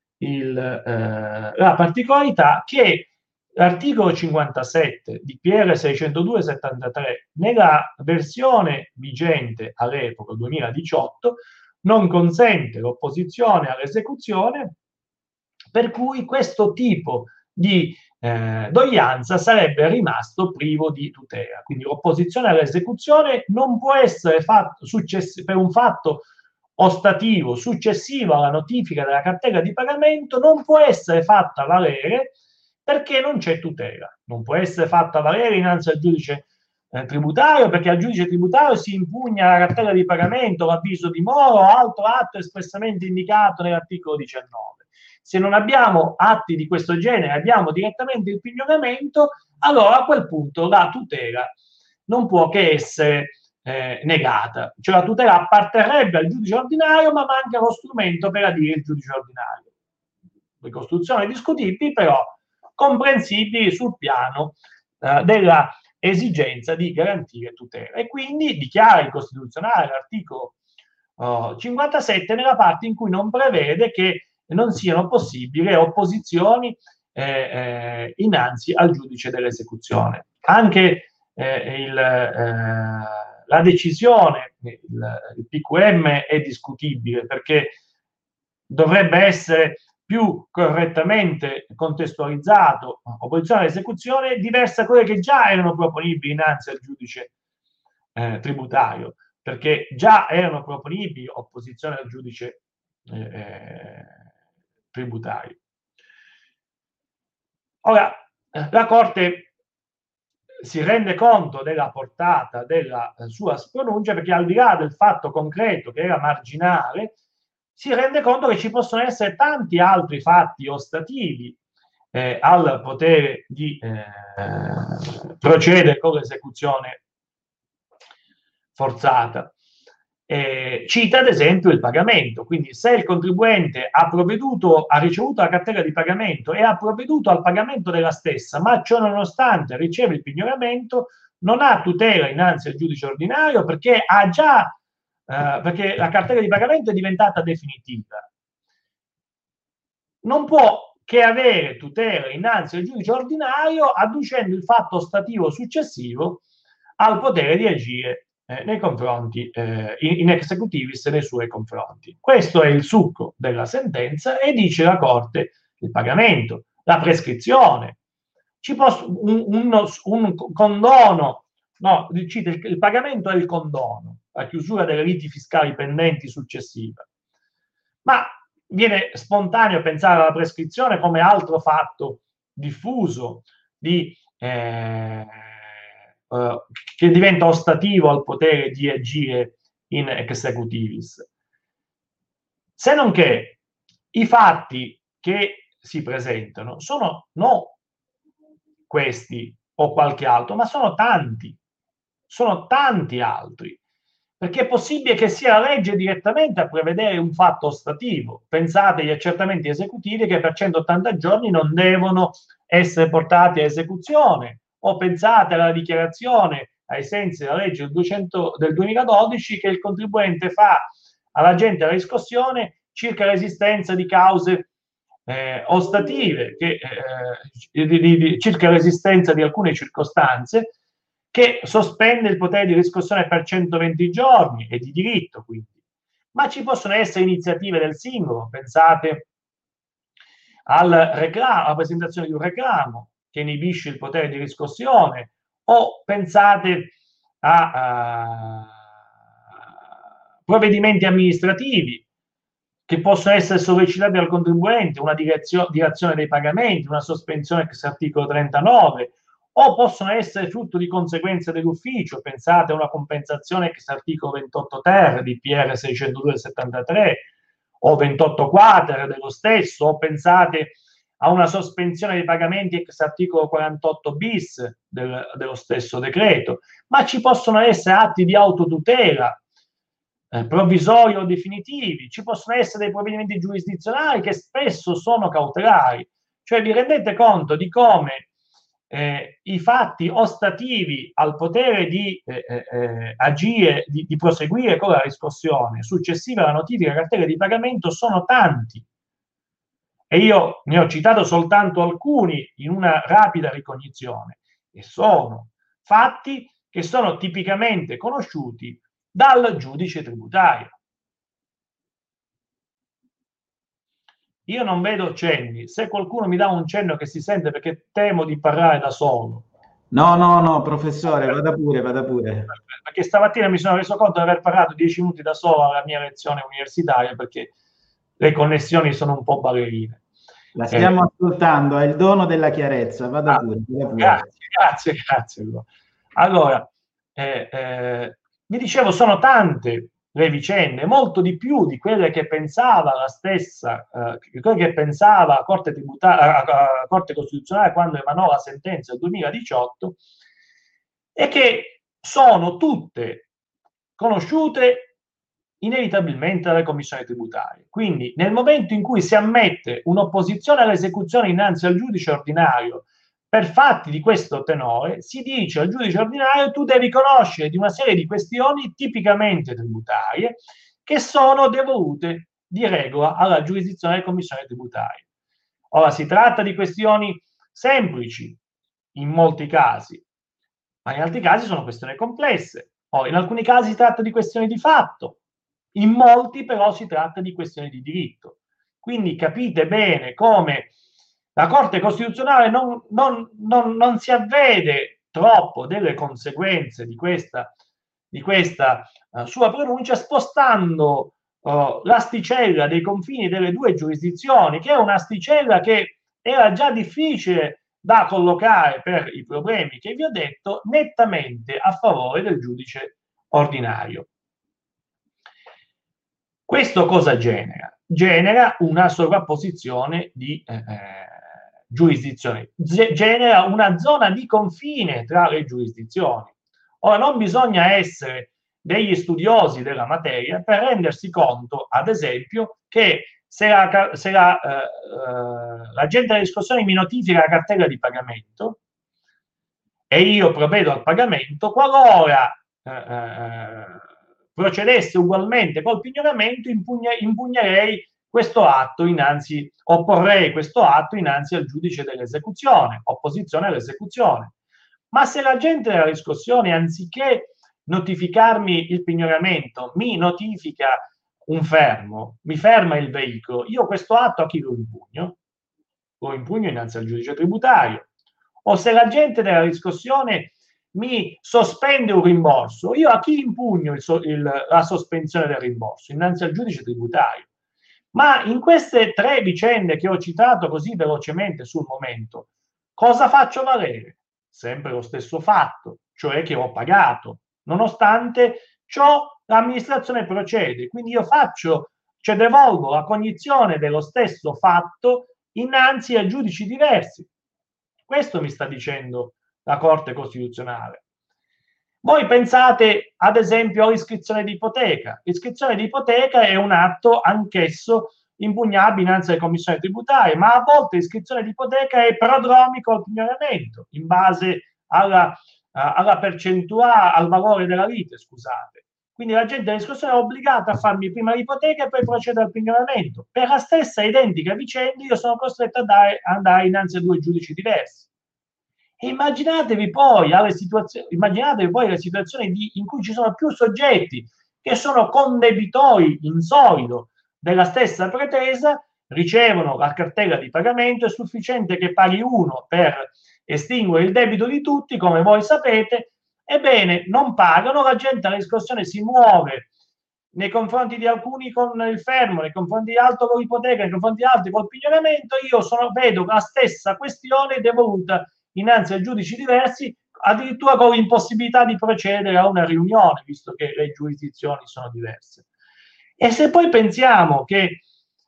la particolarità, che l'articolo 57 di PR 602/73 nella versione vigente all'epoca 2018 non consente l'opposizione all'esecuzione, per cui questo tipo di doglianza sarebbe rimasto privo di tutela. Quindi l'opposizione all'esecuzione non può essere fatto per un fatto ostativo successivo alla notifica della cartella di pagamento, non può essere fatta valere perché non c'è tutela. Non può essere fatta valere innanzi al giudice tributario, perché al giudice tributario si impugna la cartella di pagamento, l'avviso di mora o altro atto espressamente indicato nell'articolo 19. Se non abbiamo atti di questo genere, abbiamo direttamente il pignoramento, allora a quel punto la tutela non può che essere negata. Cioè la tutela apparterrebbe al giudice ordinario, ma manca lo strumento per adire il giudice ordinario. Ricostruzioni discutibili, però comprensibili sul piano della esigenza di garantire tutela. E quindi dichiara incostituzionale l'articolo 57 nella parte in cui non prevede che non siano possibili opposizioni innanzi al giudice dell'esecuzione. Anche la decisione, il PQM è discutibile, perché dovrebbe essere più correttamente contestualizzato opposizione all'esecuzione diversa da quelle che già erano proponibili innanzi al giudice tributario, perché già erano proponibili opposizione al giudice tributario. Ora, la Corte si rende conto della portata della sua pronuncia, perché al di là del fatto concreto che era marginale, si rende conto che ci possono essere tanti altri fatti ostativi al potere di procedere con l'esecuzione forzata. Cita ad esempio il pagamento, quindi se il contribuente ha ricevuto la cartella di pagamento e ha provveduto al pagamento della stessa, ma ciò nonostante riceve il pignoramento, non ha tutela innanzi al giudice ordinario, perché ha già perché la cartella di pagamento è diventata definitiva. Non può che avere tutela innanzi al giudice ordinario, adducendo il fatto ostativo successivo al potere di agire nei confronti, in executivis nei suoi confronti. Questo è il succo della sentenza, e dice la Corte: il pagamento, la prescrizione, un condono, no, il pagamento è il condono, la chiusura delle liti fiscali pendenti successiva. Ma viene spontaneo pensare alla prescrizione come altro fatto diffuso che diventa ostativo al potere di agire in executivis. Se non che i fatti che si presentano sono non questi o qualche altro, ma sono tanti altri, perché è possibile che sia la legge direttamente a prevedere un fatto ostativo. Pensate agli accertamenti esecutivi che per 180 giorni non devono essere portati a esecuzione, o pensate alla dichiarazione ai sensi della legge del 2012 che il contribuente fa all'agente della riscossione circa l'esistenza di cause ostative, circa l'esistenza di alcune circostanze che sospende il potere di riscossione per 120 giorni, è di diritto quindi. Ma ci possono essere iniziative del singolo, pensate alla presentazione di un reclamo che inibisce il potere di riscossione, o pensate a provvedimenti amministrativi che possono essere sollecitati dal contribuente, una dilazione dei pagamenti, una sospensione ex articolo 39, o possono essere frutto di conseguenze dell'ufficio, pensate a una compensazione ex articolo 28 ter di PR 602 del 73 o 28 quater dello stesso, o pensate a una sospensione dei pagamenti ex articolo 48 bis dello stesso decreto, ma ci possono essere atti di autotutela provvisori o definitivi, ci possono essere dei provvedimenti giurisdizionali che spesso sono cautelari, cioè vi rendete conto di come i fatti ostativi al potere di agire, di proseguire con la riscossione successiva alla notifica della cartella di pagamento sono tanti, e io ne ho citato soltanto alcuni in una rapida ricognizione, e sono fatti che sono tipicamente conosciuti dal giudice tributario. Io non vedo cenni, se qualcuno mi dà un cenno che si sente, perché temo di parlare da solo. No, professore, vada pure. Perché stamattina mi sono reso conto di aver parlato 10 minuti da solo alla mia lezione universitaria, perché le connessioni sono un po' ballerine. La stiamo ascoltando, è il dono della chiarezza, vada pure. Grazie. Allora, vi dicevo, sono tante le vicende, molto di più di quelle che pensava la stessa, quelle che pensava la Corte Costituzionale quando emanò la sentenza del 2018, e che sono tutte conosciute inevitabilmente dalle commissioni tributarie. Quindi nel momento in cui si ammette un'opposizione all'esecuzione innanzi al giudice ordinario per fatti di questo tenore, si dice al giudice ordinario: tu devi conoscere di una serie di questioni tipicamente tributarie che sono devolute di regola alla giurisdizione delle commissioni tributarie. Ora, si tratta di questioni semplici in molti casi, ma in altri casi sono questioni complesse. Ora, in alcuni casi si tratta di questioni di fatto, in molti però si tratta di questioni di diritto. Quindi capite bene come la Corte Costituzionale non si avvede troppo delle conseguenze di questa sua pronuncia, spostando l'asticella dei confini delle due giurisdizioni, che è un'asticella che era già difficile da collocare per i problemi che vi ho detto, nettamente a favore del giudice ordinario. Questo cosa genera? Genera una sovrapposizione di giurisdizioni, genera una zona di confine tra le giurisdizioni. Ora, non bisogna essere degli studiosi della materia per rendersi conto, ad esempio, che se l'agente della riscossione mi notifica la cartella di pagamento e io provvedo al pagamento, qualora procedesse ugualmente col pignoramento, impugnerei questo atto opporrei questo atto innanzi al giudice dell'esecuzione, opposizione all'esecuzione. Ma se l'agente della riscossione, anziché notificarmi il pignoramento, mi notifica un fermo, mi ferma il veicolo, io questo atto a chi lo impugno? Lo impugno innanzi al giudice tributario. O se l'agente della riscossione mi sospende un rimborso, io a chi impugno la sospensione del rimborso? Innanzi al giudice tributario. Ma in queste tre vicende che ho citato così velocemente sul momento, cosa faccio valere? Sempre lo stesso fatto, cioè che ho pagato. Nonostante ciò, l'amministrazione procede, quindi io devolvo la cognizione dello stesso fatto innanzi a giudici diversi. Questo mi sta dicendo la Corte Costituzionale. Voi pensate, ad esempio, all'iscrizione di ipoteca. L'iscrizione di ipoteca è un atto anch'esso impugnabile innanzi alle commissioni tributarie, ma a volte l'iscrizione di ipoteca è prodromico al pignoramento, in base alla percentuale, al valore della lite, scusate. Quindi l'agente della riscossione è obbligato a farmi prima l'ipoteca e poi procedere al pignoramento. Per la stessa identica vicenda io sono costretto ad andare innanzi a due giudici diversi. E immaginatevi poi le situazioni in cui ci sono più soggetti che sono condebitori in solido della stessa pretesa, ricevono la cartella di pagamento, è sufficiente che paghi uno per estinguere il debito di tutti, come voi sapete. Ebbene, non pagano, la gente alla riscossione si muove nei confronti di alcuni con il fermo, nei confronti di altri con l'ipoteca, nei confronti di altri col pignoramento. Io vedo la stessa questione devoluta innanzi a giudici diversi, addirittura con l'impossibilità di procedere a una riunione, visto che le giurisdizioni sono diverse. E se poi pensiamo che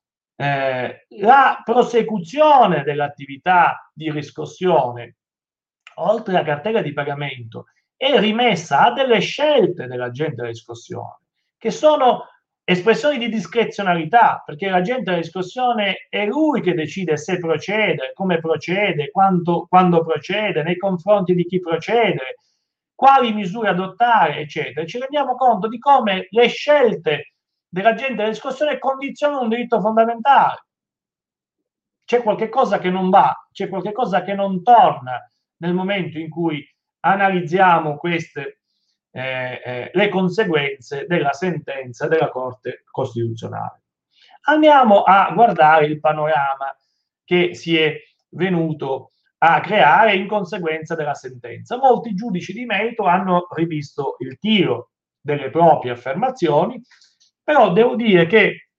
la prosecuzione dell'attività di riscossione, oltre alla cartella di pagamento, è rimessa a delle scelte dell'agente della riscossione, che sono espressioni di discrezionalità, perché l'agente della riscossione è lui che decide se procedere, come procede, quando procede, nei confronti di chi procedere, quali misure adottare, eccetera. Ci rendiamo conto di come le scelte dell'agente della riscossione condizionano un diritto fondamentale. C'è qualche cosa che non va, c'è qualche cosa che non torna nel momento in cui analizziamo queste le conseguenze della sentenza della Corte Costituzionale. Andiamo a guardare il panorama che si è venuto a creare in conseguenza della sentenza. Molti giudici di merito hanno rivisto il tiro delle proprie affermazioni, però devo dire che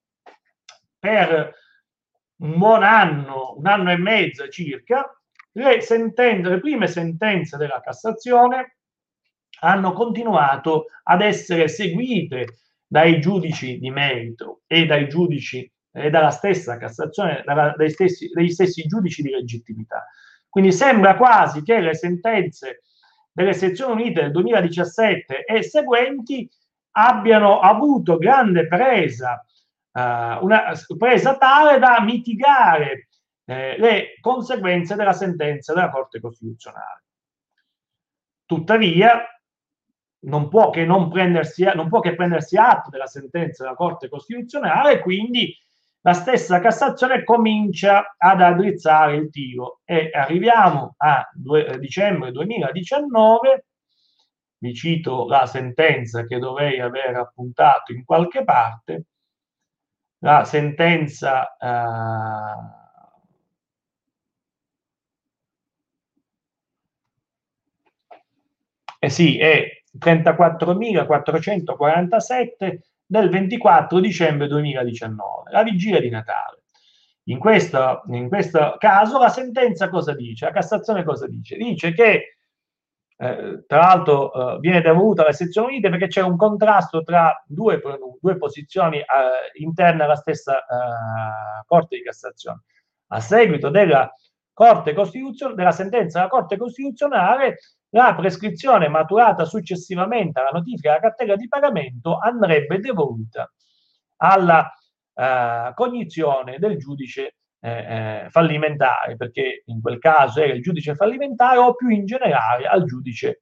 per un buon anno, un anno e mezzo circa, le prime sentenze della Cassazione hanno continuato ad essere seguite dai giudici di merito e dai giudici e dalla stessa Cassazione, degli stessi giudici di legittimità. Quindi sembra quasi che le sentenze delle sezioni unite del 2017 e seguenti abbiano avuto grande presa, una presa tale da mitigare le conseguenze della sentenza della Corte Costituzionale. Tuttavia, non può che prendersi atto della sentenza della Corte Costituzionale, quindi la stessa Cassazione comincia ad addrizzare il tiro e arriviamo a dicembre 2019. Vi cito la sentenza che dovrei aver appuntato in qualche parte. La sentenza sì, è 34.447 del 24 dicembre 2019, la vigilia di Natale. In questo caso la sentenza cosa dice? La Cassazione cosa dice? Dice che tra l'altro viene devoluta alle sezioni unite perché c'è un contrasto tra due posizioni interne alla stessa Corte di Cassazione. A seguito della sentenza della Corte Costituzionale, la prescrizione maturata successivamente alla notifica della cartella di pagamento andrebbe devoluta alla cognizione del giudice fallimentare, perché in quel caso era il giudice fallimentare, o più in generale al giudice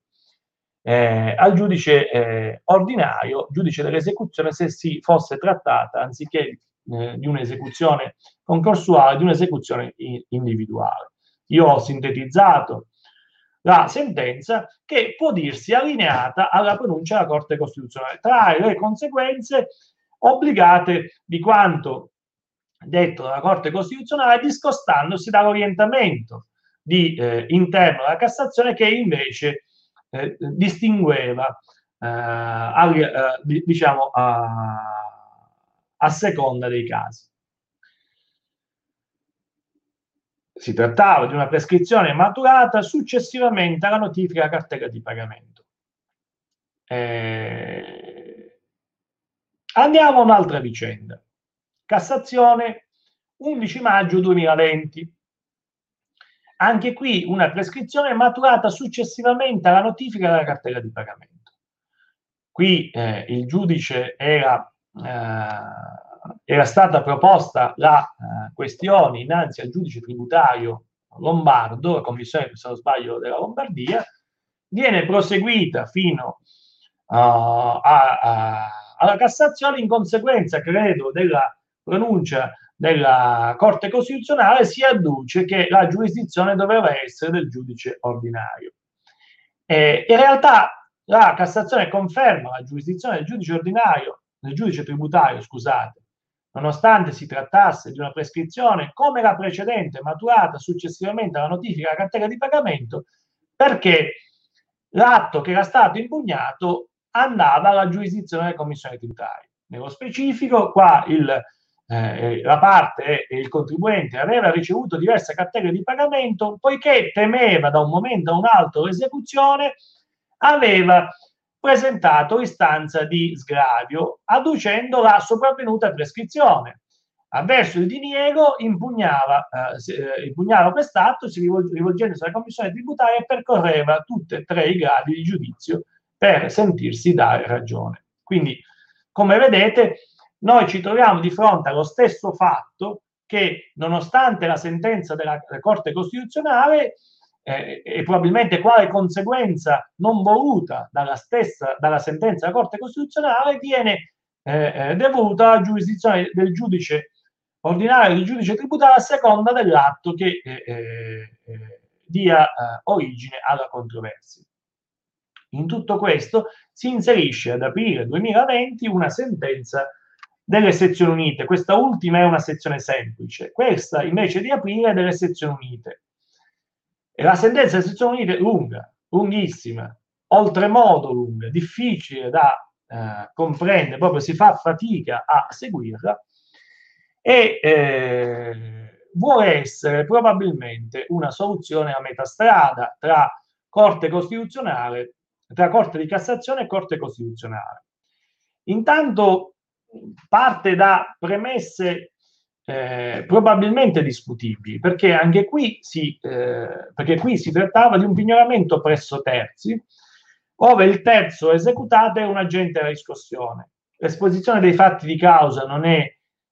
ordinario, giudice dell'esecuzione, se si fosse trattata, anziché di un'esecuzione concorsuale, di un'esecuzione individuale. Io ho sintetizzato la sentenza, che può dirsi allineata alla pronuncia della Corte Costituzionale, trae le conseguenze obbligate di quanto detto dalla Corte Costituzionale, discostandosi dall'orientamento interno della Cassazione, che invece distingueva diciamo a seconda dei casi. Si trattava di una prescrizione maturata successivamente alla notifica della cartella di pagamento. Andiamo a un'altra vicenda. Cassazione, 11 maggio 2020. Anche qui una prescrizione maturata successivamente alla notifica della cartella di pagamento. Qui il giudice era stata proposta la questione innanzi al giudice tributario lombardo, la commissione, se non sbaglio, della Lombardia, viene proseguita fino alla Cassazione in conseguenza, credo, della pronuncia della Corte Costituzionale si adduce che la giurisdizione doveva essere del giudice ordinario. In realtà la Cassazione conferma la giurisdizione del giudice ordinario, del giudice tributario, scusate, nonostante si trattasse di una prescrizione come la precedente, maturata successivamente alla notifica della cartella di pagamento, perché l'atto che era stato impugnato andava alla giurisdizione delle commissioni tributarie. Nello specifico, qua la parte e il contribuente aveva ricevuto diverse cartelle di pagamento, poiché temeva da un momento a un altro l'esecuzione, aveva presentato istanza di sgravio adducendo la sopravvenuta prescrizione. Avverso il diniego impugnava quest'atto, rivolgendosi alla commissione tributaria, e percorreva tutti e 3 i gradi di giudizio per sentirsi dare ragione. Quindi, come vedete, noi ci troviamo di fronte allo stesso fatto che, nonostante la sentenza della Corte Costituzionale, e probabilmente quale conseguenza non voluta dalla sentenza della Corte Costituzionale, viene devoluta alla giurisdizione del giudice ordinario e del giudice tributario a seconda dell'atto che dia origine alla controversia. In tutto questo si inserisce ad aprile 2020 una sentenza delle sezioni unite. Questa ultima è una sezione semplice, questa invece di aprile è delle sezioni unite. E la sentenza delle sezioni unite è lunga, lunghissima, oltremodo lunga, difficile da comprendere, proprio si fa fatica a seguirla, e vuole essere probabilmente una soluzione a metà strada tra Corte Costituzionale, tra Corte di Cassazione e Corte Costituzionale. Intanto parte da premesse probabilmente discutibili, perché anche qui si trattava di un pignoramento presso terzi, ove il terzo esecutato è un agente della riscossione. L'esposizione dei fatti di causa non è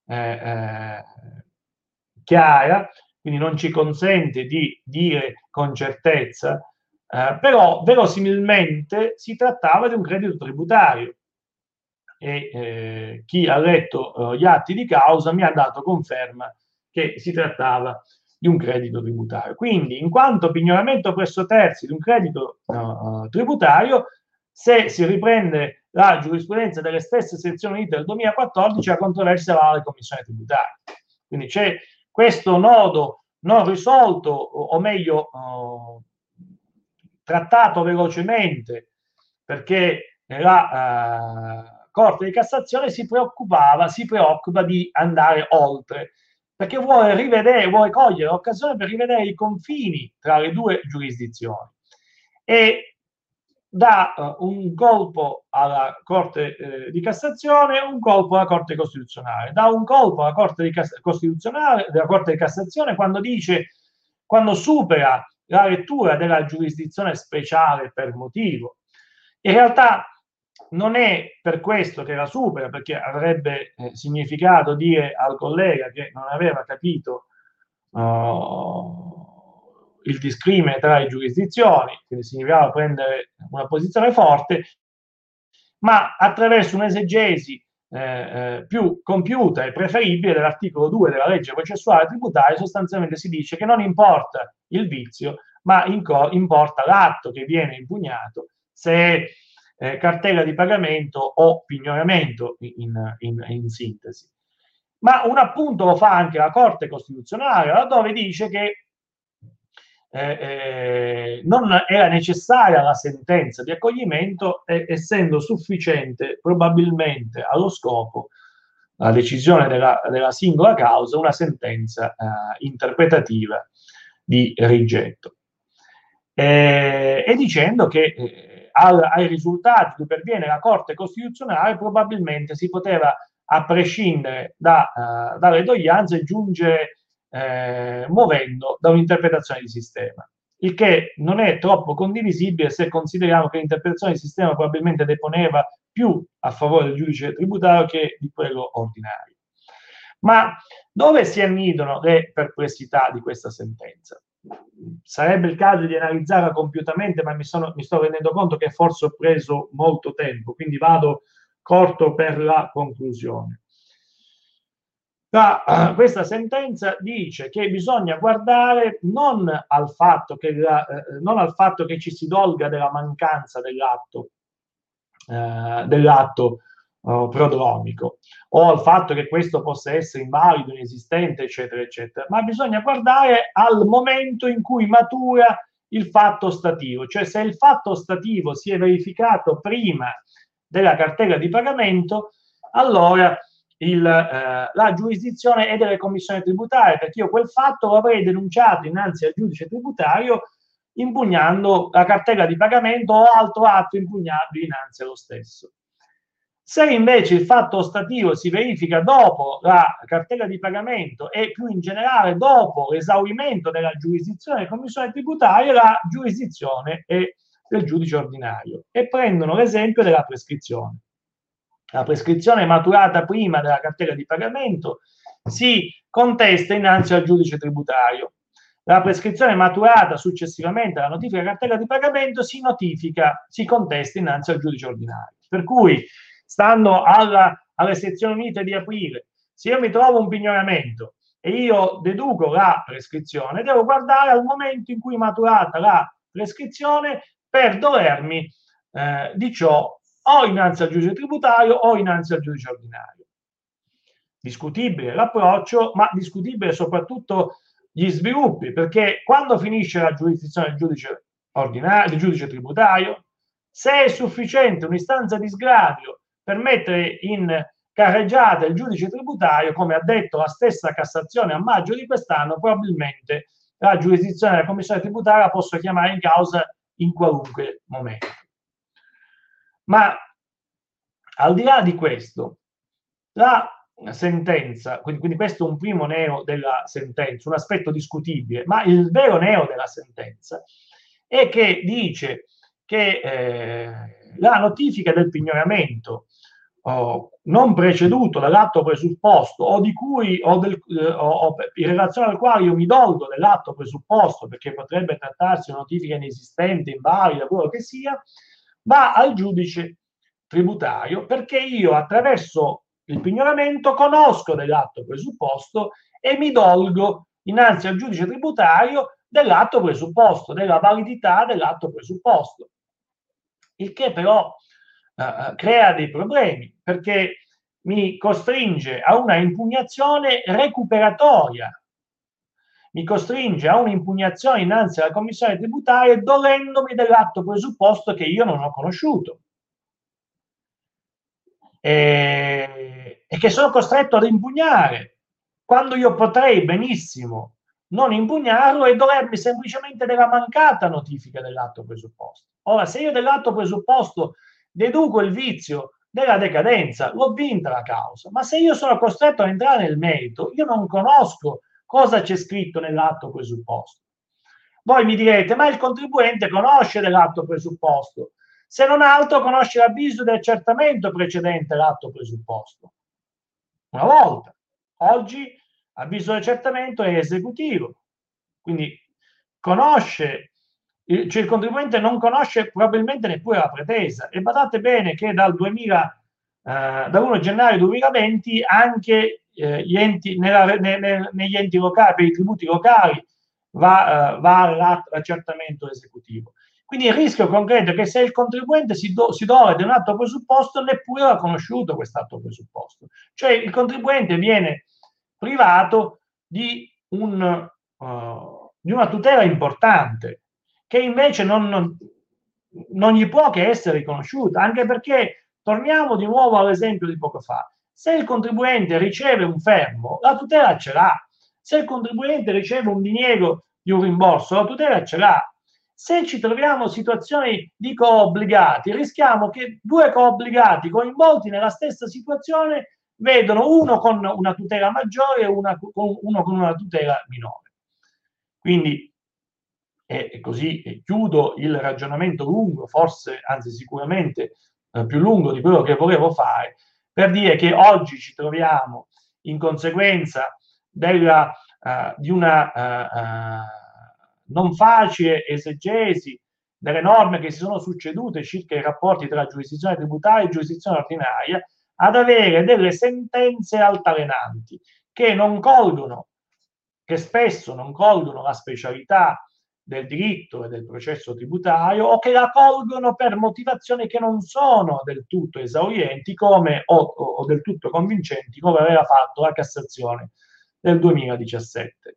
chiara, quindi non ci consente di dire con certezza, però verosimilmente si trattava di un credito tributario, e chi ha letto gli atti di causa mi ha dato conferma che si trattava di un credito tributario. Quindi, in quanto pignoramento presso terzi di un credito tributario, se si riprende la giurisprudenza delle stesse sezioni unite del 2014, la controversia va alle commissioni tributarie. Quindi c'è questo nodo non risolto, o meglio trattato velocemente, perché la Corte di Cassazione si preoccupa di andare oltre, perché vuole cogliere l'occasione per rivedere i confini tra le due giurisdizioni, e dà un colpo alla Corte di Cassazione, un colpo alla Corte Costituzionale. Dà un colpo alla Corte Costituzionale, della Corte di Cassazione, quando supera la lettura della giurisdizione speciale per motivo. In realtà non è per questo che la supera, perché avrebbe significato dire al collega che non aveva capito il discrimine tra le giurisdizioni, quindi significava prendere una posizione forte, ma attraverso un'esegesi più compiuta e preferibile dell'articolo 2 della legge processuale tributaria, sostanzialmente si dice che non importa il vizio, ma importa l'atto che viene impugnato, se è cartella di pagamento o pignoramento, in sintesi. Ma un appunto lo fa anche la Corte Costituzionale, laddove dice che non era necessaria la sentenza di accoglimento, essendo sufficiente probabilmente allo scopo la decisione della singola causa una sentenza interpretativa di rigetto, e dicendo che ai risultati cui perviene la Corte Costituzionale probabilmente si poteva, a prescindere dalle doglianze, giungere muovendo da un'interpretazione di sistema, il che non è troppo condivisibile se consideriamo che l'interpretazione di sistema probabilmente deponeva più a favore del giudice tributario che di quello ordinario. Ma dove si annidano le perplessità di questa sentenza? Sarebbe il caso di analizzarla compiutamente, ma mi sto rendendo conto che forse ho preso molto tempo, quindi vado corto per la conclusione. Questa sentenza dice che bisogna guardare non al fatto che ci si dolga della mancanza dell'atto prodromico, o al fatto che questo possa essere invalido, inesistente, eccetera, eccetera, ma bisogna guardare al momento in cui matura il fatto ostativo, cioè se il fatto ostativo si è verificato prima della cartella di pagamento, allora la giurisdizione è delle commissioni tributarie, perché io quel fatto lo avrei denunciato innanzi al giudice tributario impugnando la cartella di pagamento o altro atto impugnabile innanzi allo stesso. Se invece il fatto ostativo si verifica dopo la cartella di pagamento e più in generale dopo l'esaurimento della giurisdizione delle commissioni tributarie, la giurisdizione è del giudice ordinario. E prendono l'esempio della prescrizione. La prescrizione maturata prima della cartella di pagamento si contesta innanzi al giudice tributario. La prescrizione maturata successivamente alla notifica della cartella di pagamento si contesta innanzi al giudice ordinario. Per cui, stando alle sezioni unite di aprile, se io mi trovo un pignoramento e io deduco la prescrizione, devo guardare al momento in cui è maturata la prescrizione per dovermi di ciò o innanzi al giudice tributario o innanzi al giudice ordinario. Discutibile l'approccio, ma discutibile soprattutto gli sviluppi, perché quando finisce la giurisdizione del giudice ordinario, del giudice tributario, se è sufficiente un'istanza di sgravio per mettere in carreggiata il giudice tributario, come ha detto la stessa Cassazione a maggio di quest'anno, probabilmente la giurisdizione della commissione tributaria posso chiamare in causa in qualunque momento. Ma al di là di questo, la sentenza, quindi questo è un primo neo della sentenza, un aspetto discutibile, ma il vero neo della sentenza è che dice che la notifica del pignoramento non preceduto dall'atto presupposto o in relazione al quale io mi dolgo dell'atto presupposto, perché potrebbe trattarsi di una notifica inesistente, invalida, quello che sia, va al giudice tributario, perché io attraverso il pignoramento conosco dell'atto presupposto e mi dolgo innanzi al giudice tributario dell'atto presupposto, della validità dell'atto presupposto. Il che però crea dei problemi, perché mi costringe a una impugnazione recuperatoria, mi costringe a un'impugnazione innanzi alla commissione tributaria dolendomi dell'atto presupposto che io non ho conosciuto e che sono costretto ad impugnare, quando io potrei benissimo non impugnarlo e dolermi semplicemente della mancata notifica dell'atto presupposto. Ora, se io dell'atto presupposto deduco il vizio della decadenza, l'ho vinta la causa, ma se io sono costretto ad entrare nel merito, io non conosco cosa c'è scritto nell'atto presupposto. Voi mi direte, ma il contribuente conosce dell'atto presupposto, se non altro conosce l'avviso di accertamento precedente all'atto presupposto. Una volta. Oggi avviso di accertamento è esecutivo, quindi conosce, cioè il contribuente non conosce probabilmente neppure la pretesa. E badate bene che dal 1 gennaio 2020 anche gli enti, negli enti locali, per i tributi locali, va l'accertamento esecutivo. Quindi il rischio concreto è che se il contribuente si dole di un atto presupposto, neppure ha conosciuto quest'atto presupposto. Cioè il contribuente viene privato di una tutela importante, che invece non gli può che essere riconosciuta, anche perché, torniamo di nuovo all'esempio di poco fa, se il contribuente riceve un fermo, la tutela ce l'ha. Se il contribuente riceve un diniego di un rimborso, la tutela ce l'ha. Se ci troviamo situazioni di coobbligati, rischiamo che due coobbligati coinvolti nella stessa situazione vedono uno con una tutela maggiore e uno con una tutela minore. Quindi, e così chiudo il ragionamento lungo, forse, anzi sicuramente più lungo di quello che volevo fare, per dire che oggi ci troviamo in conseguenza di una non facile esegesi delle norme che si sono succedute circa i rapporti tra giurisdizione tributaria e giurisdizione ordinaria, ad avere delle sentenze altalenanti che spesso non colgono la specialità del diritto e del processo tributario, o che la colgono per motivazioni che non sono del tutto esaurienti o del tutto convincenti, come aveva fatto la Cassazione nel 2017.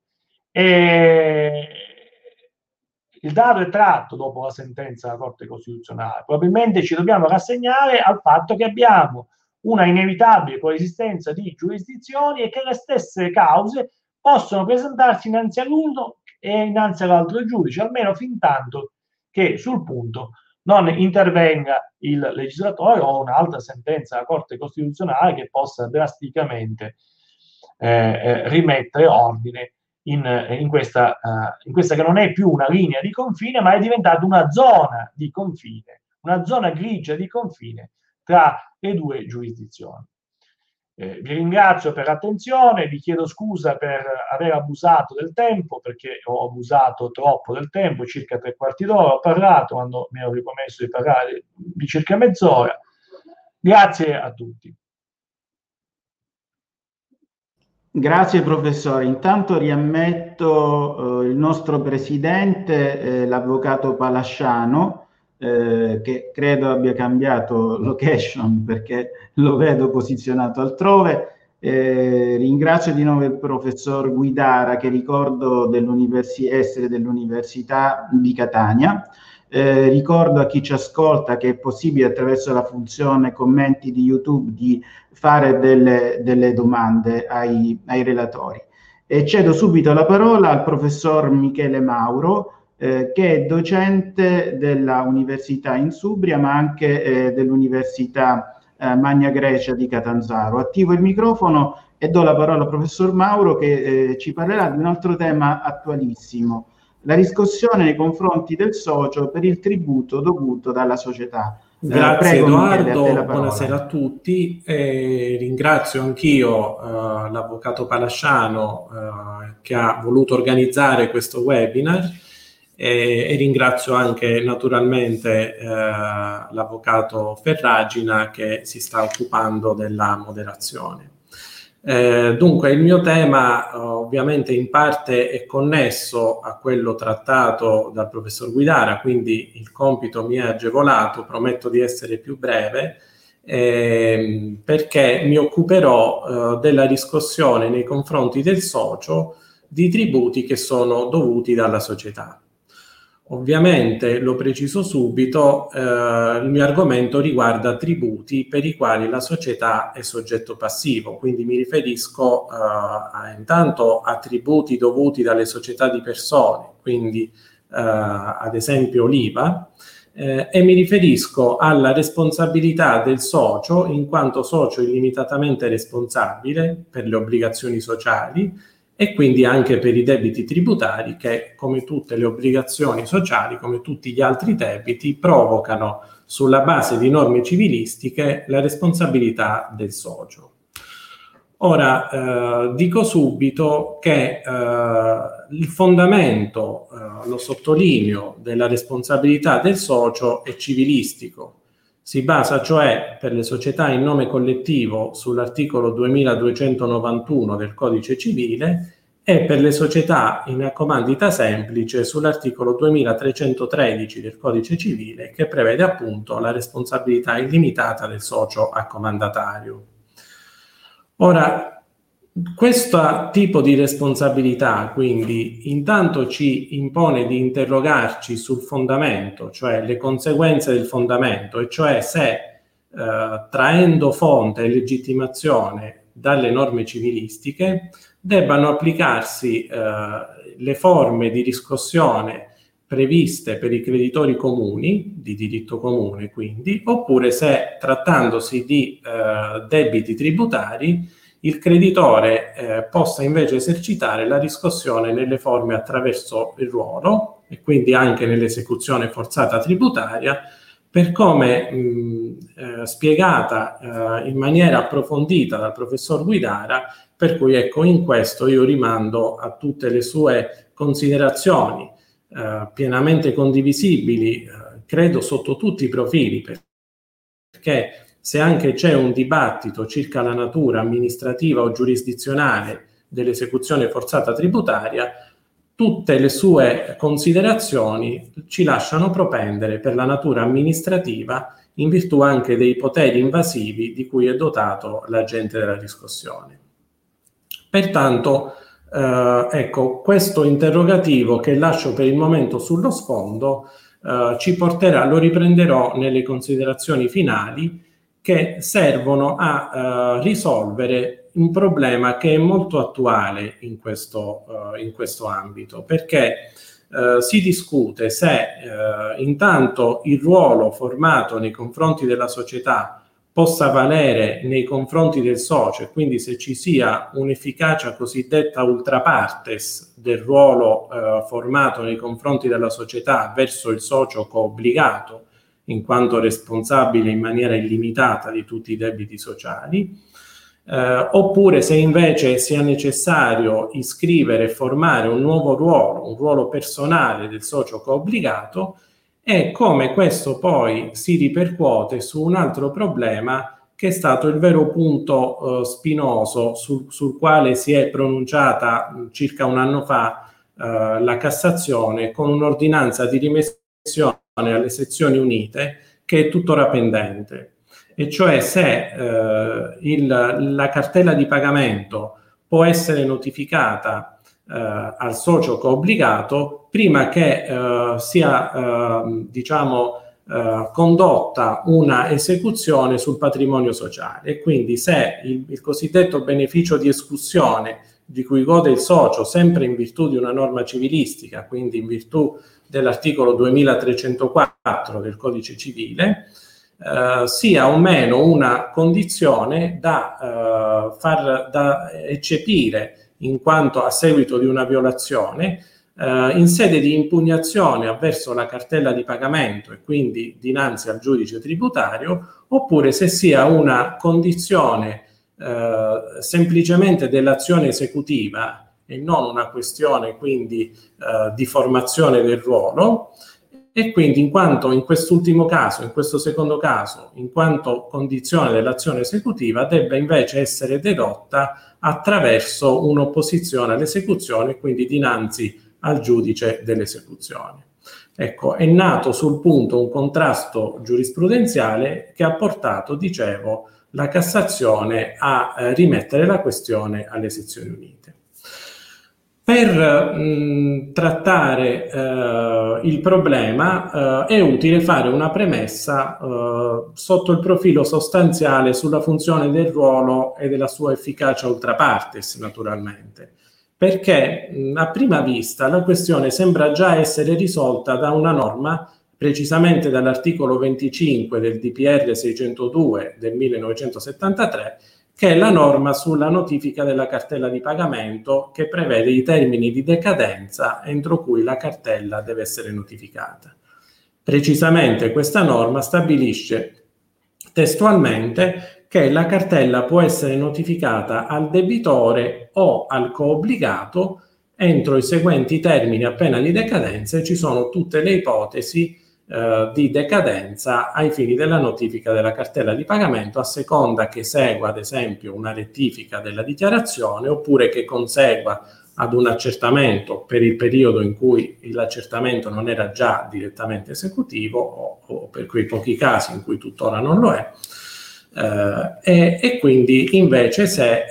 Il dato è tratto dopo la sentenza della Corte Costituzionale. Probabilmente ci dobbiamo rassegnare al fatto che abbiamo una inevitabile coesistenza di giurisdizioni e che le stesse cause possono presentarsi innanzi all'uno e innanzi all'altro giudice, almeno fin tanto che sul punto non intervenga il legislatore o un'altra sentenza della Corte Costituzionale che possa drasticamente rimettere ordine in questa che non è più una linea di confine, ma è diventata una zona di confine, una zona grigia di confine tra le due giurisdizioni. Vi ringrazio per l'attenzione, vi chiedo scusa per aver abusato del tempo, perché ho abusato troppo del tempo, circa 3/4 d'ora ho parlato, quando mi ero ripromesso di parlare di circa mezz'ora. Grazie a tutti. Grazie professore. Intanto riammetto il nostro presidente, l'avvocato Palasciano, che credo abbia cambiato location perché lo vedo posizionato altrove. Ringrazio di nuovo il professor Guidara, che ricordo essere dell'Università di Catania. Ricordo a chi ci ascolta che è possibile, attraverso la funzione commenti di YouTube, di fare delle domande ai relatori. E cedo subito la parola al professor Michele Mauro, che è docente della Università Insubria, ma anche dell'Università Magna Grecia di Catanzaro. Attivo il microfono e do la parola al professor Mauro, che ci parlerà di un altro tema attualissimo: la riscossione nei confronti del socio per il tributo dovuto dalla società. Grazie prego, Edoardo, Michele, buonasera a tutti. Ringrazio anch'io l'avvocato Palasciano che ha voluto organizzare questo webinar e ringrazio anche naturalmente l'avvocato Ferragina che si sta occupando della moderazione. Dunque il mio tema ovviamente in parte è connesso a quello trattato dal professor Guidara, quindi il compito mi è agevolato, prometto di essere più breve, perché mi occuperò della riscossione nei confronti del socio di tributi che sono dovuti dalla società. Ovviamente, lo preciso subito, il mio argomento riguarda tributi per i quali la società è soggetto passivo, quindi mi riferisco intanto a tributi dovuti dalle società di persone, quindi ad esempio l'IVA, e mi riferisco alla responsabilità del socio in quanto socio illimitatamente responsabile per le obbligazioni sociali e quindi anche per i debiti tributari che, come tutte le obbligazioni sociali, come tutti gli altri debiti, provocano sulla base di norme civilistiche la responsabilità del socio. Ora, dico subito che il fondamento, lo sottolineo, della responsabilità del socio è civilistico. Si basa cioè per le società in nome collettivo sull'articolo 2291 del Codice Civile e per le società in accomandita semplice sull'articolo 2313 del Codice Civile, che prevede appunto la responsabilità illimitata del socio accomandatario. Ora, questo tipo di responsabilità quindi intanto ci impone di interrogarci sul fondamento, cioè le conseguenze del fondamento, e cioè se traendo fonte e legittimazione dalle norme civilistiche debbano applicarsi le forme di riscossione previste per i creditori comuni, di diritto comune quindi, oppure se trattandosi di debiti tributari il creditore possa invece esercitare la riscossione nelle forme attraverso il ruolo e quindi anche nell'esecuzione forzata tributaria, per come spiegata in maniera approfondita dal professor Guidara, per cui ecco, in questo io rimando a tutte le sue considerazioni pienamente condivisibili, credo sotto tutti i profili, perché se anche c'è un dibattito circa la natura amministrativa o giurisdizionale dell'esecuzione forzata tributaria, tutte le sue considerazioni ci lasciano propendere per la natura amministrativa, in virtù anche dei poteri invasivi di cui è dotato l'agente della riscossione. Pertanto, ecco, questo interrogativo che lascio per il momento sullo sfondo ci porterà, lo riprenderò nelle considerazioni finali, che servono a risolvere un problema che è molto attuale in questo ambito, perché si discute se intanto il ruolo formato nei confronti della società possa valere nei confronti del socio, e quindi se ci sia un'efficacia cosiddetta ultra partes del ruolo formato nei confronti della società verso il socio coobbligato, in quanto responsabile in maniera illimitata di tutti i debiti sociali, oppure se invece sia necessario iscrivere e formare un nuovo ruolo, un ruolo personale del socio coobbligato, e come questo poi si ripercuote su un altro problema che è stato il vero punto spinoso sul quale si è pronunciata circa un anno fa la Cassazione con un'ordinanza di rimessione alle sezioni unite che è tuttora pendente, e cioè se la cartella di pagamento può essere notificata al socio coobbligato prima che sia condotta una esecuzione sul patrimonio sociale, e quindi se il cosiddetto beneficio di escussione di cui gode il socio, sempre in virtù di una norma civilistica, quindi in virtù dell'articolo 2304 del Codice Civile, sia o meno una condizione da eccepire in quanto a seguito di una violazione in sede di impugnazione avverso la cartella di pagamento e quindi dinanzi al giudice tributario, oppure se sia una condizione semplicemente dell'azione esecutiva e non una questione quindi di formazione del ruolo, e quindi in quanto in quest'ultimo caso, in questo secondo caso, in quanto condizione dell'azione esecutiva, debba invece essere dedotta attraverso un'opposizione all'esecuzione, quindi dinanzi al giudice dell'esecuzione. Ecco, è nato sul punto un contrasto giurisprudenziale che ha portato, dicevo, la Cassazione a rimettere la questione alle sezioni unite. Per trattare il problema è utile fare una premessa sotto il profilo sostanziale sulla funzione del ruolo e della sua efficacia ultra partes, naturalmente, perché a prima vista la questione sembra già essere risolta da una norma, precisamente dall'articolo 25 del DPR 602 del 1973, che è la norma sulla notifica della cartella di pagamento, che prevede i termini di decadenza entro cui la cartella deve essere notificata. Precisamente questa norma stabilisce testualmente che la cartella può essere notificata al debitore o al coobbligato entro i seguenti termini appena di decadenza, e ci sono tutte le ipotesi di decadenza ai fini della notifica della cartella di pagamento, a seconda che segua ad esempio una rettifica della dichiarazione, oppure che consegua ad un accertamento per il periodo in cui l'accertamento non era già direttamente esecutivo, o per quei pochi casi in cui tuttora non lo è, e quindi invece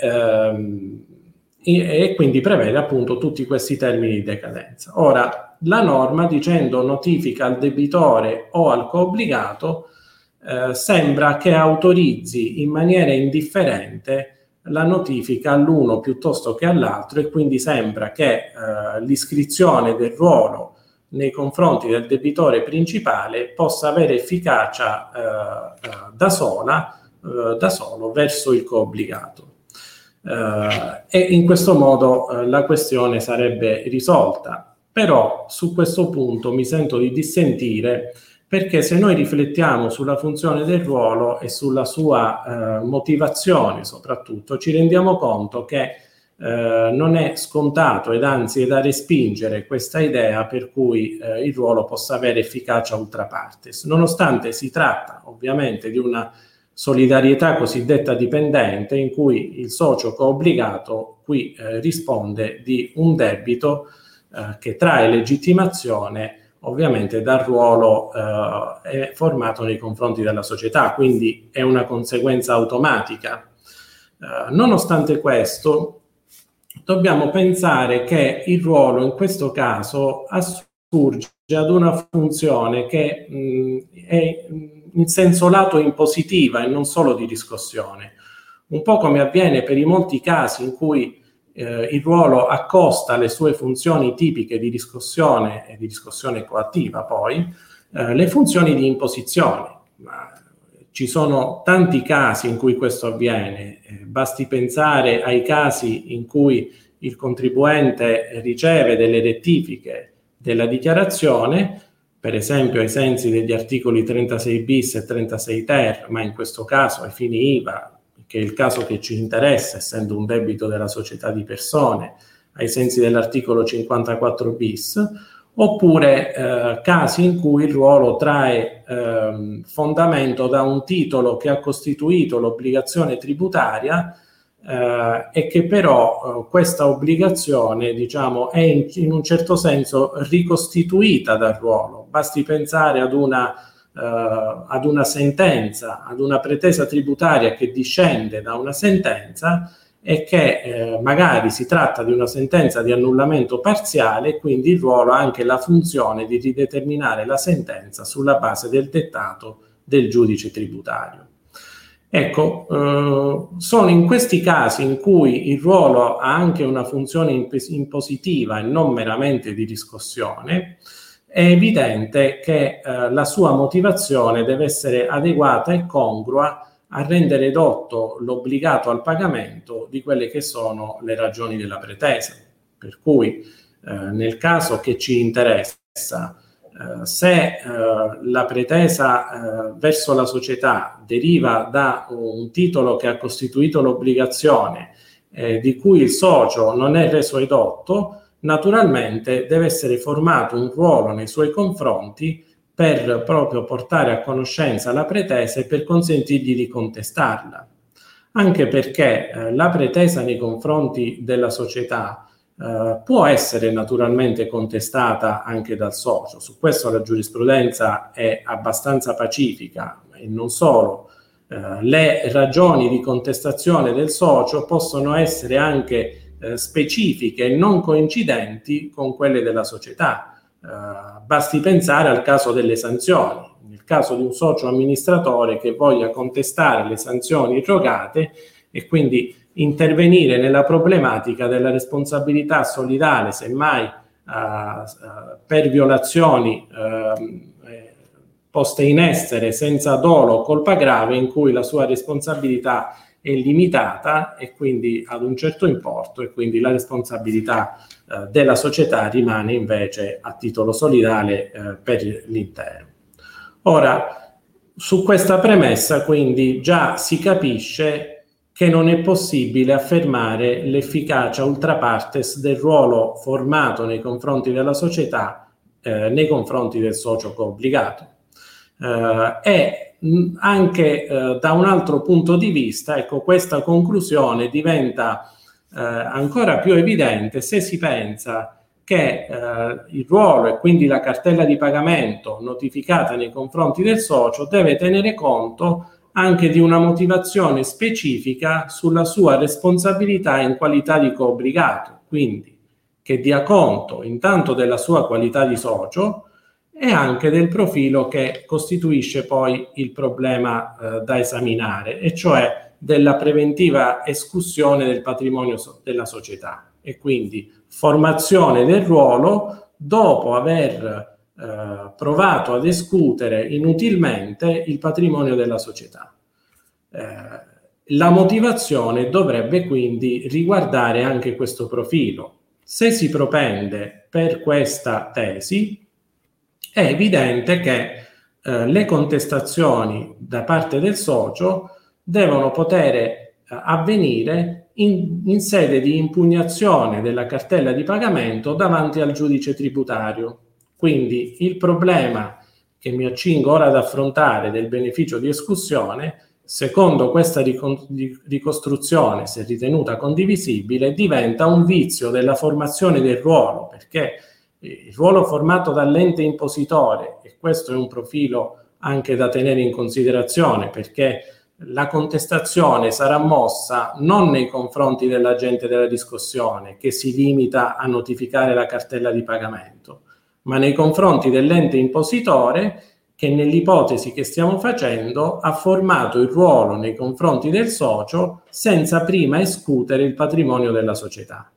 e quindi prevede appunto tutti questi termini di decadenza. Ora, la norma, dicendo notifica al debitore o al coobbligato, sembra che autorizzi in maniera indifferente la notifica all'uno piuttosto che all'altro, e quindi sembra che l'iscrizione del ruolo nei confronti del debitore principale possa avere efficacia da solo verso il coobbligato. E in questo modo la questione sarebbe risolta. Però su questo punto mi sento di dissentire, perché se noi riflettiamo sulla funzione del ruolo e sulla sua motivazione soprattutto, ci rendiamo conto che non è scontato, ed anzi è da respingere questa idea per cui il ruolo possa avere efficacia ultra partes, nonostante si tratta ovviamente di una solidarietà cosiddetta dipendente, in cui il socio coobbligato qui risponde di un debito che trae legittimazione ovviamente dal ruolo formato nei confronti della società, quindi è una conseguenza automatica. Nonostante questo, dobbiamo pensare che il ruolo in questo caso assurge ad una funzione che è in senso lato impositiva e non solo di riscossione, un po' come avviene per i molti casi in cui il ruolo accosta le sue funzioni tipiche di riscossione e di riscossione coattiva, poi le funzioni di imposizione. Ci sono tanti casi in cui questo avviene, basti pensare ai casi in cui il contribuente riceve delle rettifiche della dichiarazione, per esempio ai sensi degli articoli 36 bis e 36 ter, ma in questo caso ai fini IVA, che è il caso che ci interessa, essendo un debito della società di persone, ai sensi dell'articolo 54 bis, oppure casi in cui il ruolo trae fondamento da un titolo che ha costituito l'obbligazione tributaria e che però questa obbligazione, diciamo, è in un certo senso ricostituita dal ruolo. Basti pensare ad una sentenza, ad una pretesa tributaria che discende da una sentenza e che magari si tratta di una sentenza di annullamento parziale, quindi il ruolo ha anche la funzione di rideterminare la sentenza sulla base del dettato del giudice tributario. Ecco, sono in questi casi in cui il ruolo ha anche una funzione impositiva e non meramente di riscossione, è evidente che la sua motivazione deve essere adeguata e congrua a rendere edotto l'obbligato al pagamento di quelle che sono le ragioni della pretesa. Per cui nel caso che ci interessa, se la pretesa verso la società deriva da un titolo che ha costituito l'obbligazione di cui il socio non è reso edotto, naturalmente deve essere formato un ruolo nei suoi confronti per proprio portare a conoscenza la pretesa e per consentirgli di contestarla. Anche perché la pretesa nei confronti della società può essere naturalmente contestata anche dal socio. Su questo la giurisprudenza è abbastanza pacifica e non solo. Le ragioni di contestazione del socio possono essere anche specifiche e non coincidenti con quelle della società. Basti pensare al caso delle sanzioni. Nel caso di un socio amministratore che voglia contestare le sanzioni erogate e quindi intervenire nella problematica della responsabilità solidale, semmai per violazioni poste in essere senza dolo o colpa grave, in cui la sua responsabilità è limitata e quindi ad un certo importo, e quindi la responsabilità della società rimane invece a titolo solidale per l'intero. Ora, su questa premessa quindi già si capisce che non è possibile affermare l'efficacia ultra partes del ruolo formato nei confronti della società nei confronti del socio coobbligato. E anche da un altro punto di vista, ecco, questa conclusione diventa ancora più evidente se si pensa che il ruolo e quindi la cartella di pagamento notificata nei confronti del socio deve tenere conto anche di una motivazione specifica sulla sua responsabilità in qualità di coobbligato, quindi che dia conto intanto della sua qualità di socio e anche del profilo che costituisce poi il problema da esaminare, e cioè della preventiva escussione del patrimonio della società, e quindi formazione del ruolo dopo aver provato ad escutere inutilmente il patrimonio della società. La motivazione dovrebbe quindi riguardare anche questo profilo. Se si propende per questa tesi, è evidente che le contestazioni da parte del socio devono poter avvenire in sede di impugnazione della cartella di pagamento davanti al giudice tributario. Quindi il problema che mi accingo ora ad affrontare del beneficio di escussione secondo questa ricostruzione, se ritenuta condivisibile, diventa un vizio della formazione del ruolo, perché il ruolo formato dall'ente impositore, e questo è un profilo anche da tenere in considerazione, perché la contestazione sarà mossa non nei confronti dell'agente della riscossione, che si limita a notificare la cartella di pagamento, ma nei confronti dell'ente impositore che nell'ipotesi che stiamo facendo ha formato il ruolo nei confronti del socio senza prima escutere il patrimonio della società.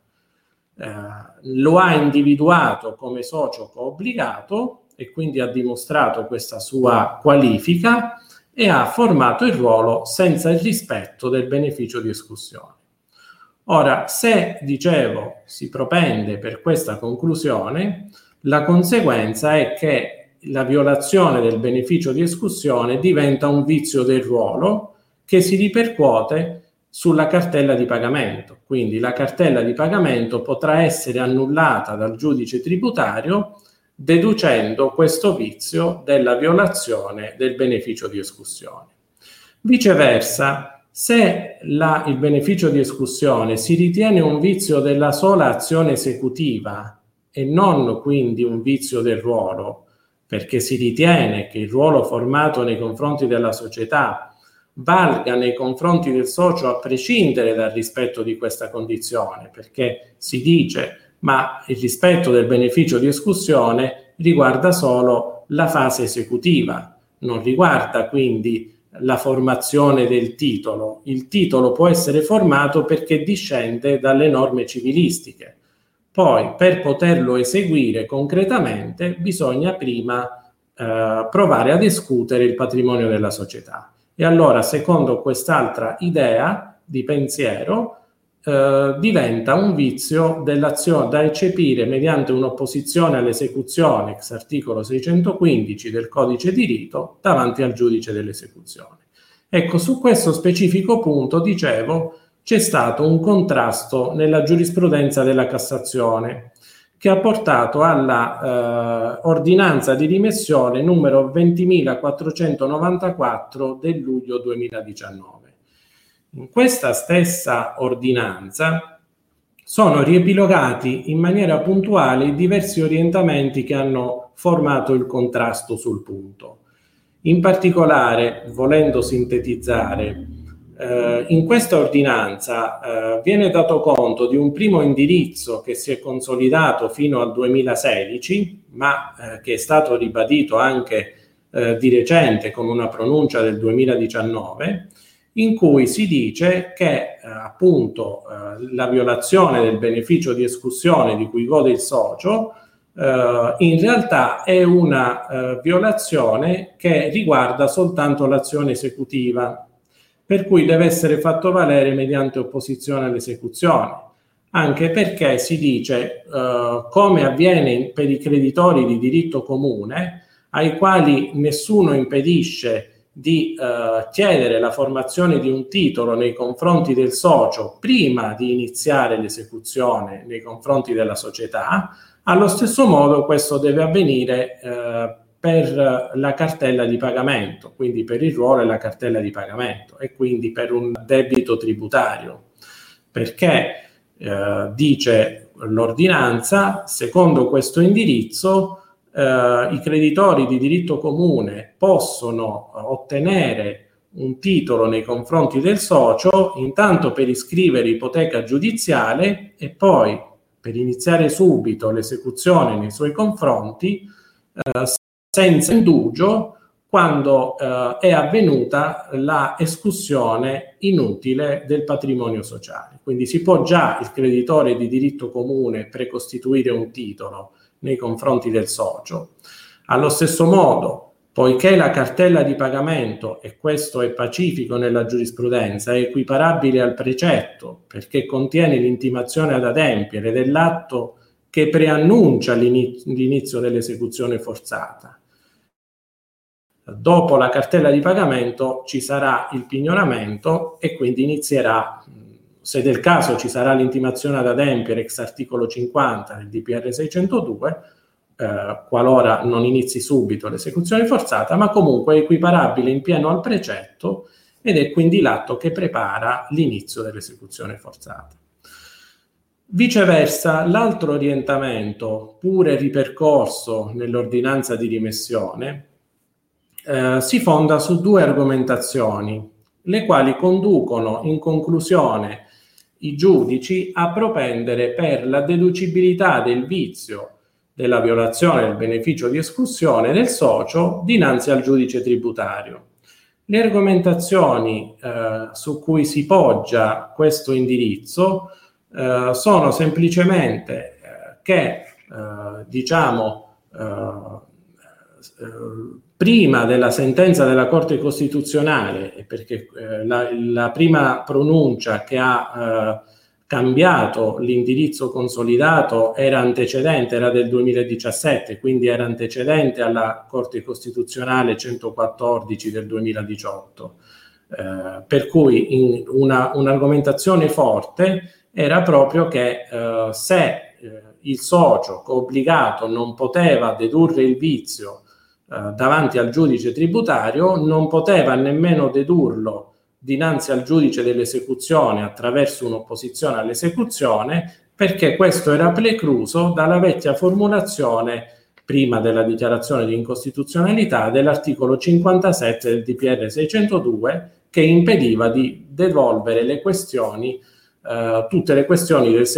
Lo ha individuato come socio coobbligato e quindi ha dimostrato questa sua qualifica e ha formato il ruolo senza il rispetto del beneficio di escussione. Ora, se, dicevo, si propende per questa conclusione, la conseguenza è che la violazione del beneficio di escussione diventa un vizio del ruolo che si ripercuote sulla cartella di pagamento. Quindi la cartella di pagamento potrà essere annullata dal giudice tributario deducendo questo vizio della violazione del beneficio di escussione. Viceversa, se il beneficio di escussione si ritiene un vizio della sola azione esecutiva e non quindi un vizio del ruolo, perché si ritiene che il ruolo formato nei confronti della società valga nei confronti del socio a prescindere dal rispetto di questa condizione, perché si dice ma il rispetto del beneficio di escussione riguarda solo la fase esecutiva, non riguarda quindi la formazione del titolo. Il titolo può essere formato perché discende dalle norme civilistiche. Poi, per poterlo eseguire concretamente, bisogna prima provare ad escutere il patrimonio della società. E allora, secondo quest'altra idea di pensiero, diventa un vizio dell'azione da eccepire mediante un'opposizione all'esecuzione ex articolo 615 del codice di rito davanti al giudice dell'esecuzione. Ecco, su questo specifico punto, dicevo, c'è stato un contrasto nella giurisprudenza della Cassazione che ha portato alla ordinanza di rimessione numero 20.494 del luglio 2019. In questa stessa ordinanza sono riepilogati in maniera puntuale i diversi orientamenti che hanno formato il contrasto sul punto. In particolare, volendo sintetizzare, in questa ordinanza viene dato conto di un primo indirizzo che si è consolidato fino al 2016, ma che è stato ribadito anche di recente con una pronuncia del 2019, in cui si dice che appunto la violazione del beneficio di escussione di cui gode il socio in realtà è una violazione che riguarda soltanto l'azione esecutiva, per cui deve essere fatto valere mediante opposizione all'esecuzione, anche perché si dice, come avviene per i creditori di diritto comune, ai quali nessuno impedisce di chiedere la formazione di un titolo nei confronti del socio prima di iniziare l'esecuzione nei confronti della società, allo stesso modo questo deve avvenire per la cartella di pagamento, quindi per il ruolo e la cartella di pagamento, e quindi per un debito tributario, perché dice l'ordinanza, secondo questo indirizzo i creditori di diritto comune possono ottenere un titolo nei confronti del socio intanto per iscrivere ipoteca giudiziale e poi per iniziare subito l'esecuzione nei suoi confronti senza indugio quando è avvenuta la escussione inutile del patrimonio sociale. Quindi si può già il creditore di diritto comune precostituire un titolo nei confronti del socio. Allo stesso modo, poiché la cartella di pagamento, e questo è pacifico nella giurisprudenza, è equiparabile al precetto perché contiene l'intimazione ad adempiere dell'atto che preannuncia l'inizio dell'esecuzione forzata. Dopo la cartella di pagamento ci sarà il pignoramento e quindi inizierà, se del caso ci sarà l'intimazione ad adempiere ex articolo 50 del DPR 602, qualora non inizi subito l'esecuzione forzata, ma comunque è equiparabile in pieno al precetto ed è quindi l'atto che prepara l'inizio dell'esecuzione forzata. Viceversa, l'altro orientamento, pure ripercorso nell'ordinanza di rimessione, si fonda su due argomentazioni, le quali conducono in conclusione i giudici a propendere per la deducibilità del vizio della violazione del beneficio di escussione del socio dinanzi al giudice tributario. Le argomentazioni su cui si poggia questo indirizzo sono semplicemente che prima della sentenza della Corte Costituzionale, perché la prima pronuncia che ha cambiato l'indirizzo consolidato era del 2017, quindi era antecedente alla Corte Costituzionale 114 del 2018, per cui un'argomentazione forte era proprio che se il socio obbligato non poteva dedurre il vizio davanti al giudice tributario, non poteva nemmeno dedurlo dinanzi al giudice dell'esecuzione attraverso un'opposizione all'esecuzione, perché questo era precluso dalla vecchia formulazione prima della dichiarazione di incostituzionalità dell'articolo 57 del DPR 602, che impediva di devolvere le questioni, tutte le questioni del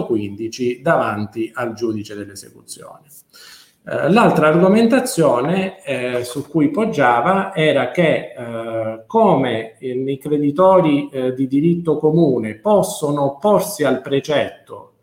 615 davanti al giudice dell'esecuzione. L'altra argomentazione su cui poggiava era che come i creditori di diritto comune possono opporsi al precetto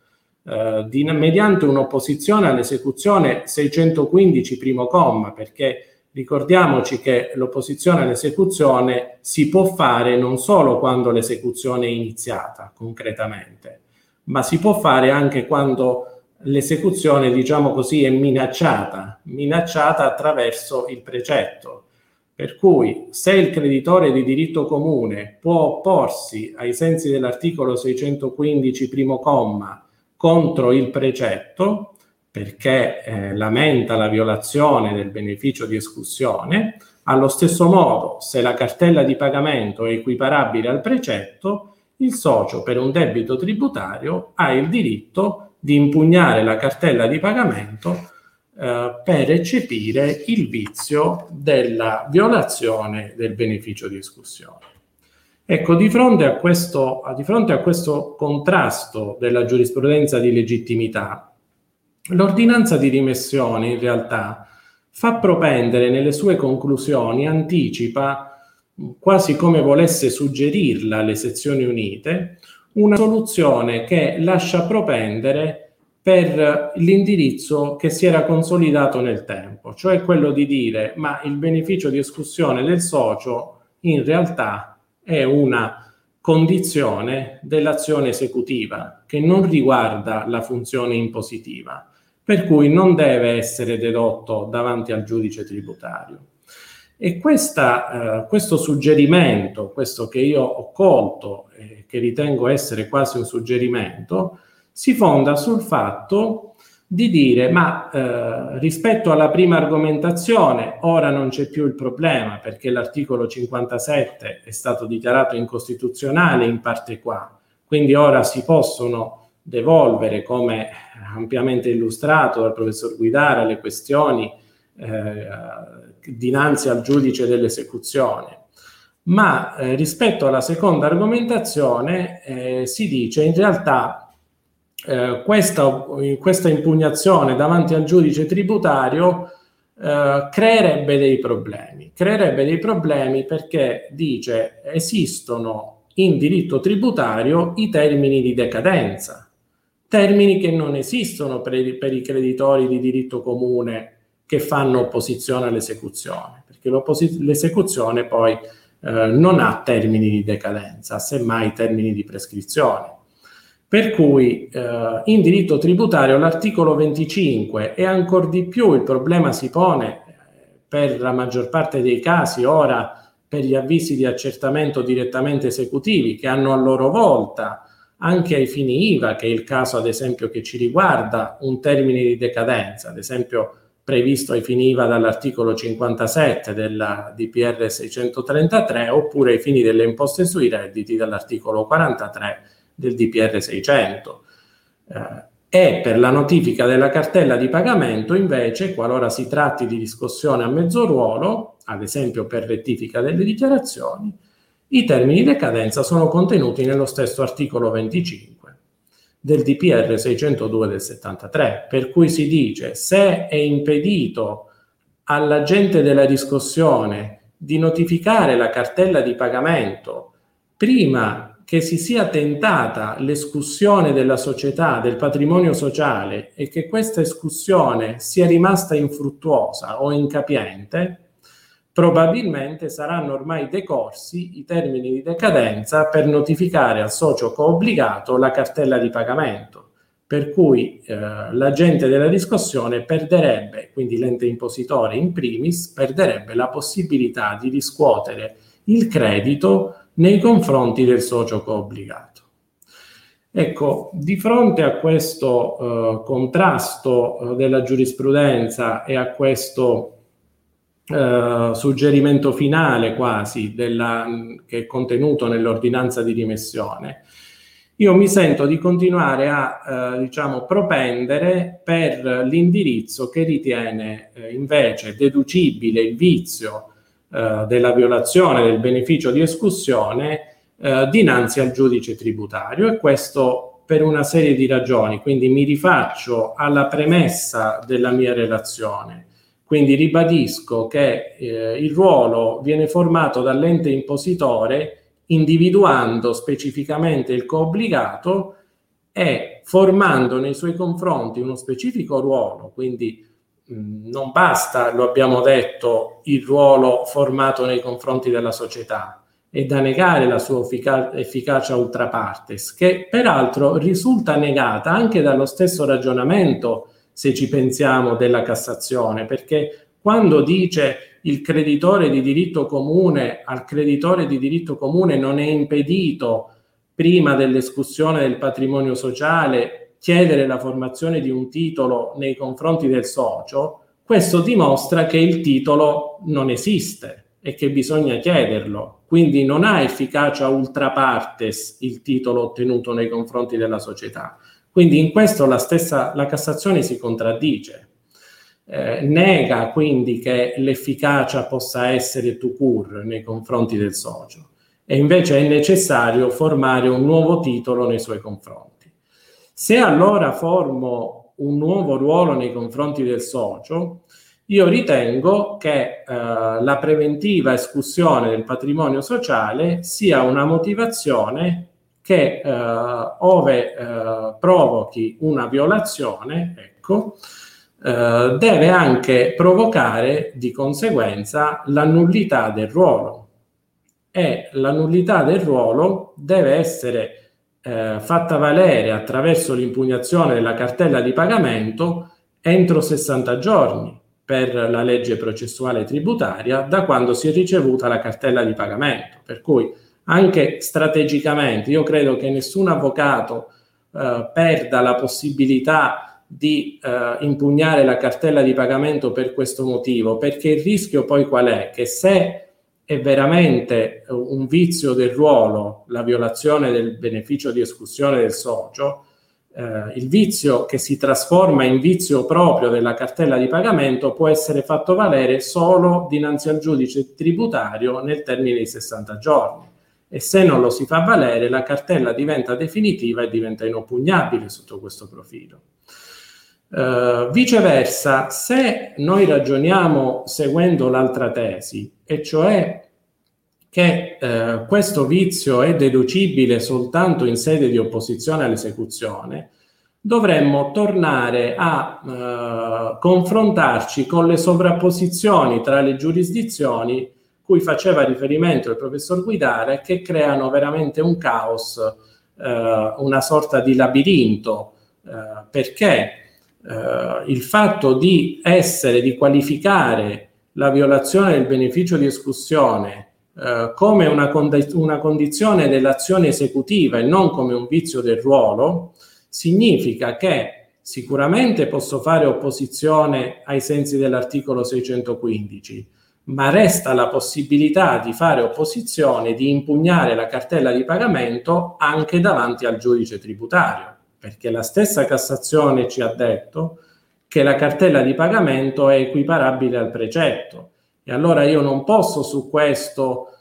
mediante un'opposizione all'esecuzione 615 primo comma, perché ricordiamoci che l'opposizione all'esecuzione si può fare non solo quando l'esecuzione è iniziata concretamente, ma si può fare anche quando l'esecuzione, diciamo così, è minacciata attraverso il precetto. Per cui se il creditore di diritto comune può opporsi ai sensi dell'articolo 615 primo comma contro il precetto, perché lamenta la violazione del beneficio di escussione, allo stesso modo, se la cartella di pagamento è equiparabile al precetto, il socio per un debito tributario ha il diritto di impugnare la cartella di pagamento per eccepire il vizio della violazione del beneficio di escussione. Ecco, di fronte a questo contrasto della giurisprudenza di legittimità, l'ordinanza di rimessione in realtà fa propendere nelle sue conclusioni, anticipa, quasi come volesse suggerirla alle sezioni unite, una soluzione che lascia propendere per l'indirizzo che si era consolidato nel tempo, cioè quello di dire ma il beneficio di escussione del socio in realtà è una condizione dell'azione esecutiva che non riguarda la funzione impositiva, per cui non deve essere dedotto davanti al giudice tributario. E questo suggerimento, questo che io ho colto, che ritengo essere quasi un suggerimento, si fonda sul fatto di dire ma rispetto alla prima argomentazione ora non c'è più il problema perché l'articolo 57 è stato dichiarato incostituzionale in parte qua, quindi ora si possono devolvere, come ampiamente illustrato dal professor Guidara, le questioni dinanzi al giudice dell'esecuzione. Ma rispetto alla seconda argomentazione si dice in realtà questa impugnazione davanti al giudice tributario creerebbe dei problemi perché dice esistono in diritto tributario i termini di decadenza, termini che non esistono per i creditori di diritto comune che fanno opposizione all'esecuzione, perché l'esecuzione poi non ha termini di decadenza, semmai termini di prescrizione. Per cui in diritto tributario l'articolo 25 e ancor di più il problema si pone per la maggior parte dei casi ora per gli avvisi di accertamento direttamente esecutivi che hanno a loro volta anche ai fini IVA, che è il caso ad esempio che ci riguarda, un termine di decadenza, ad esempio previsto ai fini IVA dall'articolo 57 della DPR 633 oppure ai fini delle imposte sui redditi dall'articolo 43 del DPR 600. E per la notifica della cartella di pagamento invece, qualora si tratti di riscossione a mezzo ruolo, ad esempio per rettifica delle dichiarazioni, i termini di decadenza sono contenuti nello stesso articolo 25 del DPR 602 del 73, per cui si dice: se è impedito all'agente della riscossione di notificare la cartella di pagamento prima che si sia tentata l'escussione della società, del patrimonio sociale, e che questa escussione sia rimasta infruttuosa o incapiente, probabilmente saranno ormai decorsi i termini di decadenza per notificare al socio coobbligato la cartella di pagamento, per cui l'agente della riscossione perderebbe, quindi l'ente impositore in primis, perderebbe la possibilità di riscuotere il credito nei confronti del socio coobbligato. Ecco, di fronte a questo contrasto della giurisprudenza e a questo suggerimento finale quasi che è contenuto nell'ordinanza di rimessione, io mi sento di continuare a propendere per l'indirizzo che ritiene invece deducibile il vizio della violazione del beneficio di escussione dinanzi al giudice tributario, e questo per una serie di ragioni. Quindi mi rifaccio alla premessa della mia relazione. Quindi ribadisco che il ruolo viene formato dall'ente impositore individuando specificamente il coobbligato e formando nei suoi confronti uno specifico ruolo. Quindi non basta, lo abbiamo detto, il ruolo formato nei confronti della società, è da negare la sua efficacia ultra partes, che peraltro risulta negata anche dallo stesso ragionamento, se ci pensiamo, della Cassazione, perché quando dice il creditore di diritto comune, al creditore di diritto comune non è impedito, prima dell'escussione del patrimonio sociale, chiedere la formazione di un titolo nei confronti del socio, questo dimostra che il titolo non esiste e che bisogna chiederlo. Quindi non ha efficacia ultra partes il titolo ottenuto nei confronti della società. Quindi in questo la Cassazione si contraddice. Nega quindi che l'efficacia possa essere tout court nei confronti del socio, e invece è necessario formare un nuovo titolo nei suoi confronti. Se allora formo un nuovo ruolo nei confronti del socio, io ritengo che la preventiva escussione del patrimonio sociale sia una motivazione che ove provochi una violazione, ecco, deve anche provocare di conseguenza la nullità del ruolo, e la nullità del ruolo deve essere fatta valere attraverso l'impugnazione della cartella di pagamento entro 60 giorni per la legge processuale tributaria da quando si è ricevuta la cartella di pagamento. Per cui anche strategicamente io credo che nessun avvocato perda la possibilità di impugnare la cartella di pagamento per questo motivo, perché il rischio poi qual è? Che se è veramente un vizio del ruolo la violazione del beneficio di escussione del socio, il vizio che si trasforma in vizio proprio della cartella di pagamento può essere fatto valere solo dinanzi al giudice tributario nel termine di 60 giorni. E se non lo si fa valere, la cartella diventa definitiva e diventa inoppugnabile sotto questo profilo. Viceversa, se noi ragioniamo seguendo l'altra tesi, e cioè che questo vizio è deducibile soltanto in sede di opposizione all'esecuzione, dovremmo tornare a confrontarci con le sovrapposizioni tra le giurisdizioni cui faceva riferimento il professor Guidare, che creano veramente un caos, una sorta di labirinto, perché il fatto di qualificare la violazione del beneficio di escussione come una condizione dell'azione esecutiva e non come un vizio del ruolo, significa che sicuramente posso fare opposizione ai sensi dell'articolo 615, ma resta la possibilità di fare opposizione, di impugnare la cartella di pagamento anche davanti al giudice tributario, perché la stessa Cassazione ci ha detto che la cartella di pagamento è equiparabile al precetto, e allora io non posso su questo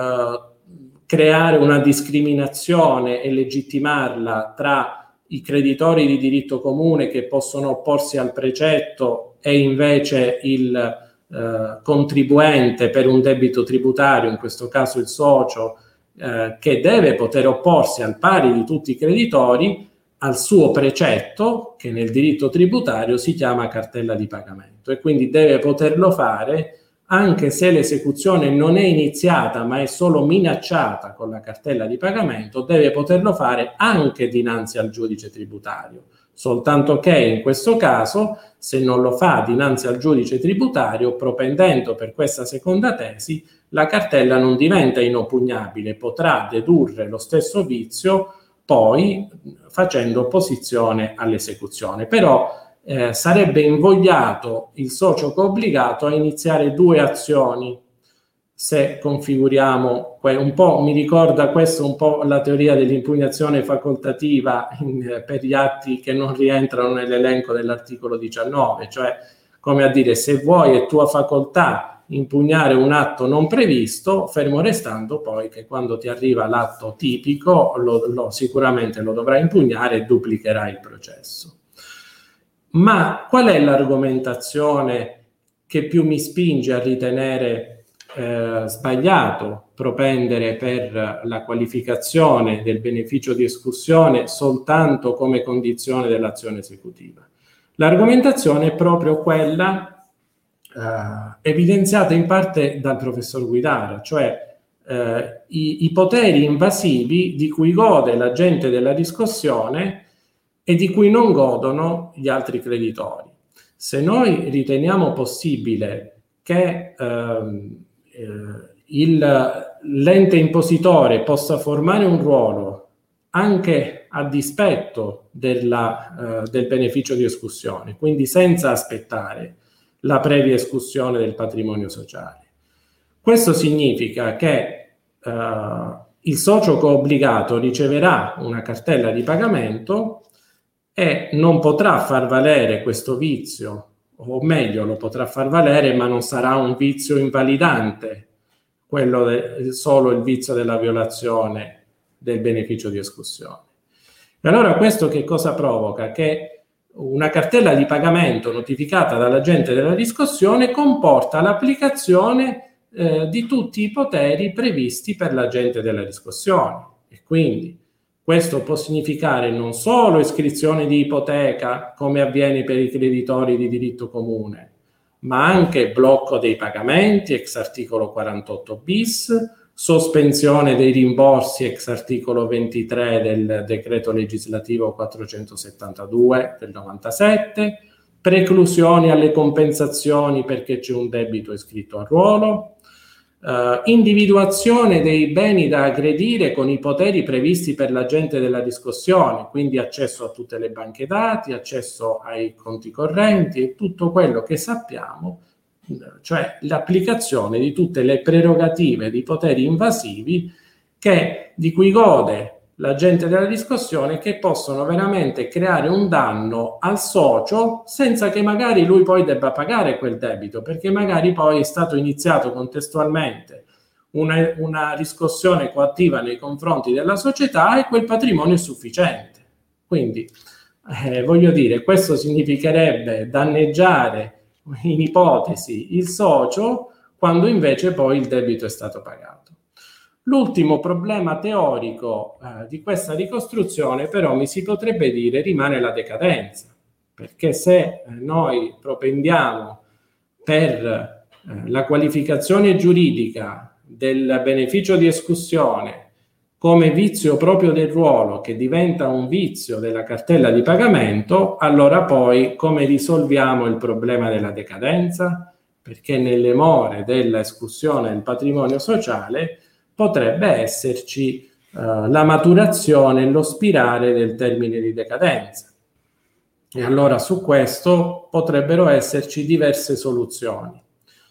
creare una discriminazione e legittimarla tra i creditori di diritto comune che possono opporsi al precetto e invece il contribuente per un debito tributario, in questo caso il socio, che deve poter opporsi al pari di tutti i creditori al suo precetto, che nel diritto tributario si chiama cartella di pagamento, e quindi deve poterlo fare anche se l'esecuzione non è iniziata ma è solo minacciata con la cartella di pagamento, deve poterlo fare anche dinanzi al giudice tributario, soltanto che in questo caso, se non lo fa dinanzi al giudice tributario, propendendo per questa seconda tesi, la cartella non diventa inoppugnabile, potrà dedurre lo stesso vizio poi facendo opposizione all'esecuzione. Però sarebbe invogliato il socio coobbligato a iniziare 2 azioni, se configuriamo un po', mi ricorda questo un po' la teoria dell'impugnazione facoltativa per gli atti che non rientrano nell'elenco dell'articolo 19, cioè come a dire, se vuoi è tua facoltà impugnare un atto non previsto, fermo restando poi che quando ti arriva l'atto tipico sicuramente lo dovrai impugnare e duplicherai il processo. Ma qual è l'argomentazione che più mi spinge a ritenere sbagliato propendere per la qualificazione del beneficio di escussione soltanto come condizione dell'azione esecutiva? L'argomentazione è proprio quella evidenziata in parte dal professor Guidara, cioè i poteri invasivi di cui gode l'agente della riscossione e di cui non godono gli altri creditori. Se noi riteniamo possibile che l'ente impositore possa formare un ruolo anche a dispetto del beneficio di escussione, quindi senza aspettare la previa escussione del patrimonio sociale, questo significa che il socio coobbligato riceverà una cartella di pagamento e non potrà far valere questo vizio, o meglio lo potrà far valere ma non sarà un vizio invalidante, solo il vizio della violazione del beneficio di escussione. E allora questo che cosa provoca? Che una cartella di pagamento notificata dall'agente della riscossione comporta l'applicazione di tutti i poteri previsti per l'agente della riscossione, e quindi questo può significare non solo iscrizione di ipoteca, come avviene per i creditori di diritto comune, ma anche blocco dei pagamenti, ex articolo 48 bis, sospensione dei rimborsi, ex articolo 23 del decreto legislativo 472 del 97, preclusioni alle compensazioni perché c'è un debito iscritto a ruolo, individuazione dei beni da aggredire con i poteri previsti per l'agente della riscossione, quindi accesso a tutte le banche dati, accesso ai conti correnti e tutto quello che sappiamo, cioè l'applicazione di tutte le prerogative di poteri invasivi di cui gode l'agente della riscossione, che possono veramente creare un danno al socio senza che magari lui poi debba pagare quel debito, perché magari poi è stato iniziato contestualmente una riscossione coattiva nei confronti della società e quel patrimonio è sufficiente. Quindi voglio dire, questo significherebbe danneggiare in ipotesi il socio quando invece poi il debito è stato pagato. L'ultimo problema teorico di questa ricostruzione, però, mi si potrebbe dire, rimane la decadenza, perché se noi propendiamo per la qualificazione giuridica del beneficio di escussione come vizio proprio del ruolo, che diventa un vizio della cartella di pagamento, allora poi come risolviamo il problema della decadenza? Perché nelle more dell'escussione del patrimonio sociale potrebbe esserci la maturazione e lo spirare del termine di decadenza. E allora su questo potrebbero esserci diverse soluzioni.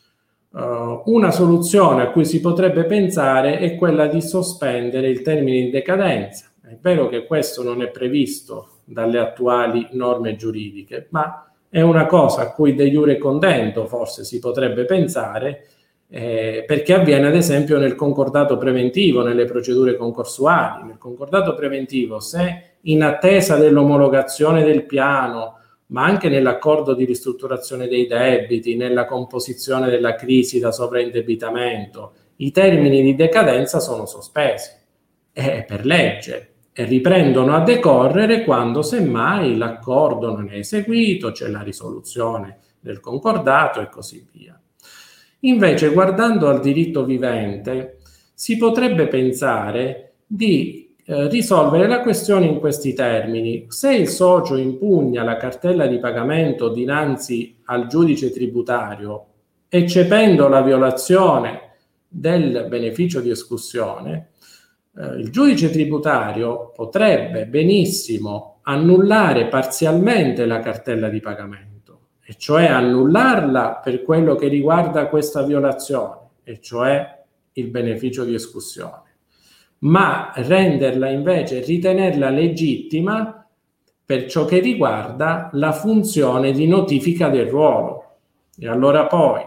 Una soluzione a cui si potrebbe pensare è quella di sospendere il termine di decadenza. È vero che questo non è previsto dalle attuali norme giuridiche, ma è una cosa a cui de iure condendo forse si potrebbe pensare, perché avviene ad esempio nel concordato preventivo, nelle procedure concorsuali. Nel concordato preventivo, se in attesa dell'omologazione del piano, ma anche nell'accordo di ristrutturazione dei debiti, nella composizione della crisi da sovraindebitamento, i termini di decadenza sono sospesi per legge e riprendono a decorrere quando semmai l'accordo non è eseguito, c'è la risoluzione del concordato e così via. Invece, guardando al diritto vivente, si potrebbe pensare di risolvere la questione in questi termini. Se il socio impugna la cartella di pagamento dinanzi al giudice tributario, eccependo la violazione del beneficio di escussione, il giudice tributario potrebbe benissimo annullare parzialmente la cartella di pagamento, e cioè annullarla per quello che riguarda questa violazione, e cioè il beneficio di escussione, ma renderla invece, ritenerla legittima per ciò che riguarda la funzione di notifica del ruolo. E allora poi,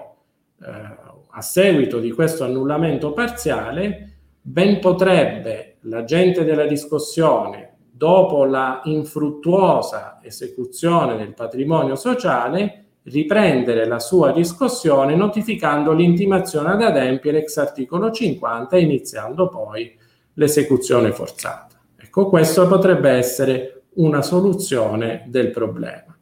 a seguito di questo annullamento parziale, ben potrebbe l'agente della riscossione, dopo la infruttuosa esecuzione del patrimonio sociale, riprendere la sua riscossione notificando l'intimazione ad adempiere ex articolo 50 e iniziando poi l'esecuzione forzata. Ecco, questo potrebbe essere una soluzione del problema.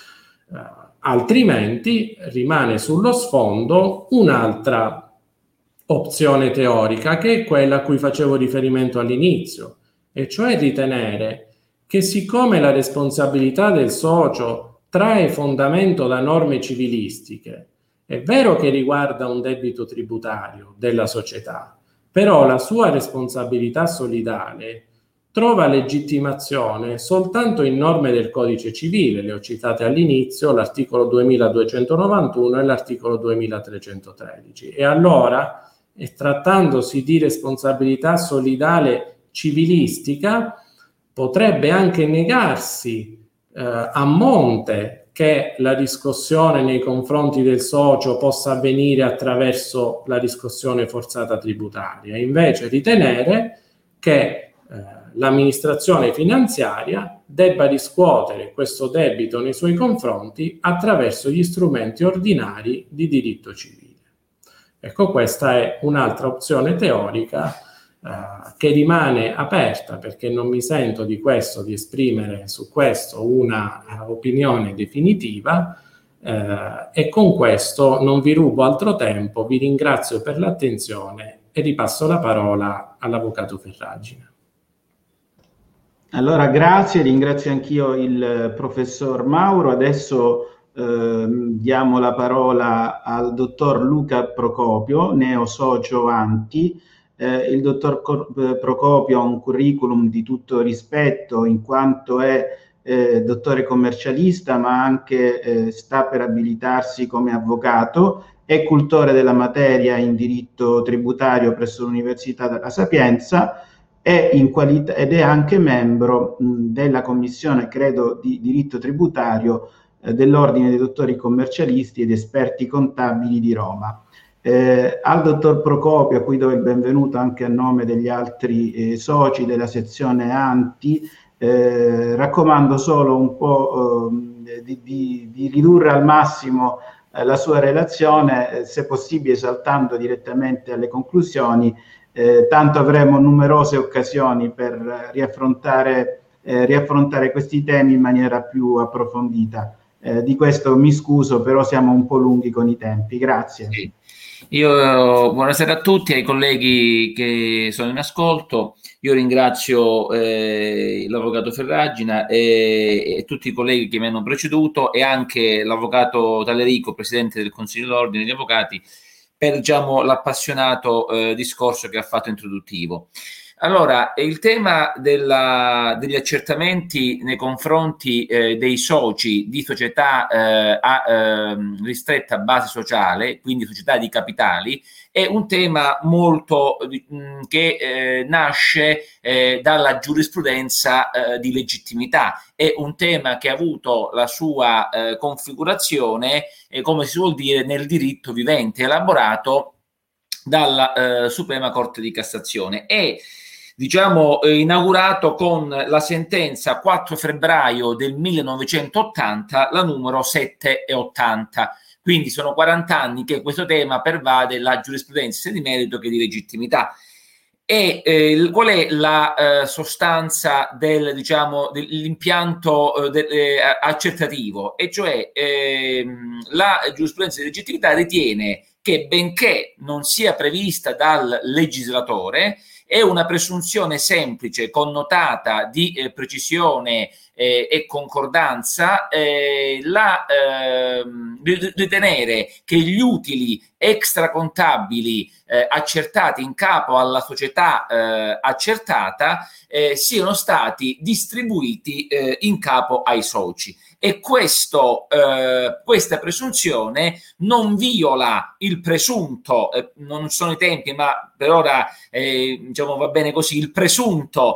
Altrimenti rimane sullo sfondo un'altra opzione teorica, che è quella a cui facevo riferimento all'inizio, e cioè ritenere che siccome la responsabilità del socio trae fondamento da norme civilistiche, è vero che riguarda un debito tributario della società, però la sua responsabilità solidale trova legittimazione soltanto in norme del Codice Civile, le ho citate all'inizio, l'articolo 2291 e l'articolo 2313. E allora, trattandosi di responsabilità solidale civilistica, potrebbe anche negarsi a monte che la riscossione nei confronti del socio possa avvenire attraverso la riscossione forzata tributaria, invece ritenere che l'amministrazione finanziaria debba riscuotere questo debito nei suoi confronti attraverso gli strumenti ordinari di diritto civile. Ecco, questa è un'altra opzione teorica che rimane aperta, perché non mi sento di esprimere su questo una opinione definitiva, e con questo non vi rubo altro tempo, vi ringrazio per l'attenzione e ripasso la parola all'avvocato Ferragina. Allora, grazie, ringrazio anch'io il professor Mauro. Adesso diamo la parola al dottor Luca Procopio, neosocio Anti. Il dottor Procopio ha un curriculum di tutto rispetto, in quanto è dottore commercialista, ma anche sta per abilitarsi come avvocato, è cultore della materia in diritto tributario presso l'Università della Sapienza, ed è anche membro della commissione, credo, di diritto tributario dell'Ordine dei Dottori Commercialisti ed Esperti Contabili di Roma. Al dottor Procopio, a cui do il benvenuto anche a nome degli altri soci della sezione Anti, raccomando solo un po' di ridurre al massimo la sua relazione, se possibile saltando direttamente alle conclusioni, tanto avremo numerose occasioni per riaffrontare questi temi in maniera più approfondita. Di questo mi scuso, però siamo un po' lunghi con i tempi. Grazie. Sì. Buonasera a tutti, ai colleghi che sono in ascolto. Io ringrazio l'avvocato Ferragina e tutti i colleghi che mi hanno preceduto, e anche l'avvocato Tallerico, presidente del Consiglio d'Ordine degli Avvocati, per l'appassionato discorso che ha fatto introduttivo. Allora, il tema degli accertamenti nei confronti dei soci di società ristretta a base sociale, quindi società di capitali, è un tema molto che nasce dalla giurisprudenza di legittimità. È un tema che ha avuto la sua configurazione, come si suol dire, nel diritto vivente, elaborato dalla Suprema Corte di Cassazione e inaugurato con la sentenza 4 febbraio del 1980, la numero 780. Quindi sono 40 anni che questo tema pervade la giurisprudenza sia di merito che di legittimità. E qual è la sostanza dell'impianto accertativo? E cioè la giurisprudenza di legittimità ritiene che, benché non sia prevista dal legislatore, è una presunzione semplice, connotata di precisione e concordanza, ritenere che gli utili extracontabili accertati in capo alla società accertata siano stati distribuiti in capo ai soci. E questa presunzione non viola il presunto, non sono i tempi, ma per ora va bene così, il presunto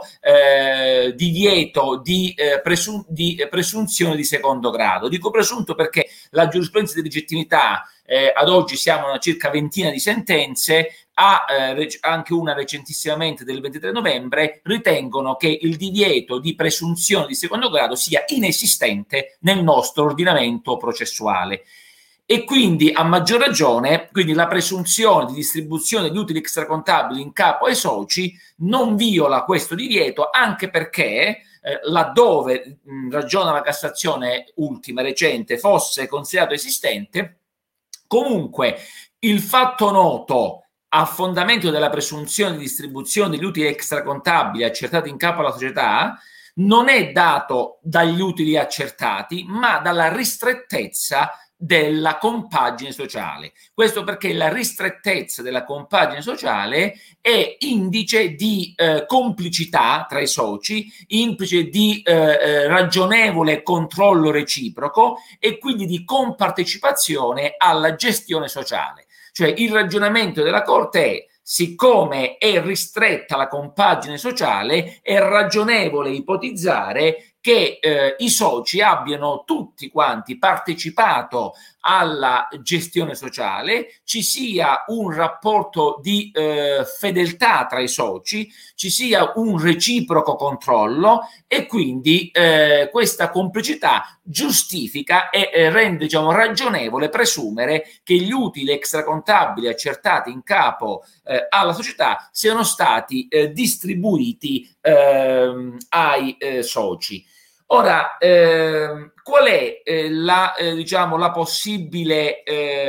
divieto di presunzione di secondo grado. Dico presunto perché la giurisprudenza di legittimità, ad oggi siamo a una circa ventina di sentenze, anche una recentissimamente del 23 novembre, ritengono che il divieto di presunzione di secondo grado sia inesistente nel nostro ordinamento processuale. E quindi, a maggior ragione, quindi la presunzione di distribuzione di utili extracontabili in capo ai soci non viola questo divieto, anche perché laddove, ragiona la Cassazione ultima, recente, fosse considerato esistente, comunque il fatto noto a fondamento della presunzione di distribuzione degli utili extracontabili accertati in capo alla società non è dato dagli utili accertati, ma dalla ristrettezza della compagine sociale. Questo perché la ristrettezza della compagine sociale è indice di complicità tra i soci, indice di ragionevole controllo reciproco e quindi di compartecipazione alla gestione sociale. Cioè il ragionamento della Corte è: siccome è ristretta la compagine sociale, è ragionevole ipotizzare che i soci abbiano tutti quanti partecipato alla gestione sociale, ci sia un rapporto di fedeltà tra i soci, ci sia un reciproco controllo e quindi questa complicità giustifica e rende ragionevole presumere che gli utili extracontabili accertati in capo alla società siano stati distribuiti ai soci. Ora, qual è la possibile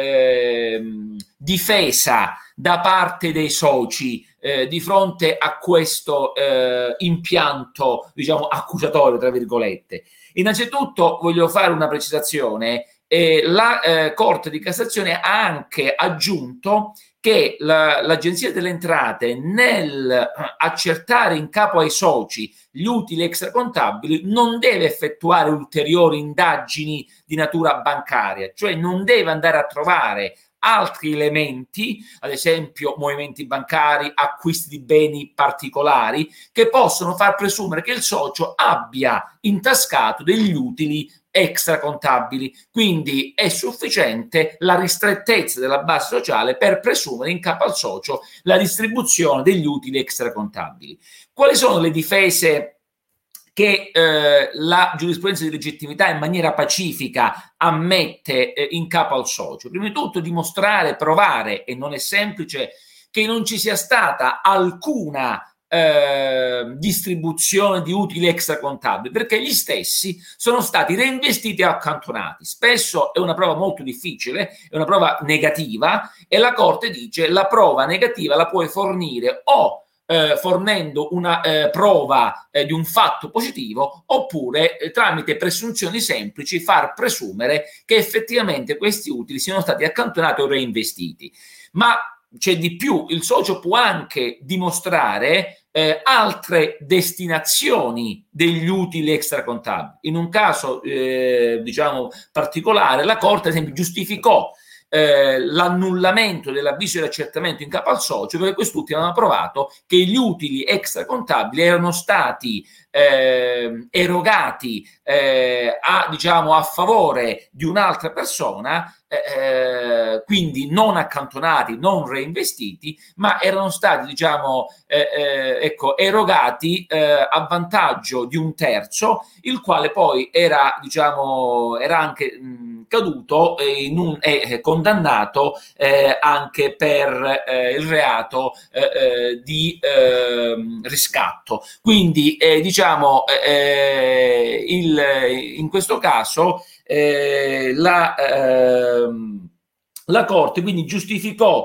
difesa da parte dei soci di fronte a questo impianto, accusatorio, tra virgolette? Innanzitutto voglio fare una precisazione. La Corte di Cassazione ha anche aggiunto che l'Agenzia delle Entrate, nel accertare in capo ai soci gli utili extracontabili, non deve effettuare ulteriori indagini di natura bancaria, cioè non deve andare a trovare altri elementi, ad esempio movimenti bancari, acquisti di beni particolari, che possono far presumere che il socio abbia intascato degli utili extracontabili. Quindi è sufficiente la ristrettezza della base sociale per presumere in capo al socio la distribuzione degli utili extracontabili. Quali sono le difese che la giurisprudenza di legittimità in maniera pacifica ammette in capo al socio? Prima di tutto dimostrare, provare, e non è semplice, che non ci sia stata alcuna distribuzione di utili extracontabili, perché gli stessi sono stati reinvestiti e accantonati. Spesso è una prova molto difficile, è una prova negativa, e la Corte dice: la prova negativa la puoi fornire o fornendo una prova di un fatto positivo, oppure tramite presunzioni semplici far presumere che effettivamente questi utili siano stati accantonati o reinvestiti. Ma c'è di più: il socio può anche dimostrare altre destinazioni degli utili extracontabili. In un caso diciamo particolare, la Corte ad esempio giustificò l'annullamento dell'avviso di accertamento in capo al socio perché quest'ultimo aveva provato che gli utili extracontabili erano stati erogati diciamo a favore di un'altra persona, quindi non accantonati, non reinvestiti, ma erano stati diciamo erogati a vantaggio di un terzo, il quale poi era anche caduto e condannato anche per il reato di riscatto. Quindi diciamo in questo caso la Corte quindi giustificò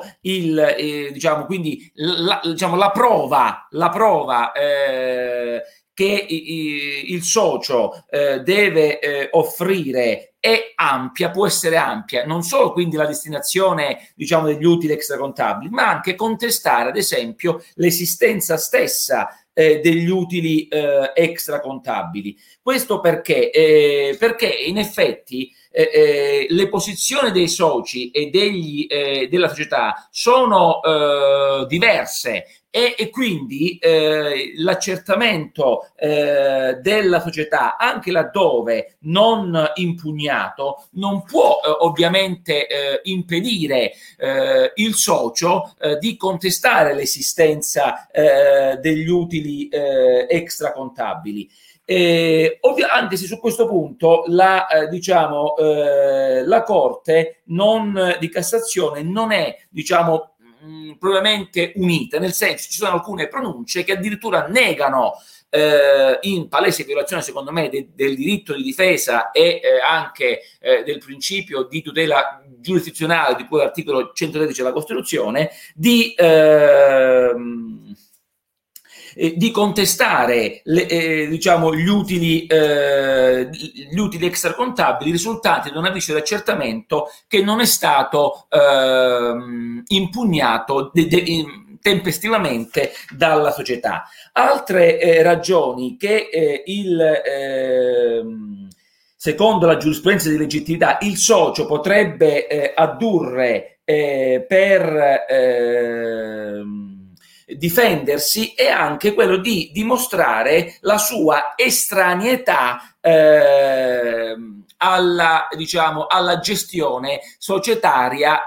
la prova che il socio deve offrire è ampia, può essere ampia, non solo quindi la destinazione diciamo degli utili extracontabili, ma anche contestare ad esempio l'esistenza stessa degli utili extracontabili. Questo perché in effetti le posizioni dei soci e della società sono diverse e quindi l'accertamento della società, anche laddove non impugnato, non può ovviamente impedire il socio di contestare l'esistenza degli utili extracontabili. Anche se su questo punto la Corte di Cassazione non è propriamente unita, nel senso ci sono alcune pronunce che addirittura negano in palese violazione secondo me del diritto di difesa e anche del principio di tutela giurisdizionale di cui l'articolo 113 della Costituzione di contestare gli utili extracontabili risultanti da un avviso di accertamento che non è stato impugnato tempestivamente dalla società. Altre ragioni che secondo la giurisprudenza di legittimità il socio potrebbe addurre per difendersi è anche quello di dimostrare la sua estraneità alla gestione societaria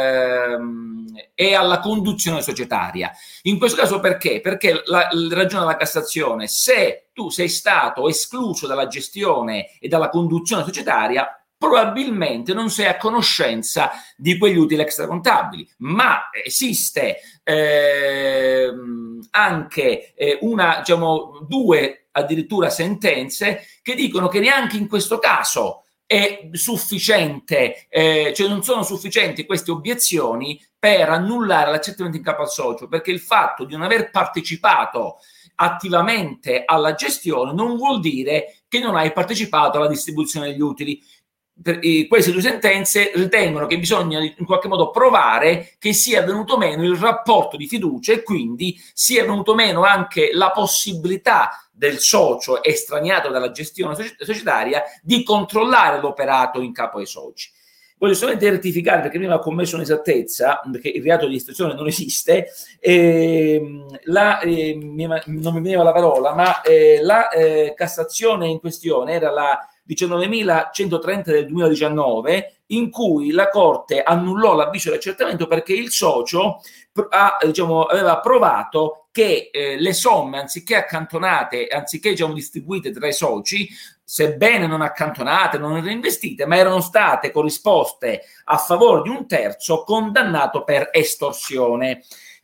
e alla conduzione societaria. In questo caso perché? Perché ragiona la Cassazione: se tu sei stato escluso dalla gestione e dalla conduzione societaria, probabilmente non sei a conoscenza di quegli utili extracontabili, ma esiste anche due addirittura sentenze che dicono che neanche in questo caso è sufficiente, cioè non sono sufficienti queste obiezioni per annullare l'accertamento in capo al socio, perché il fatto di non aver partecipato attivamente alla gestione non vuol dire che non hai partecipato alla distribuzione degli utili. Queste due sentenze ritengono che bisogna in qualche modo provare che sia venuto meno il rapporto di fiducia e quindi sia venuto meno anche la possibilità del socio estraniato dalla gestione societaria di controllare l'operato in capo ai soci. Voglio solamente rettificare, perché prima ho commesso un'esattezza, perché il reato di istruzione non esiste, non mi veniva la parola, ma la Cassazione in questione era la 19.130 del 2019, in cui la Corte annullò l'avviso di accertamento perché il socio aveva provato che le somme, anziché accantonate, anziché distribuite tra i soci, sebbene non accantonate, non reinvestite, ma erano state corrisposte a favore di un terzo condannato per estorsione.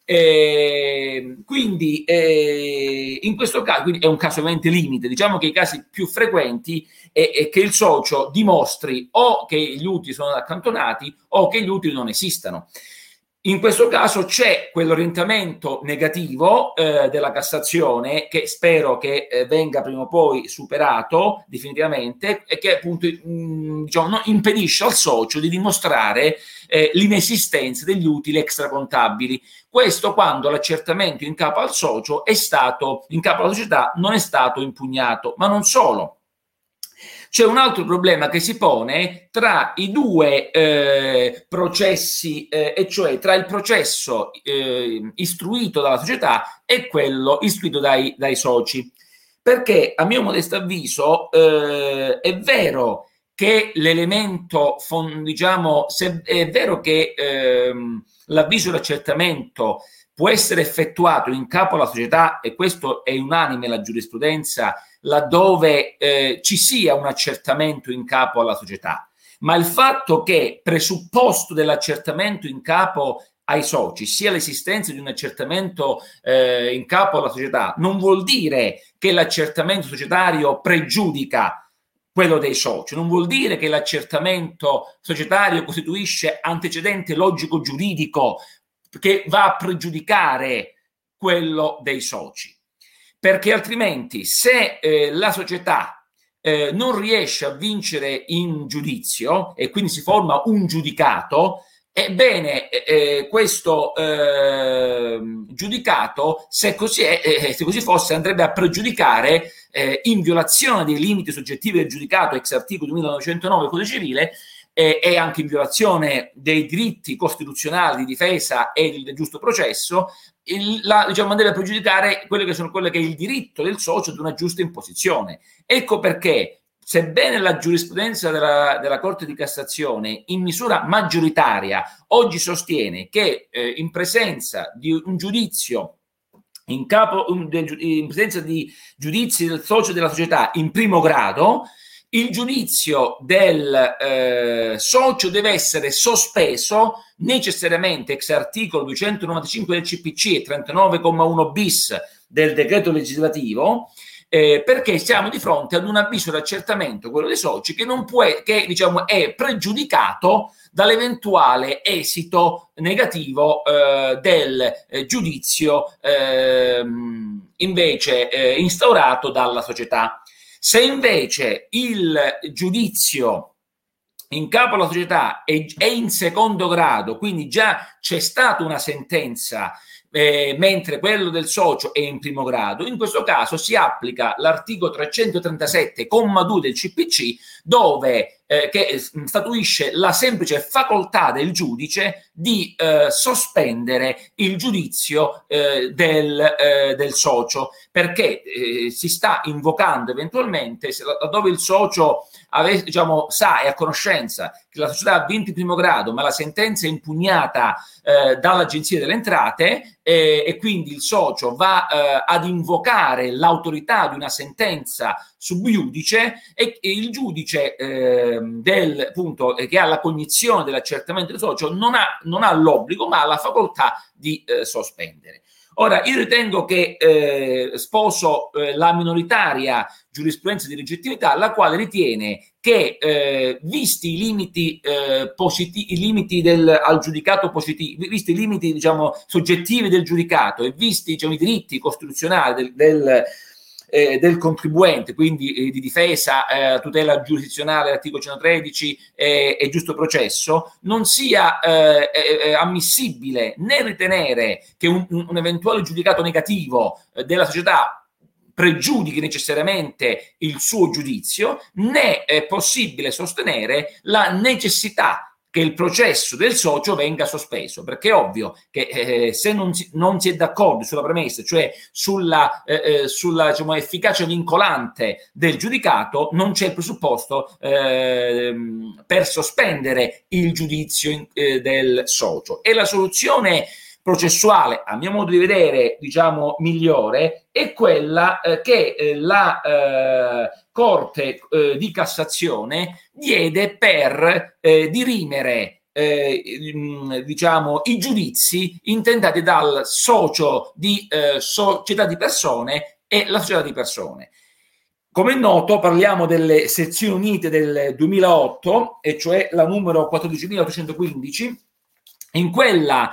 Quindi in questo caso è un caso ovviamente limite. Diciamo che i casi più frequenti è che il socio dimostri o che gli utili sono accantonati o che gli utili non esistano. In questo caso c'è quell'orientamento negativo della Cassazione, che spero che venga prima o poi superato definitivamente, e che appunto diciamo, impedisce al socio di dimostrare l'inesistenza degli utili extracontabili. Questo quando l'accertamento in capo al socio è stato, in capo alla società, non è stato impugnato. Ma non solo. C'è un altro problema che si pone tra i due processi, e cioè tra il processo istruito dalla società e quello istruito dai soci. Perché, a mio modesto avviso, è vero che l'elemento, diciamo, se è vero che l'avviso d'accertamento può essere effettuato in capo alla società, e questo è unanime la giurisprudenza, laddove ci sia un accertamento in capo alla società, ma il fatto che presupposto dell'accertamento in capo ai soci sia l'esistenza di un accertamento in capo alla società non vuol dire che l'accertamento societario pregiudica quello dei soci, non vuol dire che l'accertamento societario costituisce antecedente logico giuridico che va a pregiudicare quello dei soci. Perché altrimenti, se la società non riesce a vincere in giudizio e quindi si forma un giudicato, ebbene questo giudicato, se così fosse, andrebbe a pregiudicare in violazione dei limiti soggettivi del giudicato ex articolo 2909 Codice Civile, e anche in violazione dei diritti costituzionali di difesa e del giusto processo, diciamo, deve pregiudicare quello che è il diritto del socio ad una giusta imposizione. Ecco perché, sebbene la giurisprudenza della Corte di Cassazione in misura maggioritaria oggi sostiene che in presenza di un giudizio in presenza di giudizi del socio della società in primo grado, il giudizio del socio deve essere sospeso necessariamente ex articolo 295 del CPC e 39,1 bis del decreto legislativo, perché siamo di fronte ad un avviso d'accertamento, quello dei soci, che diciamo è pregiudicato dall'eventuale esito negativo del giudizio invece instaurato dalla società. Se invece il giudizio in capo alla società è in secondo grado, quindi già c'è stata una sentenza, mentre quello del socio è in primo grado, in questo caso si applica l'articolo 337,2 del CPC, dove che statuisce la semplice facoltà del giudice di sospendere il giudizio del socio, perché si sta invocando eventualmente, laddove il socio sa e a conoscenza che la società ha vinto in primo grado, ma la sentenza è impugnata dall'Agenzia delle Entrate, e quindi il socio va ad invocare l'autorità di una sentenza sub iudice, e il giudice appunto, che ha la cognizione dell'accertamento del socio non ha l'obbligo, ma ha la facoltà di sospendere. Ora, io ritengo che sposo la minoritaria giurisprudenza di legittimità, la quale ritiene che visti i limiti positivi, i limiti al giudicato positivo, visti i limiti diciamo soggettivi del giudicato e visti diciamo i diritti costituzionali del contribuente, quindi di difesa, tutela giurisdizionale, articolo 113 e giusto processo, non sia ammissibile né ritenere che un eventuale giudicato negativo della società pregiudichi necessariamente il suo giudizio, né è possibile sostenere la necessità che il processo del socio venga sospeso, perché è ovvio che se non si è d'accordo sulla premessa, cioè sulla diciamo, efficacia vincolante del giudicato, non c'è il presupposto per sospendere il giudizio del socio. E la soluzione processuale, a mio modo di vedere, diciamo, migliore, è quella che la Corte di Cassazione diede per dirimere diciamo i giudizi intentati dal socio di società di persone e la società di persone. Come è noto, parliamo delle sezioni unite del 2008, e cioè la numero 14.815, in quella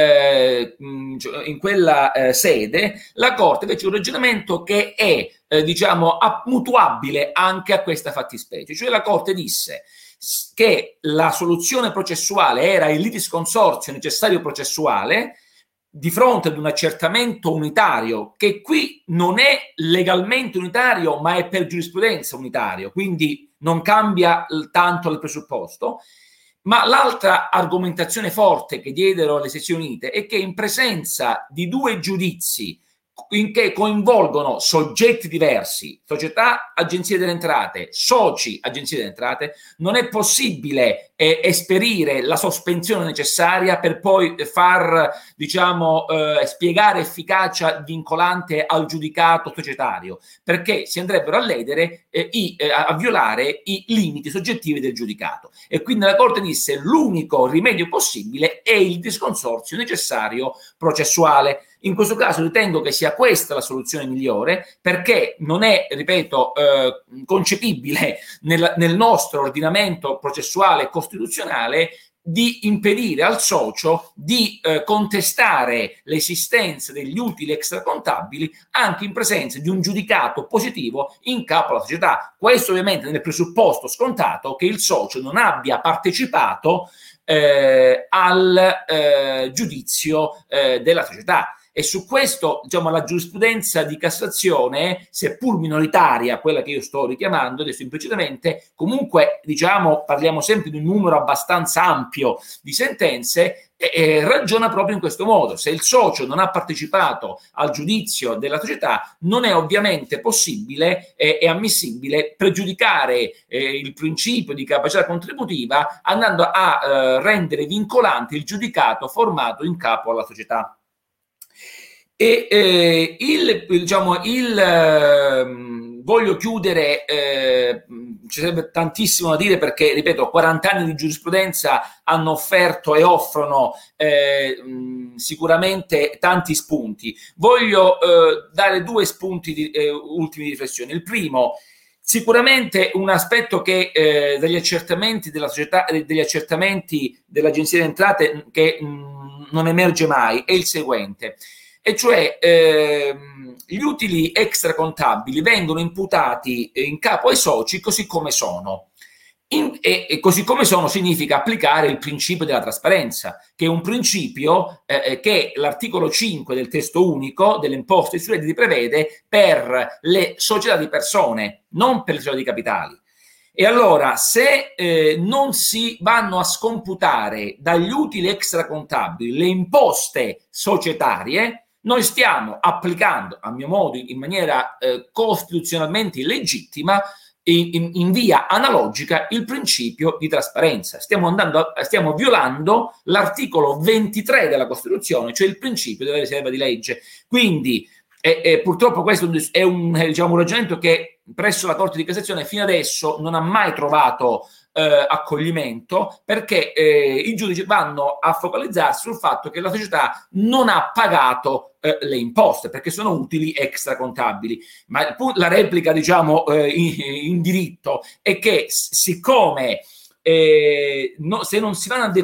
sede la Corte fece un ragionamento che è diciamo mutuabile anche a questa fattispecie, cioè la Corte disse che la soluzione processuale era il litis consortio necessario processuale di fronte ad un accertamento unitario, che qui non è legalmente unitario ma è per giurisprudenza unitario, quindi non cambia tanto il presupposto. Ma l'altra argomentazione forte che diedero le sezioni unite è che in presenza di due giudizi in che coinvolgono soggetti diversi, società, agenzie delle entrate, soci, agenzie delle entrate, non è possibile esperire la sospensione necessaria per poi far, diciamo, spiegare efficacia vincolante al giudicato societario, perché si andrebbero a ledere a violare i limiti soggettivi del giudicato. E quindi la Corte disse l'unico rimedio possibile è il disconsorzio necessario processuale. In questo caso ritengo che sia questa la soluzione migliore, perché non è, ripeto, concepibile nel nostro ordinamento processuale costituzionale di impedire al socio di contestare l'esistenza degli utili extracontabili anche in presenza di un giudicato positivo in capo alla società. Questo ovviamente nel presupposto scontato che il socio non abbia partecipato al giudizio della società. E su questo, diciamo, la giurisprudenza di Cassazione, seppur minoritaria, quella che io sto richiamando adesso implicitamente, comunque, diciamo, parliamo sempre di un numero abbastanza ampio di sentenze, ragiona proprio in questo modo. Se il socio non ha partecipato al giudizio della società, non è ovviamente possibile e ammissibile pregiudicare il principio di capacità contributiva andando a rendere vincolante il giudicato formato in capo alla società. E voglio chiudere, ci sarebbe tantissimo da dire perché, ripeto, 40 anni di giurisprudenza hanno offerto e offrono sicuramente tanti spunti. Voglio dare due spunti ultimi di riflessione. Il primo, sicuramente un aspetto che dagli accertamenti della società, degli accertamenti dell'Agenzia delle Entrate che non emerge mai, è il seguente. E cioè gli utili extracontabili vengono imputati in capo ai soci così come sono. E così come sono significa applicare il principio della trasparenza, che è un principio che l'articolo 5 del testo unico delle imposte sui redditi prevede per le società di persone, non per le società di capitali. E allora, se non si vanno a scomputare dagli utili extracontabili le imposte societarie, noi stiamo applicando, a mio modo, in maniera costituzionalmente illegittima, in via analogica, il principio di trasparenza. Stiamo violando l'articolo 23 della Costituzione, cioè il principio della riserva di legge. Quindi, purtroppo questo è un ragionamento che presso la Corte di Cassazione fino adesso non ha mai trovato accoglimento, perché i giudici vanno a focalizzarsi sul fatto che la società non ha pagato le imposte perché sono utili extracontabili. Ma la replica, diciamo, in diritto è che siccome se non si vanno a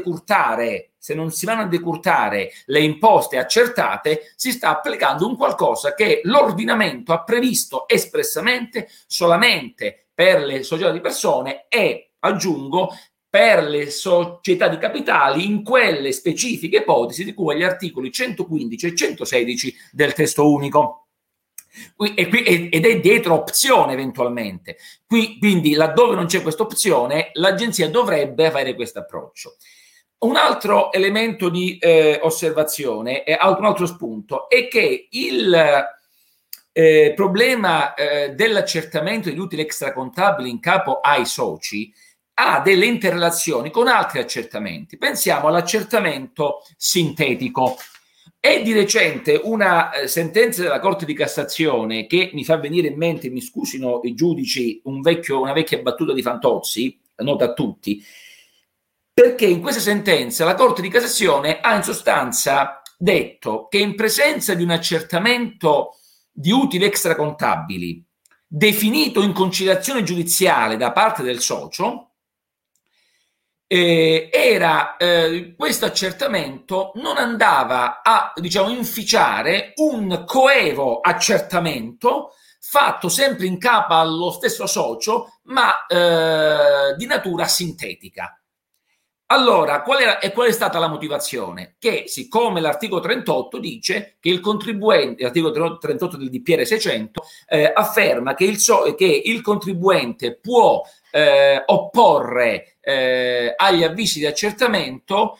decurtare le imposte accertate, si sta applicando un qualcosa che l'ordinamento ha previsto espressamente solamente per le società di persone e, aggiungo, per le società di capitali in quelle specifiche ipotesi di cui agli articoli 115 e 116 del testo unico. Ed è dietro opzione eventualmente. Quindi laddove non c'è questa opzione, l'agenzia dovrebbe avere questo approccio. Un altro elemento di osservazione, un altro spunto, è che il problema dell'accertamento degli utili extracontabili in capo ai soci ha delle interrelazioni con altri accertamenti. Pensiamo all'accertamento sintetico. È di recente una sentenza della Corte di Cassazione che mi fa venire in mente, mi scusino i giudici, una vecchia battuta di Fantozzi, nota a tutti, perché in questa sentenza la Corte di Cassazione ha in sostanza detto che in presenza di un accertamento di utili extracontabili definito in conciliazione giudiziale da parte del socio, questo accertamento non andava a, diciamo, inficiare un coevo accertamento fatto sempre in capo allo stesso socio, ma di natura sintetica. Allora, qual è stata la motivazione? Che siccome l'articolo 38 dice che il contribuente, l'articolo 38 del DPR 600, afferma che il contribuente può opporre agli avvisi di accertamento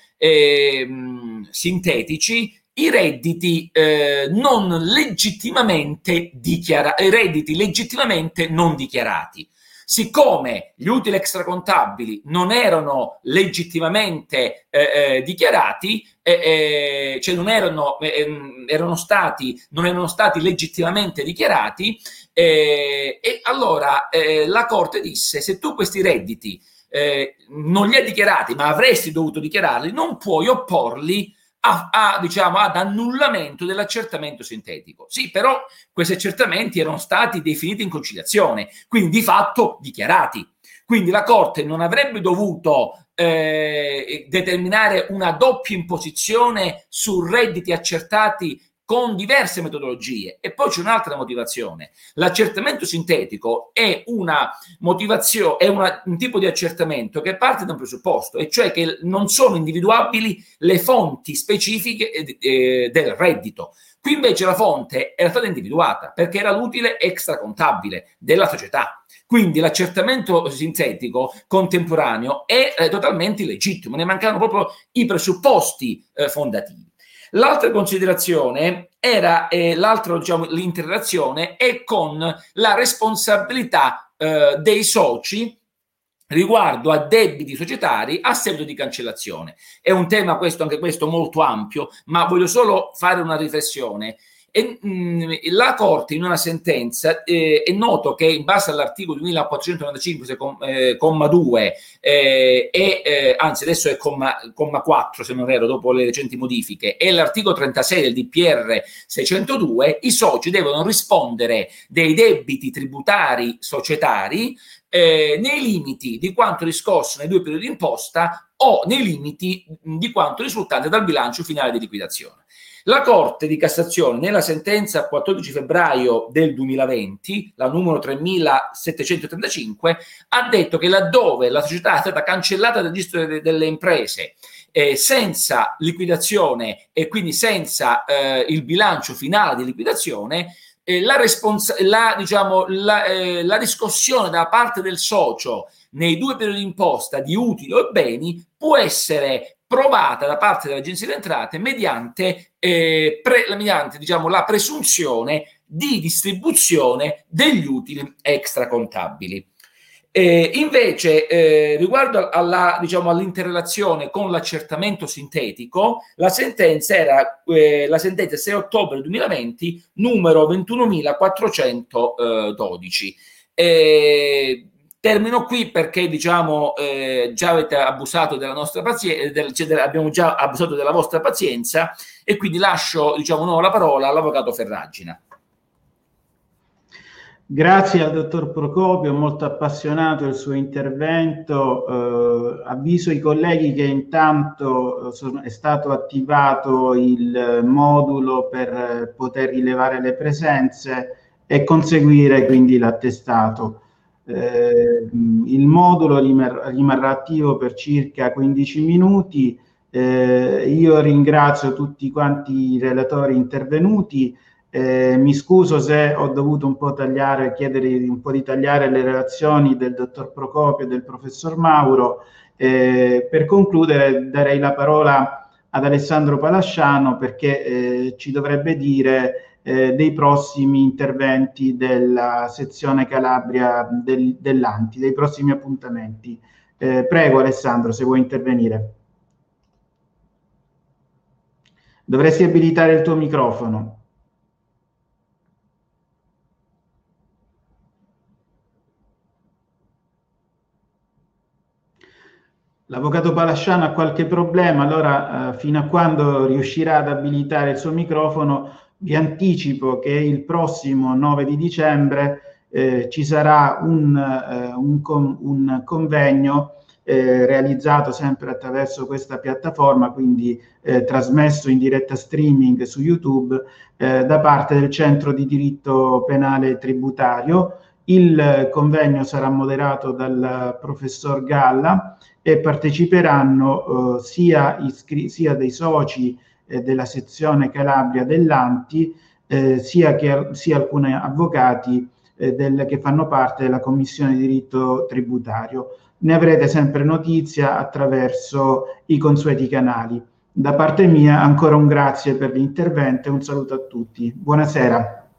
sintetici i redditi legittimamente non dichiarati. Siccome gli utili extracontabili non erano legittimamente dichiarati, cioè non erano stati legittimamente dichiarati, e allora la Corte disse: se tu questi redditi non li hai dichiarati, ma avresti dovuto dichiararli, non puoi opporli diciamo, ad annullamento dell'accertamento sintetico. Sì, però questi accertamenti erano stati definiti in conciliazione, quindi di fatto dichiarati. Quindi la Corte non avrebbe dovuto determinare una doppia imposizione su redditi accertati con diverse metodologie. E poi c'è un'altra motivazione. L'accertamento sintetico è una motivazione, è un tipo di accertamento che parte da un presupposto, e cioè che non sono individuabili le fonti specifiche del reddito. Qui invece la fonte era stata individuata perché era l'utile extracontabile della società. Quindi l'accertamento sintetico contemporaneo è totalmente illegittimo, ne mancano proprio i presupposti fondativi. L'altra considerazione era, diciamo, l'interrelazione è con la responsabilità dei soci riguardo a debiti societari a seguito di cancellazione. È un tema anche questo molto ampio, ma voglio solo fare una riflessione. La Corte in una sentenza è noto che in base all'articolo 2495 comma 2 anzi adesso è comma 4 se non erro dopo le recenti modifiche, e l'articolo 36 del DPR 602 i soci devono rispondere dei debiti tributari societari nei limiti di quanto riscosso nei 2 periodi d'imposta o nei limiti di quanto risultante dal bilancio finale di liquidazione. La Corte di Cassazione, nella sentenza 14 febbraio del 2020, la numero 3735, ha detto che laddove la società è stata cancellata dal registro delle imprese senza liquidazione e quindi senza il bilancio finale di liquidazione, la riscossione da parte del socio nei 2 periodi d'imposta di utili o beni può essere provata da parte dell'Agenzia delle Entrate mediante diciamo, la presunzione di distribuzione degli utili extracontabili. Invece, riguardo diciamo, all'interrelazione con l'accertamento sintetico, la sentenza era la sentenza 6 ottobre 2020, numero 21.412. Termino qui perché diciamo già avete abusato della nostra pazienza, abbiamo già abusato della vostra pazienza, e quindi lascio diciamo nuovo la parola all'avvocato Ferragina. Grazie al dottor Procopio, molto appassionato il suo intervento. Avviso i colleghi che intanto è stato attivato il modulo per poter rilevare le presenze e conseguire quindi l'attestato. Il modulo rimarrà attivo per circa 15 minuti. Io ringrazio tutti quanti i relatori intervenuti. Mi scuso se ho dovuto un po' chiedere un po' di tagliare le relazioni del dottor Procopio e del professor Mauro. Per concludere darei la parola ad Alessandro Palasciano perché ci dovrebbe dire dei prossimi interventi della sezione Calabria dell'Anti, dei prossimi appuntamenti. Prego Alessandro, se vuoi intervenire. Dovresti abilitare il tuo microfono. L'avvocato Palasciano ha qualche problema, allora fino a quando riuscirà ad abilitare il suo microfono vi anticipo che il prossimo 9 di dicembre ci sarà un convegno realizzato sempre attraverso questa piattaforma, quindi trasmesso in diretta streaming su YouTube da parte del Centro di Diritto Penale Tributario. Il convegno sarà moderato dal professor Galla e parteciperanno sia dei soci della sezione Calabria dell'Anti, sia alcuni avvocati che fanno parte della Commissione di Diritto Tributario. Ne avrete sempre notizia attraverso i consueti canali. Da parte mia ancora un grazie per l'intervento e un saluto a tutti. Buonasera.